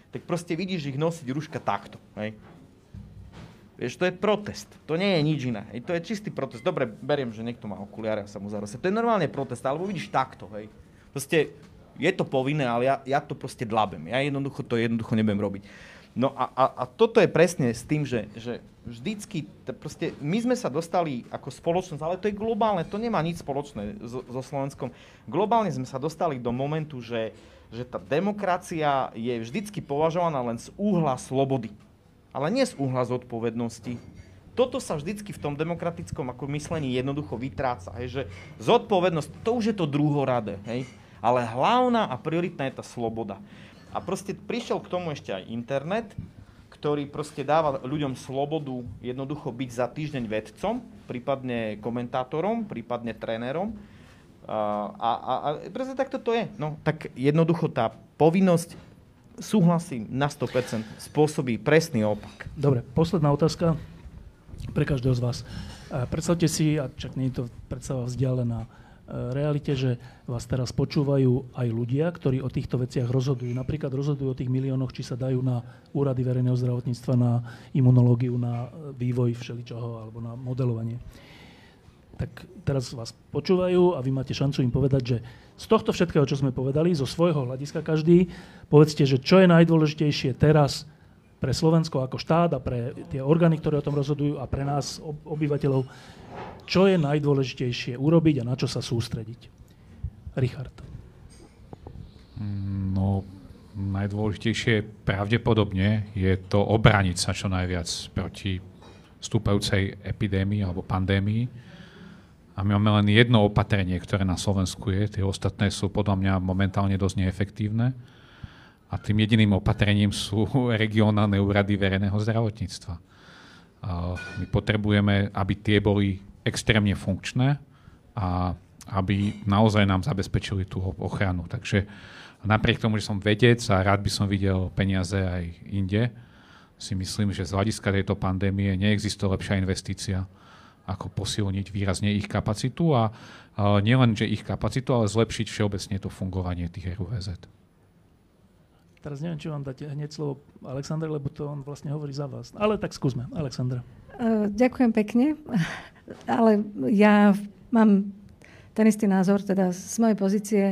tak proste vidíš ich nosiť rúška takto. Hej. Vieš, to je protest. To nie je nič iné. Hej. To je čistý protest. Dobre, beriem, že niekto má okuliare a sa mu zarosie. To je normálne protest, alebo vidíš takto. Hej. Proste je to povinné, ale ja to proste dlabem. Ja jednoducho nebudem robiť. No a toto je presne s tým, že vždycky, proste my sme sa dostali ako spoločnosť, ale to je globálne, to nemá nič spoločné so Slovenskom. Globálne sme sa dostali do momentu, že tá demokracia je vždycky považovaná len z úhla slobody, ale nie z úhla zodpovednosti. Toto sa vždycky v tom demokratickom ako myslení jednoducho vytráca. Hej, že zodpovednosť, to už je to druhoradé, hej, ale hlavná a prioritná je tá sloboda. A proste prišiel k tomu ešte aj internet, ktorý proste dáva ľuďom slobodu jednoducho byť za týždeň vedcom, prípadne komentátorom, prípadne trénerom. A presne takto to je. No, tak jednoducho tá povinnosť, súhlasím na 100%, spôsobí presný opak. Dobre, posledná otázka pre každého z vás. Predstavte si, a čak nie je to predstava vzdialená realite, že vás teraz počúvajú aj ľudia, ktorí o týchto veciach rozhodujú. Napríklad rozhodujú o tých miliónoch, či sa dajú na úrady verejného zdravotníctva, na imunológiu, na vývoj všeličoho alebo na modelovanie. Tak teraz vás počúvajú a vy máte šancu im povedať, že z tohto všetkého, čo sme povedali, zo svojho hľadiska každý, povedzte, že čo je najdôležitejšie teraz pre Slovensko ako štát a pre tie orgány, ktoré o tom rozhodujú a pre nás, obyvateľov, čo je najdôležitejšie urobiť a na čo sa sústrediť? Richard. No, najdôležitejšie pravdepodobne je to obrániť sa čo najviac proti vstúpajúcej epidémii alebo pandémii. A my máme len jedno opatrenie, ktoré na Slovensku je. Tie ostatné sú podľa mňa momentálne dosť neefektívne. A tým jediným opatrením sú regionálne úrady verejného zdravotníctva. My potrebujeme, aby tie boli extrémne funkčné a aby naozaj nám zabezpečili tú ochranu. Takže napriek tomu, že som vedec a rád by som videl peniaze aj inde, si myslím, že z hľadiska tejto pandémie neexistuje lepšia investícia, ako posilniť výrazne ich kapacitu a nielen, že ich kapacitu, ale zlepšiť všeobecne to fungovanie tých RUVZ. Teraz neviem, či vám dáte hneď slovo Alexander, lebo to on vlastne hovorí za vás. Ale tak skúsme. Alexandra. Ďakujem pekne, ale ja mám ten istý názor, teda z mojej pozície.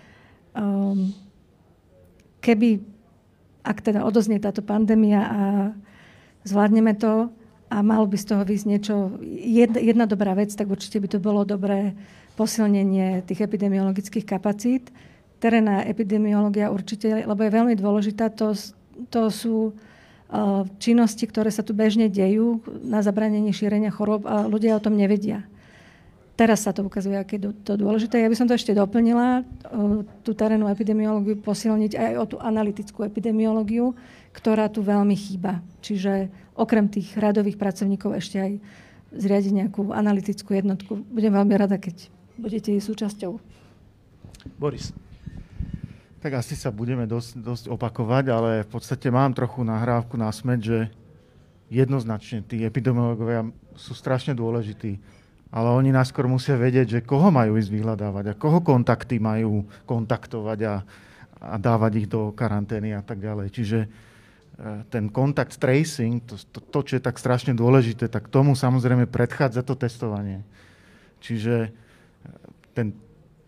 Ak teda odoznie táto pandémia a zvládneme to a malo by z toho výsť niečo, jedna dobrá vec, tak určite by to bolo dobré posilnenie tých epidemiologických kapacít. Terénna epidemiológia určite, lebo je veľmi dôležitá, to sú činnosti, ktoré sa tu bežne dejú na zabránenie šírenia chorób a ľudia o tom nevedia. Teraz sa to ukazuje, aké je to dôležité. Ja by som to ešte doplnila, tú terénnu epidemiológiu posilniť aj o tú analytickú epidemiológiu, ktorá tu veľmi chýba. Čiže okrem tých radových pracovníkov ešte aj zriadiť nejakú analytickú jednotku. Budem veľmi rada, keď budete jej súčasťou. Boris. Tak asi sa budeme dosť opakovať, ale v podstate mám trochu nahrávku na smet, že jednoznačne tí epidemiológovia sú strašne dôležití, ale oni náskôr musia vedieť, že koho majú ísť vyhľadávať a koho kontakty majú kontaktovať a dávať ich do karantény a tak ďalej. Čiže ten contact tracing, to, čo je tak strašne dôležité, tak tomu samozrejme predchádza to testovanie. Čiže ten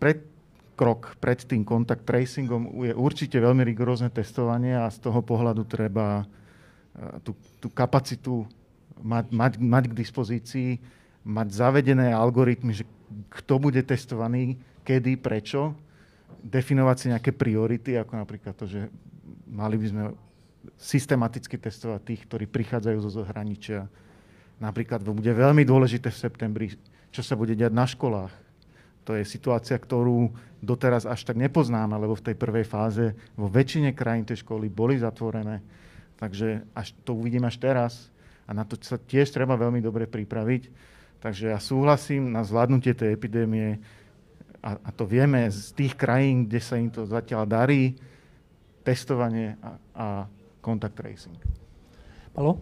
krok pred tým contact tracingom je určite veľmi rigorózne testovanie a z toho pohľadu treba tú kapacitu mať k dispozícii, mať zavedené algoritmy, že kto bude testovaný, kedy, prečo, definovať si nejaké priority, ako napríklad to, že mali by sme systematicky testovať tých, ktorí prichádzajú zo zahraničia. Napríklad bude veľmi dôležité v septembri, čo sa bude diať na školách. To je situácia, ktorú doteraz až tak nepoznáme, lebo v tej prvej fáze vo väčšine krajín tie školy boli zatvorené. Takže to uvidím až teraz a na to sa tiež treba veľmi dobre pripraviť. Takže ja súhlasím na zvládnutie tej epidémie a to vieme z tých krajín, kde sa im to zatiaľ darí, testovanie a contact tracing. Haló?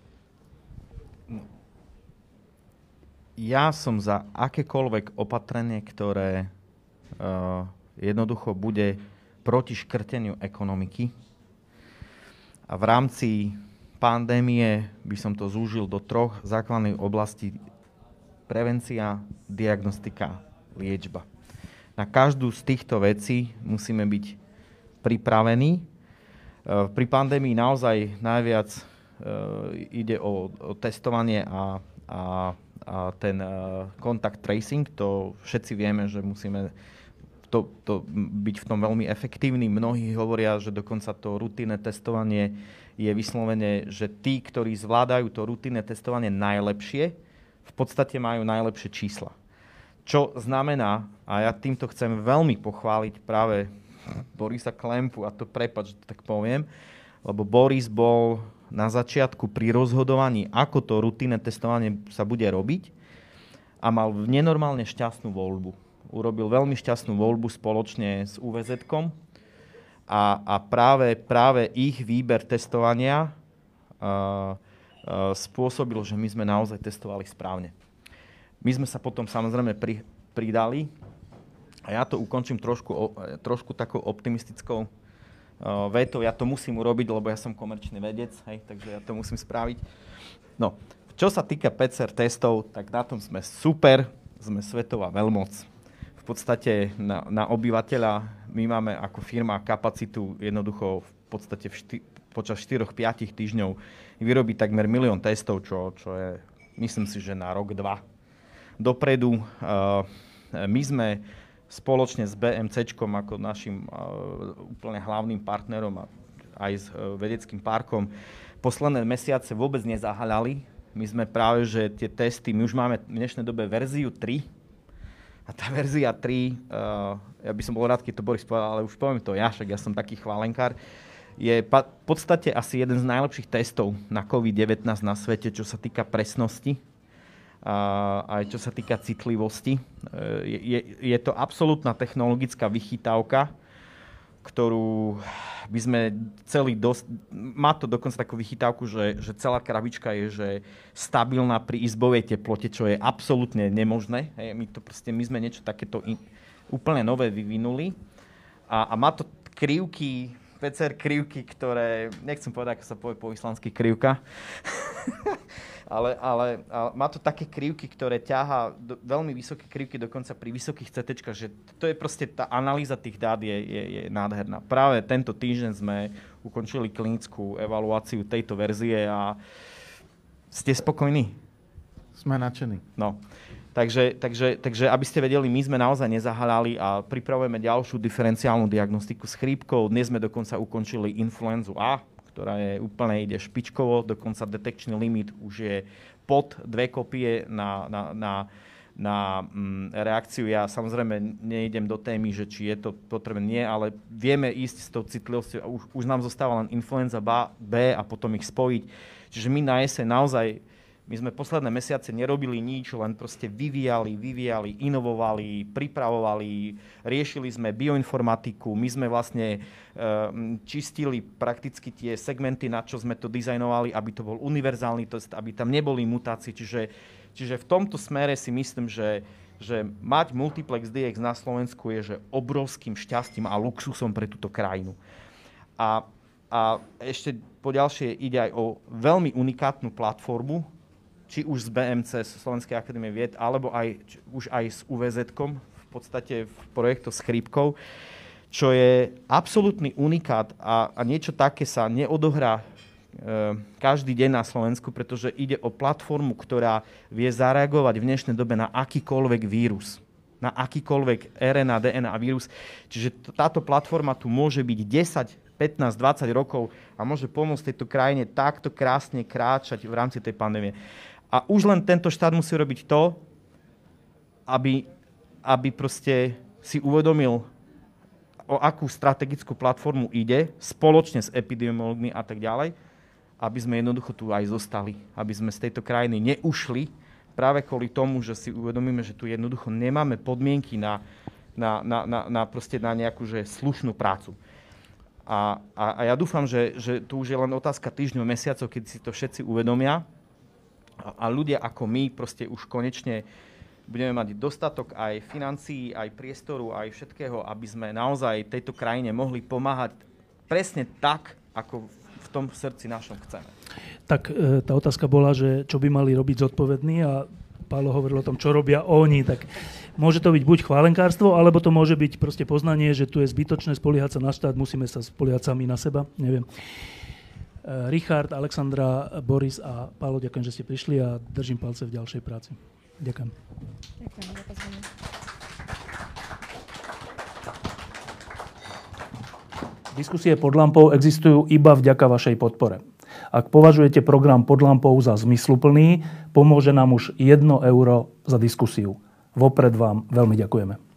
Ja som za akékoľvek opatrenie, ktoré jednoducho bude proti škrteniu ekonomiky. A v rámci pandémie by som to zúžil do 3 základných oblastí: prevencia, diagnostika, liečba. Na každú z týchto vecí musíme byť pripravení. Pri pandémii naozaj najviac ide o testovanie a ten contact tracing. To všetci vieme, že musíme to byť v tom veľmi efektívny. Mnohí hovoria, že dokonca to rutinné testovanie je vyslovene, že tí, ktorí zvládajú to rutinné testovanie najlepšie, v podstate majú najlepšie čísla. Čo znamená, a ja týmto chcem veľmi pochváliť práve Borisa Klempu, a to prepáč, že tak poviem, lebo Boris bol na začiatku pri rozhodovaní, ako to rutinné testovanie sa bude robiť, a mal nenormálne šťastnú voľbu. Urobil veľmi šťastnú voľbu spoločne s UVZ-kom a práve ich výber testovania spôsobil, že my sme naozaj testovali správne. My sme sa potom samozrejme pridali a ja to ukončím trošku takou optimistickou vetou. Ja to musím urobiť, lebo ja som komerčný vedec, hej, takže ja to musím spraviť. No, čo sa týka PCR testov, tak na tom sme super, sme svetová veľmoc. V podstate na obyvateľa my máme ako firma kapacitu jednoducho v podstate počas 4-5 týždňov vyrobiť takmer 1 000 000 testov, čo je, myslím si, že na rok, 2 dopredu. My sme spoločne s BMCčkom ako našim úplne hlavným partnerom a aj s vedeckým parkom posledné mesiace vôbec nezahaľali. My sme práve, že tie testy, my už máme v dnešnej dobe verziu 3 a tá verzia 3, ja by som bol rád, keď to Boris povedal, ale už poviem to ja, však ja som taký chválenkár, je v podstate asi jeden z najlepších testov na COVID-19 na svete, čo sa týka presnosti, aj čo sa týka citlivosti. Je to absolútna technologická vychytávka, ktorú by sme má to dokonca takú vychytávku, že celá krabička je že stabilná pri izbovej teplote, čo je absolútne nemožné. My sme niečo takéto úplne nové vyvinuli a má to krivky, PCR krivky, ktoré, nechcem povedať, ako sa povie po islandsky krivka, ale má to také krivky, ktoré ťahá veľmi vysoké krivky, dokonca pri vysokých CTčkách, že to je proste, tá analýza tých dát je nádherná. Práve tento týždeň sme ukončili klinickú evaluáciu tejto verzie a ste spokojní? Sme nadšení. No. Takže, aby ste vedeli, my sme naozaj nezahaľali a pripravujeme ďalšiu diferenciálnu diagnostiku s chrípkou. Dnes sme dokonca ukončili influenzu A, ktorá je úplne ide špičkovo, dokonca detekčný limit už je pod 2 kopie na reakciu. Ja samozrejme nejdem do témy, že či je to potrebné, nie, ale vieme ísť s tou citlivosťou. Už nám zostáva len influenza B a potom ich spojiť. Čiže my na jeseň naozaj, my sme posledné mesiace nerobili nič, len proste vyvíjali, inovovali, pripravovali, riešili sme bioinformatiku, my sme vlastne čistili prakticky tie segmenty, na čo sme to dizajnovali, aby to bol univerzálny test, aby tam neboli mutácie. Čiže v tomto smere si myslím, že mať Multiplex DX na Slovensku je že obrovským šťastím a luxusom pre túto krajinu. A ešte poďalšie ide aj o veľmi unikátnu platformu, či už z BMC, z Slovenskej akadémie vied, alebo už aj s UVZ-kom, v podstate v projektu s chrípkou, čo je absolútny unikát a niečo také sa neodohrá každý deň na Slovensku, pretože ide o platformu, ktorá vie zareagovať v dnešnej dobe na akýkoľvek vírus, na akýkoľvek RNA, DNA vírus. Čiže táto platforma tu môže byť 10, 15, 20 rokov a môže pomôcť tejto krajine takto krásne kráčať v rámci tej pandémie. A už len tento štát musí robiť to, aby proste si uvedomil, o akú strategickú platformu ide, spoločne s epidemiológmi a tak ďalej, aby sme jednoducho tu aj zostali, aby sme z tejto krajiny neušli práve kvôli tomu, že si uvedomíme, že tu jednoducho nemáme podmienky na nejakú že slušnú prácu. A ja dúfam, že tu už je len otázka týždňov, mesiacov, keď si to všetci uvedomia a ľudia ako my proste už konečne budeme mať dostatok aj financií, aj priestoru, aj všetkého, aby sme naozaj tejto krajine mohli pomáhať presne tak, ako v tom srdci našom chceme. Tak tá otázka bola, že čo by mali robiť zodpovední a Pálo hovoril o tom, čo robia oni, tak môže to byť buď chválenkárstvo, alebo to môže byť proste poznanie, že tu je zbytočné spoliehať sa na štát, musíme sa spoliehať sami na seba, neviem. Richard, Alexandra, Boris a Pálo, ďakujem, že ste prišli a držím palce v ďalšej práci. Ďakujem. Ďakujem za pozvanie. Diskusie pod lampou existujú iba vďaka vašej podpore. Ak považujete program Pod lampou za zmysluplný, pomôže nám už 1 euro za diskusiu. Vopred vám veľmi ďakujeme.